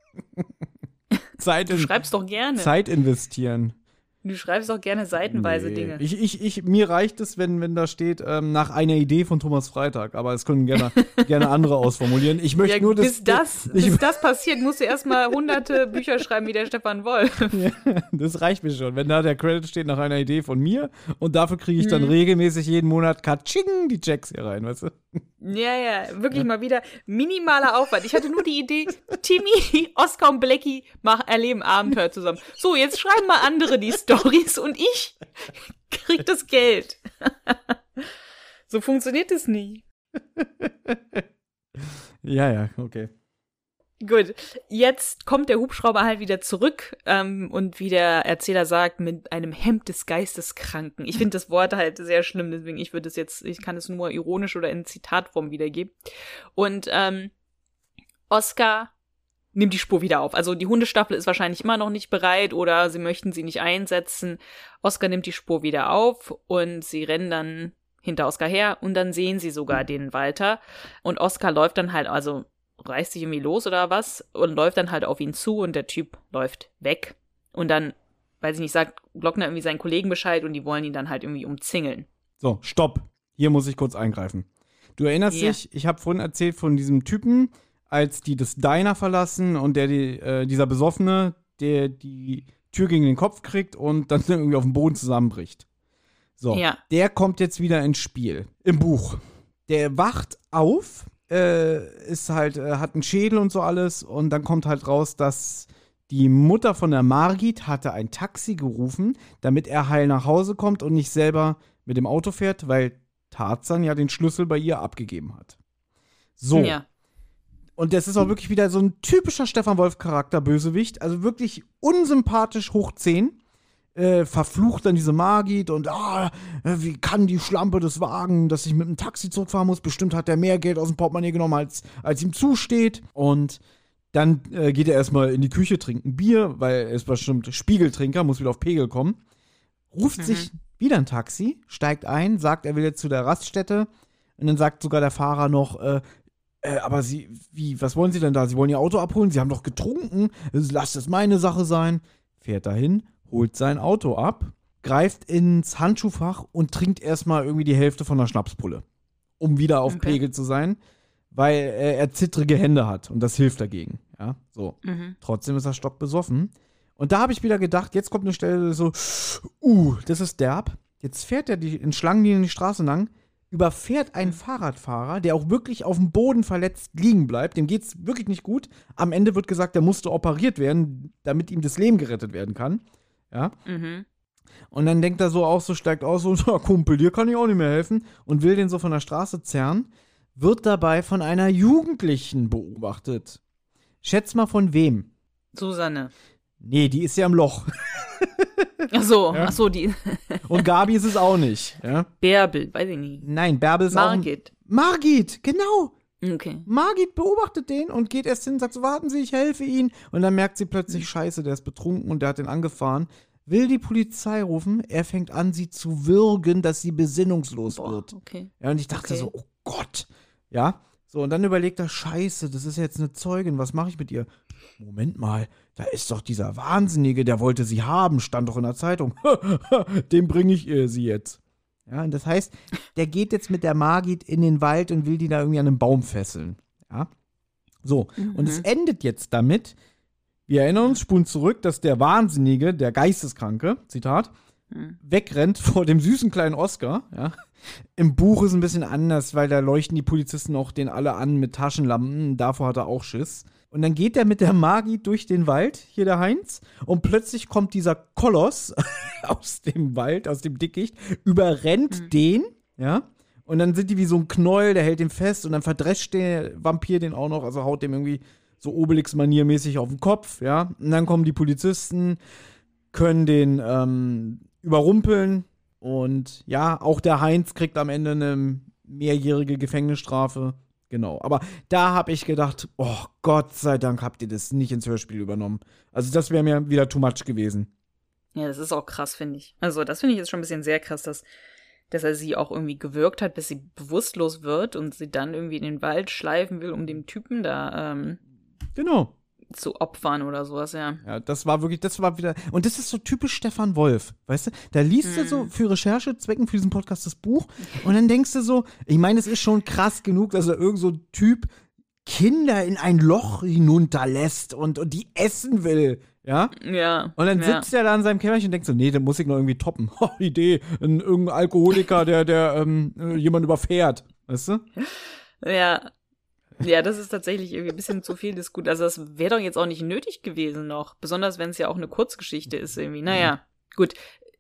Du schreibst doch gerne. Zeit investieren. Du schreibst doch gerne seitenweise Dinge. Mir reicht es, wenn da steht, nach einer Idee von Thomas Freitag. Aber es können gerne andere ausformulieren. Ich möchte nur, bis das passiert, musst du erstmal hunderte Bücher schreiben wie der Stefan Wolf. Ja, das reicht mir schon. Wenn da der Credit steht nach einer Idee von mir und dafür kriege ich dann regelmäßig jeden Monat Katsching die Checks hier rein, weißt du? Ja, wirklich mal wieder minimaler Aufwand. Ich hatte nur die Idee, Timmy, Oscar und Blackie erleben Abenteuer zusammen. So, jetzt schreiben mal andere die Storys und ich krieg das Geld. So funktioniert es nie. Ja, okay. Gut, jetzt kommt der Hubschrauber halt wieder zurück und wie der Erzähler sagt, mit einem Hemd des Geisteskranken. Ich finde das Wort halt sehr schlimm, deswegen ich kann es nur ironisch oder in Zitatform wiedergeben. Und Oscar nimmt die Spur wieder auf. Also die Hundestaffel ist wahrscheinlich immer noch nicht bereit oder sie möchten sie nicht einsetzen. Oscar nimmt die Spur wieder auf und sie rennen dann hinter Oscar her und dann sehen sie sogar den Walter. Und Oscar läuft dann halt, also reißt sich irgendwie los oder was und läuft dann halt auf ihn zu und der Typ läuft weg. Und dann, weiß ich nicht, sagt Glockner irgendwie seinen Kollegen Bescheid und die wollen ihn dann halt irgendwie umzingeln. So, stopp. Hier muss ich kurz eingreifen. Du erinnerst dich, ich habe vorhin erzählt von diesem Typen, als die das Diner verlassen und dieser Besoffene, der die Tür gegen den Kopf kriegt und dann irgendwie auf dem Boden zusammenbricht. So, der kommt jetzt wieder ins Spiel. Im Buch. Der wacht auf, hat einen Schädel und so alles und dann kommt halt raus, dass die Mutter von der Margit hatte ein Taxi gerufen, damit er heil nach Hause kommt und nicht selber mit dem Auto fährt, weil Tarzan ja den Schlüssel bei ihr abgegeben hat. So. Ja. Und das ist auch wirklich wieder so ein typischer Stefan Wolf-Charakter, Bösewicht. Also wirklich unsympathisch hoch 10. Verflucht dann diese Margit und wie kann die Schlampe das wagen, dass ich mit dem Taxi zurückfahren muss? Bestimmt hat er mehr Geld aus dem Portemonnaie genommen, als ihm zusteht. Und dann geht er erstmal in die Küche, trinkt ein Bier, weil er ist bestimmt Spiegeltrinker, muss wieder auf Pegel kommen. Ruft sich wieder ein Taxi, steigt ein, sagt, er will jetzt zu der Raststätte. Und dann sagt sogar der Fahrer noch, aber was wollen Sie denn da? Sie wollen Ihr Auto abholen? Sie haben doch getrunken. Lasst es meine Sache sein. Fährt dahin, holt sein Auto ab, greift ins Handschuhfach und trinkt erstmal irgendwie die Hälfte von der Schnapspulle, um wieder auf Pegel zu sein, weil er zittrige Hände hat und das hilft dagegen. Ja, so. Trotzdem ist er stockbesoffen. Und da habe ich wieder gedacht, jetzt kommt eine Stelle so, das ist derb. Jetzt fährt er in Schlangenlinien die Straße lang, überfährt einen Fahrradfahrer, der auch wirklich auf dem Boden verletzt liegen bleibt. Dem geht's wirklich nicht gut. Am Ende wird gesagt, der musste operiert werden, damit ihm das Leben gerettet werden kann. Ja. Und dann denkt er so auch so, steigt aus so, Kumpel, dir kann ich auch nicht mehr helfen und will den so von der Straße zerren, wird dabei von einer Jugendlichen beobachtet. Schätz mal von wem? Susanne. Nee, die ist ja im Loch. Ach so, die. Und Gabi ist es auch nicht. Ja? Bärbel, weiß ich nicht. Nein, Bärbel ist Margit. Margit, genau. Okay. Margit beobachtet den und geht erst hin und sagt so, warten Sie, ich helfe Ihnen. Und dann merkt sie plötzlich, scheiße, der ist betrunken und der hat den angefahren. Will die Polizei rufen, er fängt an, sie zu würgen, dass sie besinnungslos wird. Okay. Ja, und ich dachte so, oh Gott. Ja, so, und dann überlegt er, scheiße, das ist jetzt eine Zeugin, was mache ich mit ihr? Moment mal, da ist doch dieser Wahnsinnige, der wollte sie haben, stand doch in der Zeitung. Dem bringe ich sie jetzt. Ja, und das heißt, der geht jetzt mit der Margit in den Wald und will die da irgendwie an einem Baum fesseln. Ja, so. Und es endet jetzt damit, wir erinnern uns, spulen zurück, dass der Wahnsinnige, der Geisteskranke, Zitat, wegrennt vor dem süßen kleinen Oscar. Ja. Im Buch ist es ein bisschen anders, weil da leuchten die Polizisten auch den alle an mit Taschenlampen. Davor hat er auch Schiss. Und dann geht er mit der Margit durch den Wald, hier der Heinz, und plötzlich kommt dieser Koloss aus dem Wald, aus dem Dickicht, überrennt den, ja, und dann sind die wie so ein Knäuel, der hält den fest und dann verdrescht der Vampir den auch noch, also haut dem irgendwie so Obelix-maniermäßig auf den Kopf, ja, und dann kommen die Polizisten, können den überrumpeln und ja, auch der Heinz kriegt am Ende eine mehrjährige Gefängnisstrafe. Genau, aber da habe ich gedacht, oh Gott sei Dank habt ihr das nicht ins Hörspiel übernommen. Also das wäre mir wieder too much gewesen. Ja, das ist auch krass, finde ich. Also das finde ich jetzt schon ein bisschen sehr krass, dass er sie auch irgendwie gewürgt hat, bis sie bewusstlos wird und sie dann irgendwie in den Wald schleifen will, um dem Typen da genau. zu opfern oder sowas, ja. Ja, das war wieder, und das ist so typisch Stefan Wolf, weißt du? Da liest du so für Recherchezwecken für diesen Podcast das Buch und dann denkst du so, ich meine, es ist schon krass genug, dass er irgend so ein Typ Kinder in ein Loch hinunterlässt und die essen will, ja? Ja. Und dann sitzt er da in seinem Kämmerchen und denkt so, nee, den muss ich noch irgendwie toppen. Idee, irgendein Alkoholiker, der jemanden überfährt, weißt du? Ja. Ja, das ist tatsächlich irgendwie ein bisschen zu viel des Guten. Also das wäre doch jetzt auch nicht nötig gewesen noch. Besonders, wenn es ja auch eine Kurzgeschichte ist irgendwie. Naja, gut.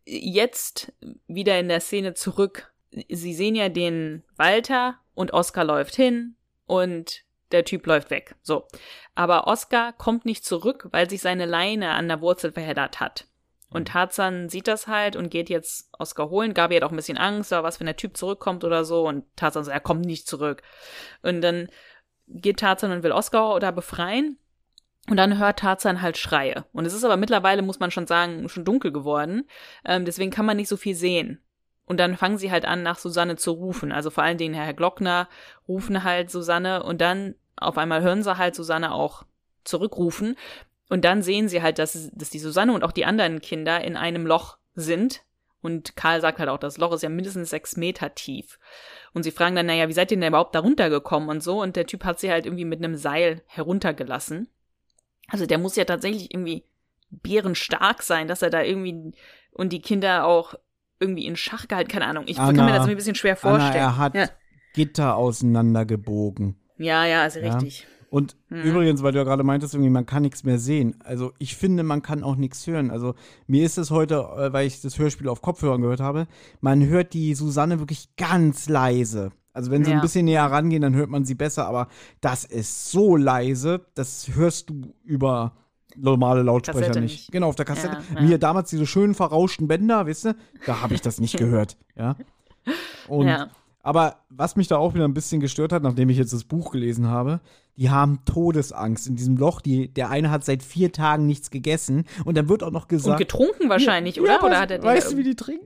Jetzt wieder in der Szene zurück. Sie sehen ja den Walter und Oskar läuft hin und der Typ läuft weg. So. Aber Oskar kommt nicht zurück, weil sich seine Leine an der Wurzel verheddert hat. Und Tarzan sieht das halt und geht jetzt Oskar holen. Gabi hat auch ein bisschen Angst, aber was, wenn der Typ zurückkommt oder so. Und Tarzan sagt, er kommt nicht zurück. Und dann geht Tarzan und will Oskar da befreien. Und dann hört Tarzan halt Schreie. Und es ist aber mittlerweile, muss man schon sagen, schon dunkel geworden. Deswegen kann man nicht so viel sehen. Und dann fangen sie halt an, nach Susanne zu rufen. Also vor allen Dingen Herr Glockner rufen halt Susanne. Und dann auf einmal hören sie halt Susanne auch zurückrufen. Und dann sehen sie halt, dass die Susanne und auch die anderen Kinder in einem Loch sind. Und Karl sagt halt auch, das Loch ist ja mindestens 6 Meter tief. Und sie fragen dann, naja, wie seid ihr denn überhaupt da runtergekommen und so? Und der Typ hat sie halt irgendwie mit einem Seil heruntergelassen. Also der muss ja tatsächlich irgendwie bärenstark sein, dass er da irgendwie und die Kinder auch irgendwie in Schach gehalten, keine Ahnung. Ich kann mir das ein bisschen schwer vorstellen. Er hat Gitter auseinandergebogen. Ja, also richtig. Und übrigens, weil du ja gerade meintest, irgendwie, man kann nichts mehr sehen. Also ich finde, man kann auch nichts hören. Also mir ist es heute, weil ich das Hörspiel auf Kopfhörern gehört habe, man hört die Susanne wirklich ganz leise. Also wenn sie ein bisschen näher rangehen, dann hört man sie besser. Aber das ist so leise, das hörst du über normale Lautsprecher Kassette nicht. Genau, auf der Kassette. Ja. Mir damals diese schönen verrauschten Bänder, weißt du, da habe ich das nicht gehört. Ja. Und aber was mich da auch wieder ein bisschen gestört hat, nachdem ich jetzt das Buch gelesen habe, die haben Todesangst in diesem Loch. Der eine hat seit 4 Tagen nichts gegessen und dann wird auch noch gesagt. Und getrunken wahrscheinlich, oder? Oder hat er weißt du, wie die trinken?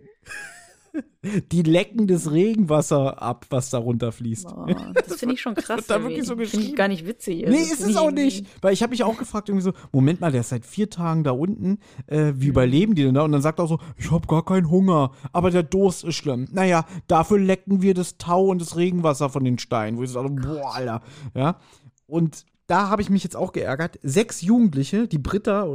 Die lecken das Regenwasser ab, was da runterfließt. Oh, das finde ich schon krass. Da wirklich so finde ich gar nicht witzig. Nee, ist es auch nicht. Weil ich habe mich auch gefragt, irgendwie so, Moment mal, der ist seit 4 Tagen da unten. Wie überleben die denn da? Und dann sagt er auch so, ich habe gar keinen Hunger, aber der Durst ist schlimm. Naja, dafür lecken wir das Tau und das Regenwasser von den Steinen. Wo ich so sage, boah, Alter. Ja. Und da habe ich mich jetzt auch geärgert. 6 Jugendliche, die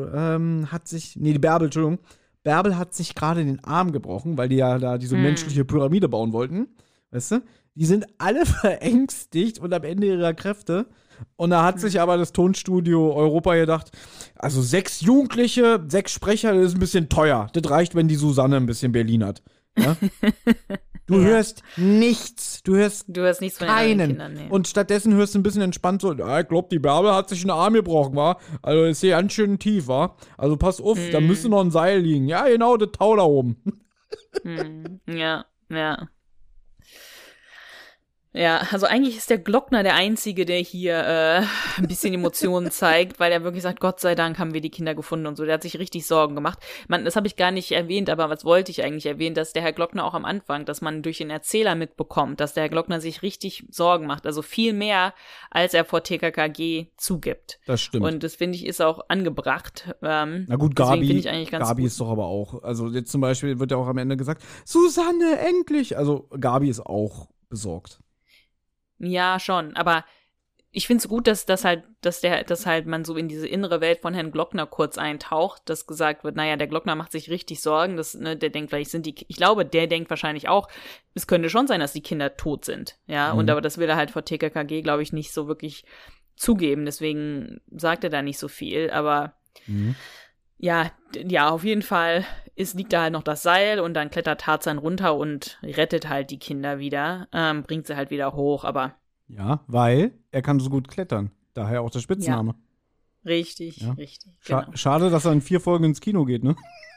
Bärbel hat sich gerade den Arm gebrochen, weil die ja da diese menschliche Pyramide bauen wollten. Weißt du? Die sind alle verängstigt und am Ende ihrer Kräfte. Und da hat sich aber das Tonstudio Europa gedacht, also 6 Jugendliche, 6 Sprecher, das ist ein bisschen teuer. Das reicht, wenn die Susanne ein bisschen Berlin hat. Ja? Du hörst nichts. Du hörst nichts von den anderen Kindern, nee. Und stattdessen hörst du ein bisschen entspannt so, ja, ich glaube, die Bärbel hat sich einen Arm gebrochen, wa? Also ist hier ganz schön tief, wa? Also pass auf, da müsste noch ein Seil liegen. Ja, genau, das Tau da oben. Ja. Ja, also eigentlich ist der Glockner der Einzige, der hier ein bisschen Emotionen zeigt, weil er wirklich sagt, Gott sei Dank haben wir die Kinder gefunden und so. Der hat sich richtig Sorgen gemacht. Das habe ich gar nicht erwähnt, aber was wollte ich eigentlich erwähnen, dass der Herr Glockner auch am Anfang, dass man durch den Erzähler mitbekommt, dass der Herr Glockner sich richtig Sorgen macht. Also viel mehr, als er vor TKKG zugibt. Das stimmt. Und das, finde ich, ist auch angebracht. Na gut, Gabi gut. ist doch aber auch, also jetzt zum Beispiel wird ja auch am Ende gesagt, Susanne, endlich! Also Gabi ist auch besorgt. Ja, schon, aber ich finde es gut, dass man so in diese innere Welt von Herrn Glockner kurz eintaucht, dass gesagt wird, naja, der Glockner macht sich richtig Sorgen, der denkt, ich glaube, der denkt wahrscheinlich auch, es könnte schon sein, dass die Kinder tot sind, ja, und aber das will er halt vor TKKG, glaube ich, nicht so wirklich zugeben, deswegen sagt er da nicht so viel, aber ja, auf jeden Fall liegt da halt noch das Seil und dann klettert Tarzan runter und rettet halt die Kinder wieder, bringt sie halt wieder hoch, aber ja, weil er kann so gut klettern. Daher auch der Spitzname. Ja. Richtig. Genau. Schade, dass er in 4 Folgen ins Kino geht, ne?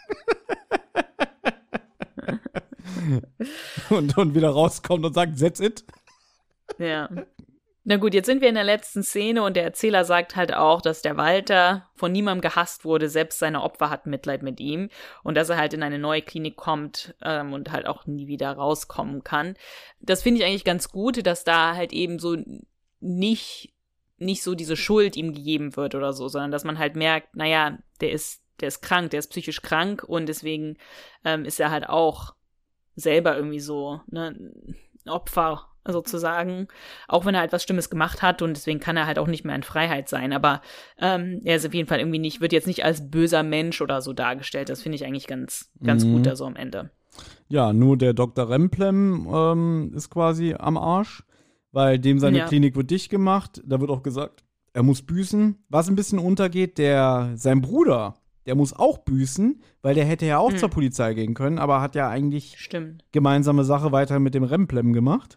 und wieder rauskommt und sagt, that's it. Ja. Na gut, jetzt sind wir in der letzten Szene und der Erzähler sagt halt auch, dass der Walter von niemandem gehasst wurde, selbst seine Opfer hatten Mitleid mit ihm und dass er halt in eine neue Klinik kommt und halt auch nie wieder rauskommen kann. Das finde ich eigentlich ganz gut, dass da halt eben so nicht so diese Schuld ihm gegeben wird oder so, sondern dass man halt merkt, naja, der ist krank, der ist psychisch krank und deswegen ist er halt auch selber irgendwie so, ne, ein Opfer sozusagen, auch wenn er halt was Schlimmes gemacht hat und deswegen kann er halt auch nicht mehr in Freiheit sein, aber er ist auf jeden Fall irgendwie wird jetzt nicht als böser Mensch oder so dargestellt, das finde ich eigentlich ganz gut da so am Ende. Ja, nur der Dr. Remplem ist quasi am Arsch, weil dem seine Klinik wird dicht gemacht, da wird auch gesagt, er muss büßen, was ein bisschen untergeht, sein Bruder, der muss auch büßen, weil der hätte ja auch zur Polizei gehen können, aber hat ja eigentlich gemeinsame Sache weiter mit dem Remplem gemacht.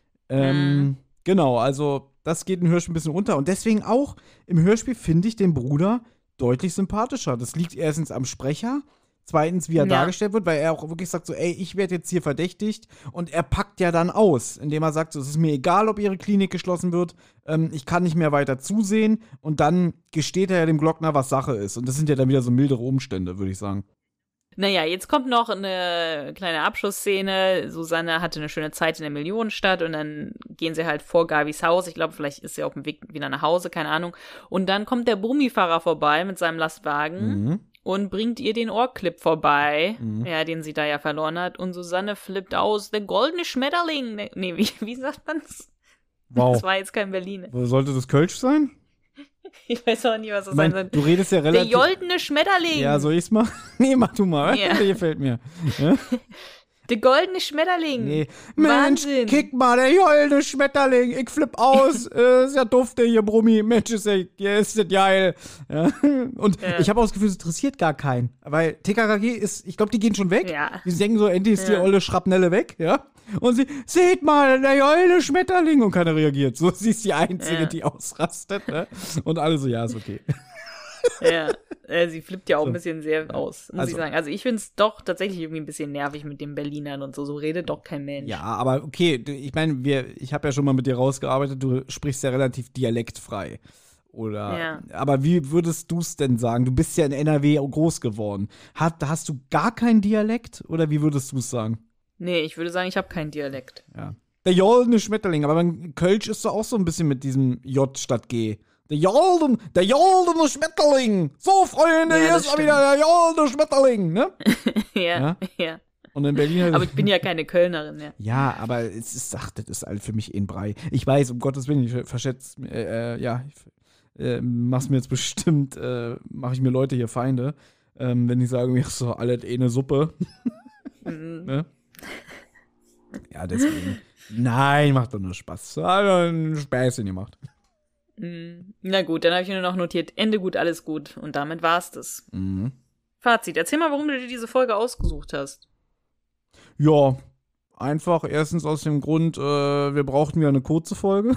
Genau, also das geht im Hörspiel ein bisschen unter und deswegen auch im Hörspiel finde ich den Bruder deutlich sympathischer. Das liegt erstens am Sprecher, zweitens, wie er dargestellt wird, weil er auch wirklich sagt so, ey, ich werde jetzt hier verdächtigt und er packt ja dann aus, indem er sagt so, es ist mir egal, ob ihre Klinik geschlossen wird, ich kann nicht mehr weiter zusehen und dann gesteht er ja dem Glockner, was Sache ist und das sind ja dann wieder so mildere Umstände, würde ich sagen. Naja, jetzt kommt noch eine kleine Abschlussszene. Susanne hatte eine schöne Zeit in der Millionenstadt und dann gehen sie halt vor Gabis Haus. Ich glaube, vielleicht ist sie auf dem Weg wieder nach Hause, keine Ahnung. Und dann kommt der Brummifahrer vorbei mit seinem Lastwagen und bringt ihr den Ohrclip vorbei, den sie da ja verloren hat. Und Susanne flippt aus. Der goldene Schmetterling. Nee, wie sagt man's? Wow. Das war jetzt kein Berliner. Sollte das Kölsch sein? Ich weiß auch nicht, was das sein soll. Du redest ja relativ... Der goldene Schmetterling. Ja, soll ich's mal? Nee, mach du mal. Ja. Der gefällt mir. Ja? Der goldene Schmetterling. Nee. Wahnsinn. Mensch, kick mal, der goldene Schmetterling. Ich flipp aus. Ist ja doof, der hier Brummi. Mensch, ist das geil. Ja? Und ich habe auch das Gefühl, es interessiert gar keinen. Weil TKKG ich glaube, die gehen schon weg. Ja. Die denken so, endlich ist die olle Schrapnelle weg. Ja. Und sie, seht mal, der goldene Schmetterling. Und keiner reagiert. So, sie ist die Einzige, die ausrastet. Ne? Und alle so, ja, ist okay. Ja, sie flippt ja auch ein bisschen sehr aus, muss ich sagen. Also ich finde es doch tatsächlich irgendwie ein bisschen nervig mit den Berlinern und so. So redet doch kein Mensch. Ja, aber okay, ich meine, ich habe ja schon mal mit dir rausgearbeitet, du sprichst ja relativ dialektfrei. Oder, aber wie würdest du es denn sagen? Du bist ja in NRW groß geworden. Hast du gar keinen Dialekt oder wie würdest du es sagen? Nee, ich würde sagen, ich habe keinen Dialekt. Ja. Der goldene Schmetterling, aber Kölsch ist doch auch so ein bisschen mit diesem J statt G. Der goldene Schmetterling. So, Freunde, hier ist wieder der goldene Schmetterling, ne? ja. Und in Berlin aber ich bin ja keine Kölnerin, ja. Ja, aber das ist halt für mich ein Brei. Ich weiß, um Gottes Willen, ich verschätze, mach's mir jetzt bestimmt, mache ich mir Leute hier Feinde, wenn ich sage, mir so, alles eine Suppe. Ne? Ja, deswegen. Nein, macht doch nur Spaß. Also ein Späßchen gemacht. Na gut, dann habe ich mir nur noch notiert, Ende gut, alles gut. Und damit war's das. Fazit, erzähl mal, warum du dir diese Folge ausgesucht hast. Ja, einfach erstens aus dem Grund, wir brauchten ja eine kurze Folge.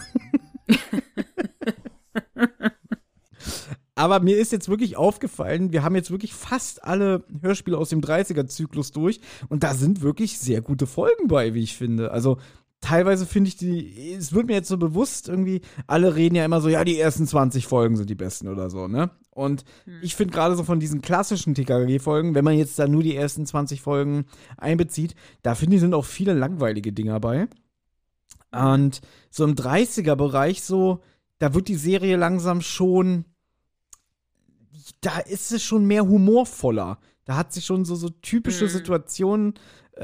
Aber mir ist jetzt wirklich aufgefallen, wir haben jetzt wirklich fast alle Hörspiele aus dem 30er-Zyklus durch und da sind wirklich sehr gute Folgen bei, wie ich finde. Also teilweise finde ich es wird mir jetzt so bewusst irgendwie, alle reden ja immer so, ja, die ersten 20 Folgen sind die besten oder so, ne? Und ich finde gerade so von diesen klassischen TKKG-Folgen, wenn man jetzt da nur die ersten 20 Folgen einbezieht, da finde ich, sind auch viele langweilige Dinger bei. Und so im 30er-Bereich so, da wird die Serie langsam schon, da ist es schon mehr humorvoller. Da hat sich schon so typische Situationen,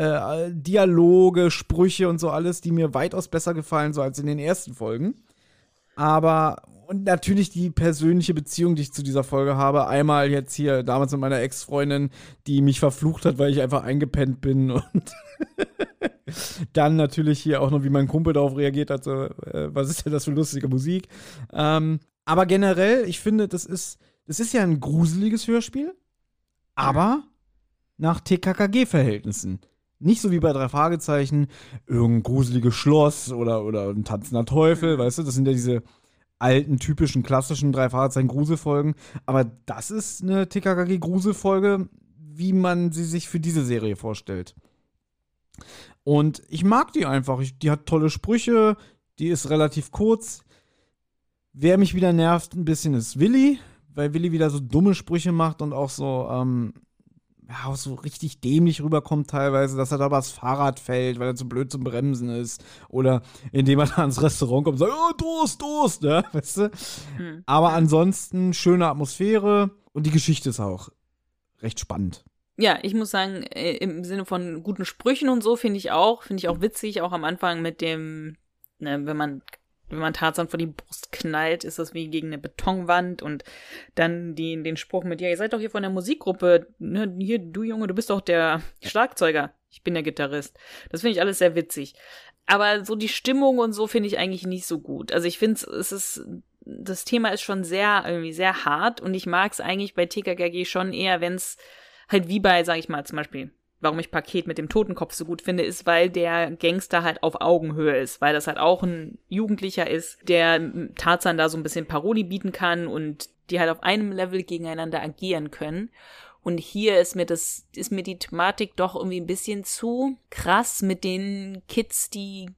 Dialoge, Sprüche und so alles, die mir weitaus besser gefallen, so als in den ersten Folgen. Aber, und natürlich die persönliche Beziehung, die ich zu dieser Folge habe. Einmal jetzt hier damals mit meiner Ex-Freundin, die mich verflucht hat, weil ich einfach eingepennt bin. Und dann natürlich hier auch noch, wie mein Kumpel darauf reagiert hat, so, was ist denn das für lustige Musik? Aber generell, ich finde, das ist ja ein gruseliges Hörspiel, aber nach TKKG-Verhältnissen. Nicht so wie bei 3 Fragezeichen, irgendein gruseliges Schloss oder ein tanzender Teufel, weißt du? Das sind ja diese alten, typischen, klassischen 3 Fragezeichen-Gruselfolgen. Aber das ist eine TKKG-Gruselfolge, wie man sie sich für diese Serie vorstellt. Und ich mag die einfach. Die hat tolle Sprüche, die ist relativ kurz. Wer mich wieder nervt ein bisschen ist Willi, weil Willi wieder so dumme Sprüche macht und auch so auch so richtig dämlich rüberkommt teilweise, dass er da das Fahrrad fällt, weil er zu blöd zum Bremsen ist. Oder indem er da ins Restaurant kommt und sagt, oh, Durst, ne? Weißt du? Aber ansonsten schöne Atmosphäre und die Geschichte ist auch recht spannend. Ja, ich muss sagen, im Sinne von guten Sprüchen und so finde ich auch witzig, auch am Anfang mit dem, ne, wenn man Tarzan vor die Brust knallt, ist das wie gegen eine Betonwand und dann den Spruch mit, ja, ihr seid doch hier von der Musikgruppe, ne, hier, du Junge, du bist doch der Schlagzeuger, ich bin der Gitarrist. Das finde ich alles sehr witzig. Aber so die Stimmung und so finde ich eigentlich nicht so gut. Also ich finde, das Thema ist schon irgendwie sehr hart und ich mag es eigentlich bei TKKG schon eher, wenn es halt wie bei, sag ich mal, zum Beispiel, warum ich Paket mit dem Totenkopf so gut finde, ist, weil der Gangster halt auf Augenhöhe ist, weil das halt auch ein Jugendlicher ist, der Tarzan da so ein bisschen Paroli bieten kann und die halt auf einem Level gegeneinander agieren können. Und hier ist mir die Thematik doch irgendwie ein bisschen zu krass mit den Kids, die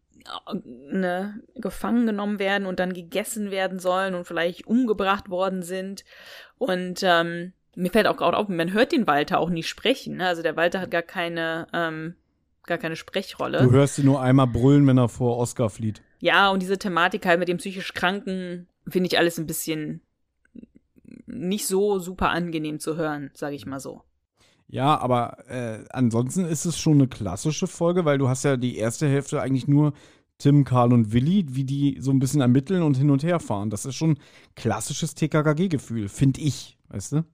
gefangen genommen werden und dann gegessen werden sollen und vielleicht umgebracht worden sind. Und mir fällt auch gerade auf, man hört den Walter auch nie sprechen. Ne? Also der Walter hat gar keine Sprechrolle. Du hörst ihn nur einmal brüllen, wenn er vor Oscar flieht. Ja, und diese Thematik halt mit dem psychisch Kranken finde ich alles ein bisschen nicht so super angenehm zu hören, sage ich mal so. Ja, aber ansonsten ist es schon eine klassische Folge, weil du hast ja die erste Hälfte eigentlich nur Tim, Karl und Willi, wie die so ein bisschen ermitteln und hin und her fahren. Das ist schon klassisches TKKG-Gefühl, finde ich, weißt du?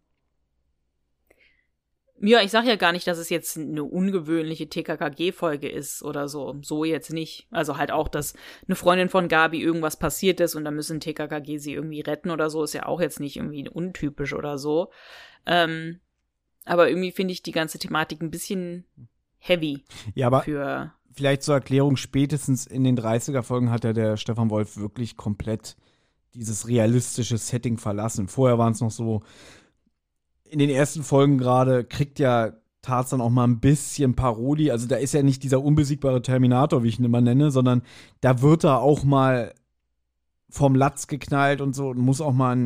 Ja, ich sag ja gar nicht, dass es jetzt eine ungewöhnliche TKKG-Folge ist oder so. So jetzt nicht. Also halt auch, dass eine Freundin von Gabi irgendwas passiert ist und dann müssen TKKG sie irgendwie retten oder so, ist ja auch jetzt nicht irgendwie untypisch oder so. Aber irgendwie finde ich die ganze Thematik ein bisschen heavy. Ja, aber vielleicht zur Erklärung, spätestens in den 30er-Folgen hat ja der Stefan Wolf wirklich komplett dieses realistische Setting verlassen. Vorher waren es noch so, in den ersten Folgen gerade kriegt ja Tarzan auch mal ein bisschen Parodie. Also da ist ja nicht dieser unbesiegbare Terminator, wie ich ihn immer nenne, sondern da wird er auch mal vom Latz geknallt und so und muss auch mal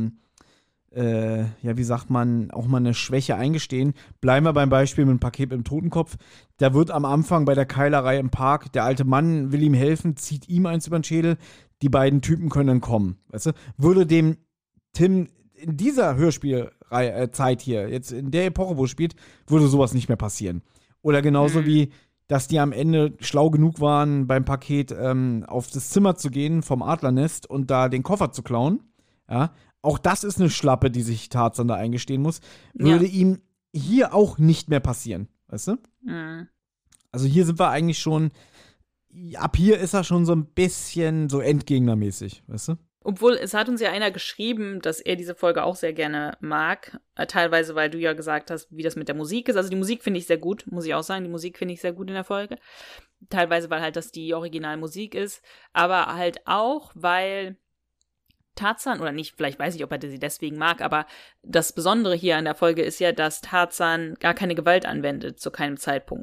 wie sagt man, auch mal eine Schwäche eingestehen. Bleiben wir beim Beispiel mit dem Paket im Totenkopf. Da wird am Anfang bei der Keilerei im Park, der alte Mann will ihm helfen, zieht ihm eins über den Schädel, die beiden Typen können dann kommen. Weißt du? Würde dem Tim in dieser Hörspielzeit hier, jetzt in der Epoche, wo es spielt, würde sowas nicht mehr passieren. Oder genauso wie, dass die am Ende schlau genug waren, beim Paket auf das Zimmer zu gehen vom Adlernest und da den Koffer zu klauen. Ja, auch das ist eine Schlappe, die sich Tarzan da eingestehen muss. Würde ihm hier auch nicht mehr passieren. Weißt du? Mhm. Also hier sind wir eigentlich schon, ab hier ist er schon so ein bisschen so Endgegnermäßig, weißt du? Obwohl, es hat uns ja einer geschrieben, dass er diese Folge auch sehr gerne mag. Teilweise, weil du ja gesagt hast, wie das mit der Musik ist. Also die Musik finde ich sehr gut, muss ich auch sagen. Die Musik finde ich sehr gut in der Folge. Teilweise, weil halt das die Originalmusik ist. Aber halt auch, weil Tarzan, oder nicht, vielleicht weiß ich, ob er sie deswegen mag, aber das Besondere hier an der Folge ist ja, dass Tarzan gar keine Gewalt anwendet, zu keinem Zeitpunkt.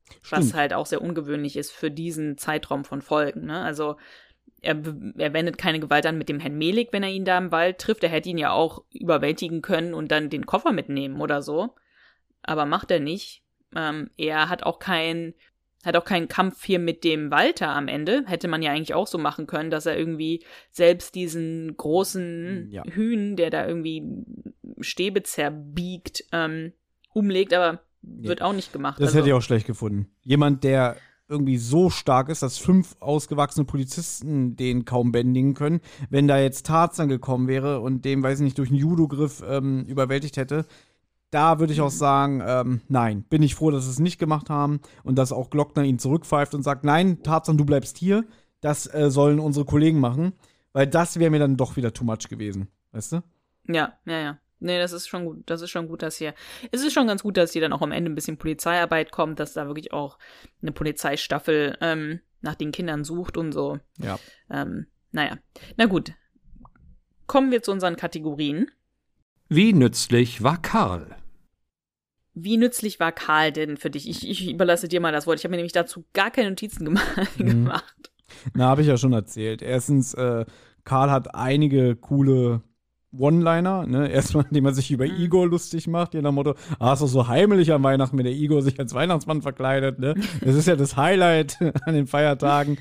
Was halt auch sehr ungewöhnlich ist für diesen Zeitraum von Folgen, ne? Also er wendet keine Gewalt an mit dem Herrn Melik, wenn er ihn da im Wald trifft. Er hätte ihn ja auch überwältigen können und dann den Koffer mitnehmen oder so. Aber macht er nicht. Er hat auch keinen Kampf hier mit dem Walter am Ende. Hätte man ja eigentlich auch so machen können, dass er irgendwie selbst diesen großen Hühn, der da irgendwie Stäbe zerbiegt, umlegt, aber wird auch nicht gemacht. Das hätte ich auch schlecht gefunden. Jemand, der irgendwie so stark ist, dass 5 ausgewachsene Polizisten den kaum bändigen können. Wenn da jetzt Tarzan gekommen wäre und dem, weiß ich nicht, durch einen Judo-Griff überwältigt hätte, da würde ich auch sagen, nein, bin ich froh, dass sie es nicht gemacht haben und dass auch Glockner ihn zurückpfeift und sagt, nein, Tarzan, du bleibst hier, das sollen unsere Kollegen machen, weil das wäre mir dann doch wieder too much gewesen, weißt du? Ja. Nee, das ist schon gut. Es ist schon ganz gut, dass hier dann auch am Ende ein bisschen Polizeiarbeit kommt, dass da wirklich auch eine Polizeistaffel nach den Kindern sucht und so. Ja. Naja. Na gut. Kommen wir zu unseren Kategorien. Wie nützlich war Karl? Wie nützlich war Karl denn für dich? Ich überlasse dir mal das Wort. Ich habe mir nämlich dazu gar keine Notizen gemacht. Na, habe ich ja schon erzählt. Erstens, Karl hat einige coole One-Liner, ne? Erstmal, indem er sich über Igor lustig macht, je nach Motto, ist doch so heimelig an Weihnachten, wenn der Igor sich als Weihnachtsmann verkleidet, ne? Das ist ja das Highlight an den Feiertagen.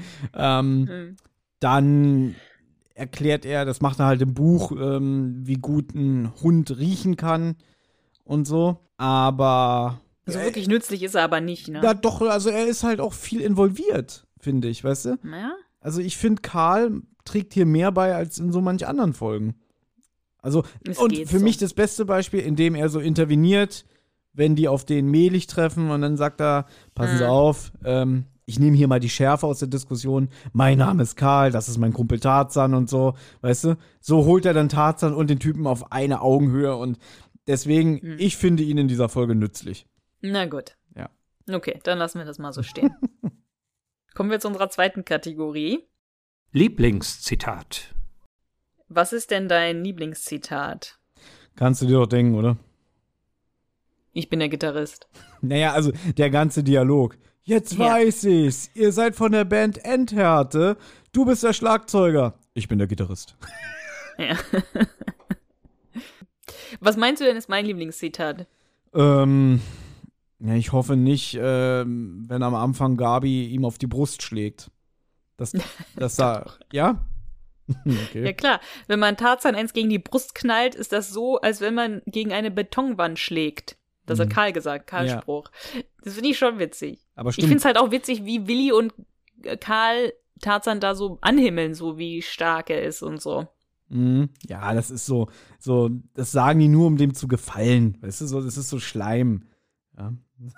Dann erklärt er, das macht er halt im Buch, wie gut ein Hund riechen kann und so, aber so wirklich nützlich ist er aber nicht, ne? Ja, doch, also er ist halt auch viel involviert, finde ich, weißt du? Ja. Also ich finde, Karl trägt hier mehr bei als in so manch anderen Folgen. Also, und für mich das beste Beispiel, in dem er so interveniert, wenn die auf den Melich treffen und dann sagt er, passen Sie auf, ich nehme hier mal die Schärfe aus der Diskussion, mein Name ist Karl, das ist mein Kumpel Tarzan und so, weißt du? So holt er dann Tarzan und den Typen auf eine Augenhöhe und deswegen, ich finde ihn in dieser Folge nützlich. Na gut. Ja. Okay, dann lassen wir das mal so stehen. Kommen wir zu unserer zweiten Kategorie. Lieblingszitat. Was ist denn dein Lieblingszitat? Kannst du dir doch denken, oder? Ich bin der Gitarrist. Naja, also der ganze Dialog. Jetzt weiß ich's. Ihr seid von der Band Endhärte. Du bist der Schlagzeuger. Ich bin der Gitarrist. Ja. Was meinst du denn ist mein Lieblingszitat? Ja, ich hoffe nicht, wenn am Anfang Gabi ihm auf die Brust schlägt. Das da, ja? Okay. Ja klar, wenn man Tarzan eins gegen die Brust knallt, ist das so, als wenn man gegen eine Betonwand schlägt. Das hat Karl gesagt, Karls Spruch. Das finde ich schon witzig. Aber ich finde es halt auch witzig, wie Willi und Karl Tarzan da so anhimmeln, so wie stark er ist und so. Ja, das ist so, das sagen die nur, um dem zu gefallen. Weißt du, das ist so Schleim. Ja.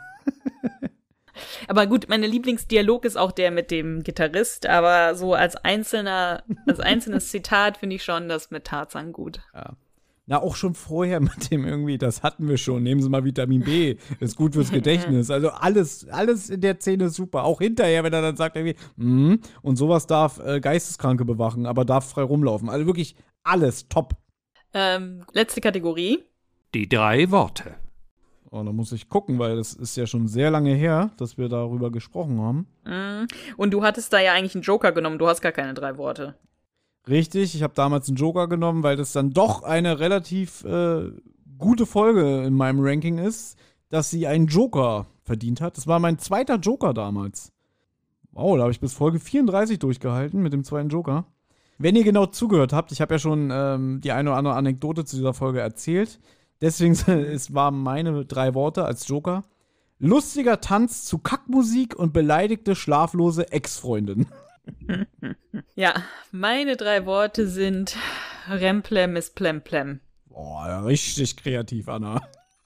Aber gut, mein Lieblingsdialog ist auch der mit dem Gitarrist, aber so als einzelnes Zitat finde ich schon das mit Tarzan gut. Ja. Na, auch schon vorher mit dem irgendwie, das hatten wir schon, nehmen Sie mal Vitamin B, ist gut fürs Gedächtnis. Also alles in der Szene ist super. Auch hinterher, wenn er dann sagt irgendwie, und sowas darf Geisteskranke bewachen, aber darf frei rumlaufen. Also wirklich alles top. Letzte Kategorie. Die 3 Worte. Oh, da muss ich gucken, weil das ist ja schon sehr lange her, dass wir darüber gesprochen haben. Und du hattest da ja eigentlich einen Joker genommen, du hast gar keine 3 Worte. Richtig, ich habe damals einen Joker genommen, weil das dann doch eine relativ gute Folge in meinem Ranking ist, dass sie einen Joker verdient hat. Das war mein zweiter Joker damals. Wow, da habe ich bis Folge 34 durchgehalten mit dem zweiten Joker. Wenn ihr genau zugehört habt, ich habe ja schon die eine oder andere Anekdote zu dieser Folge erzählt. Deswegen waren meine 3 Worte als Joker. Lustiger Tanz zu Kackmusik und beleidigte schlaflose Ex-Freundin. Ja, meine 3 Worte sind Remplem ist Plemplem. Boah, richtig kreativ, Anna.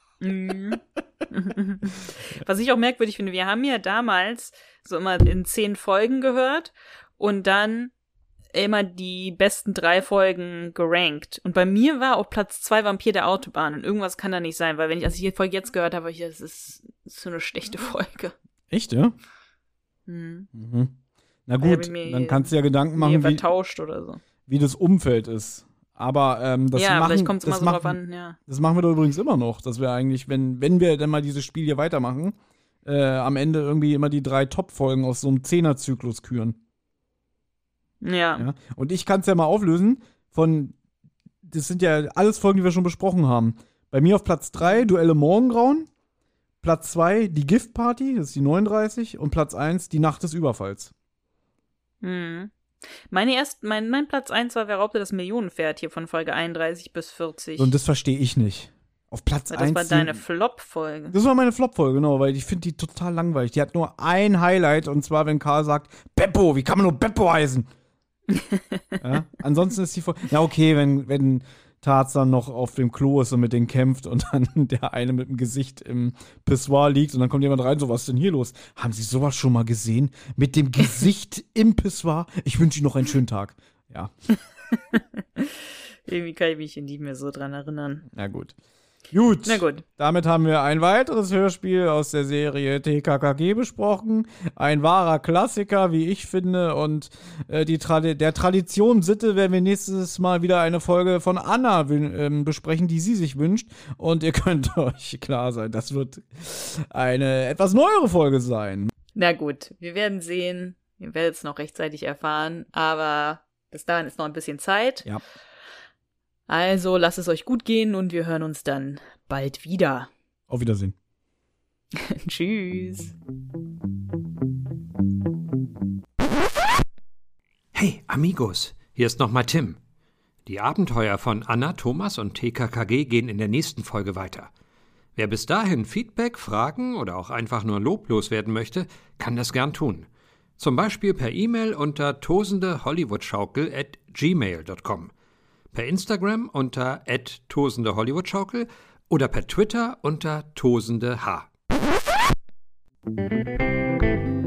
Was ich auch merkwürdig finde, wir haben ja damals so immer in 10 Folgen gehört und dann immer die besten 3 Folgen gerankt. Und bei mir war auf Platz 2 Vampir der Autobahn. Und irgendwas kann da nicht sein, weil als ich die Folge jetzt gehört habe, das ist so eine schlechte Folge. Echt, ja? Na gut, dann kannst du ja Gedanken machen, vertauscht oder so. Wie das Umfeld ist. Aber vielleicht kommt es immer so drauf an, ja. Das machen wir doch übrigens immer noch, dass wir eigentlich, wenn wir dann mal dieses Spiel hier weitermachen, am Ende irgendwie immer die 3 Top-Folgen aus so einem 10er-Zyklus küren. Ja. Und ich kann es ja mal auflösen das sind ja alles Folgen, die wir schon besprochen haben. Bei mir auf Platz 3 Duelle Morgengrauen, Platz 2 die Giftparty, das ist die 39, und Platz 1 die Nacht des Überfalls. Mein Platz 1 war Wer raubte das Millionenpferd hier von Folge 31 bis 40. Und das verstehe ich nicht. Auf Platz 1. Das war deine Flop-Folge. Das war meine Flop-Folge, genau, weil ich finde die total langweilig. Die hat nur ein Highlight, und zwar, wenn Karl sagt, Beppo, wie kann man nur Beppo heißen? Ja? Ansonsten ist die Folge, ja okay, wenn Tarzan noch auf dem Klo ist und mit denen kämpft und dann der eine mit dem Gesicht im Pissoir liegt und dann kommt jemand rein, so, was ist denn hier los? Haben Sie sowas schon mal gesehen? Mit dem Gesicht im Pissoir? Ich wünsche Ihnen noch einen schönen Tag. Ja. Irgendwie kann ich mich nicht mehr so dran erinnern. Na gut. Gut. Na gut. Damit haben wir ein weiteres Hörspiel aus der Serie TKKG besprochen. Ein wahrer Klassiker, wie ich finde. Und der Tradition Sitte werden wir nächstes Mal wieder eine Folge von Anna besprechen, die sie sich wünscht. Und ihr könnt euch klar sein, das wird eine etwas neuere Folge sein. Na gut, wir werden sehen. Ihr werdet es noch rechtzeitig erfahren. Aber bis dahin ist noch ein bisschen Zeit. Ja. Also lasst es euch gut gehen und wir hören uns dann bald wieder. Auf Wiedersehen. Tschüss. Hey, Amigos, hier ist nochmal Tim. Die Abenteuer von Anna, Thomas und TKKG gehen in der nächsten Folge weiter. Wer bis dahin Feedback, Fragen oder auch einfach nur loblos werden möchte, kann das gern tun. Zum Beispiel per E-Mail unter tosendehollywoodschaukel@gmail.com. Per Instagram unter @tosendehollywoodschaukel oder per Twitter unter tosendeh.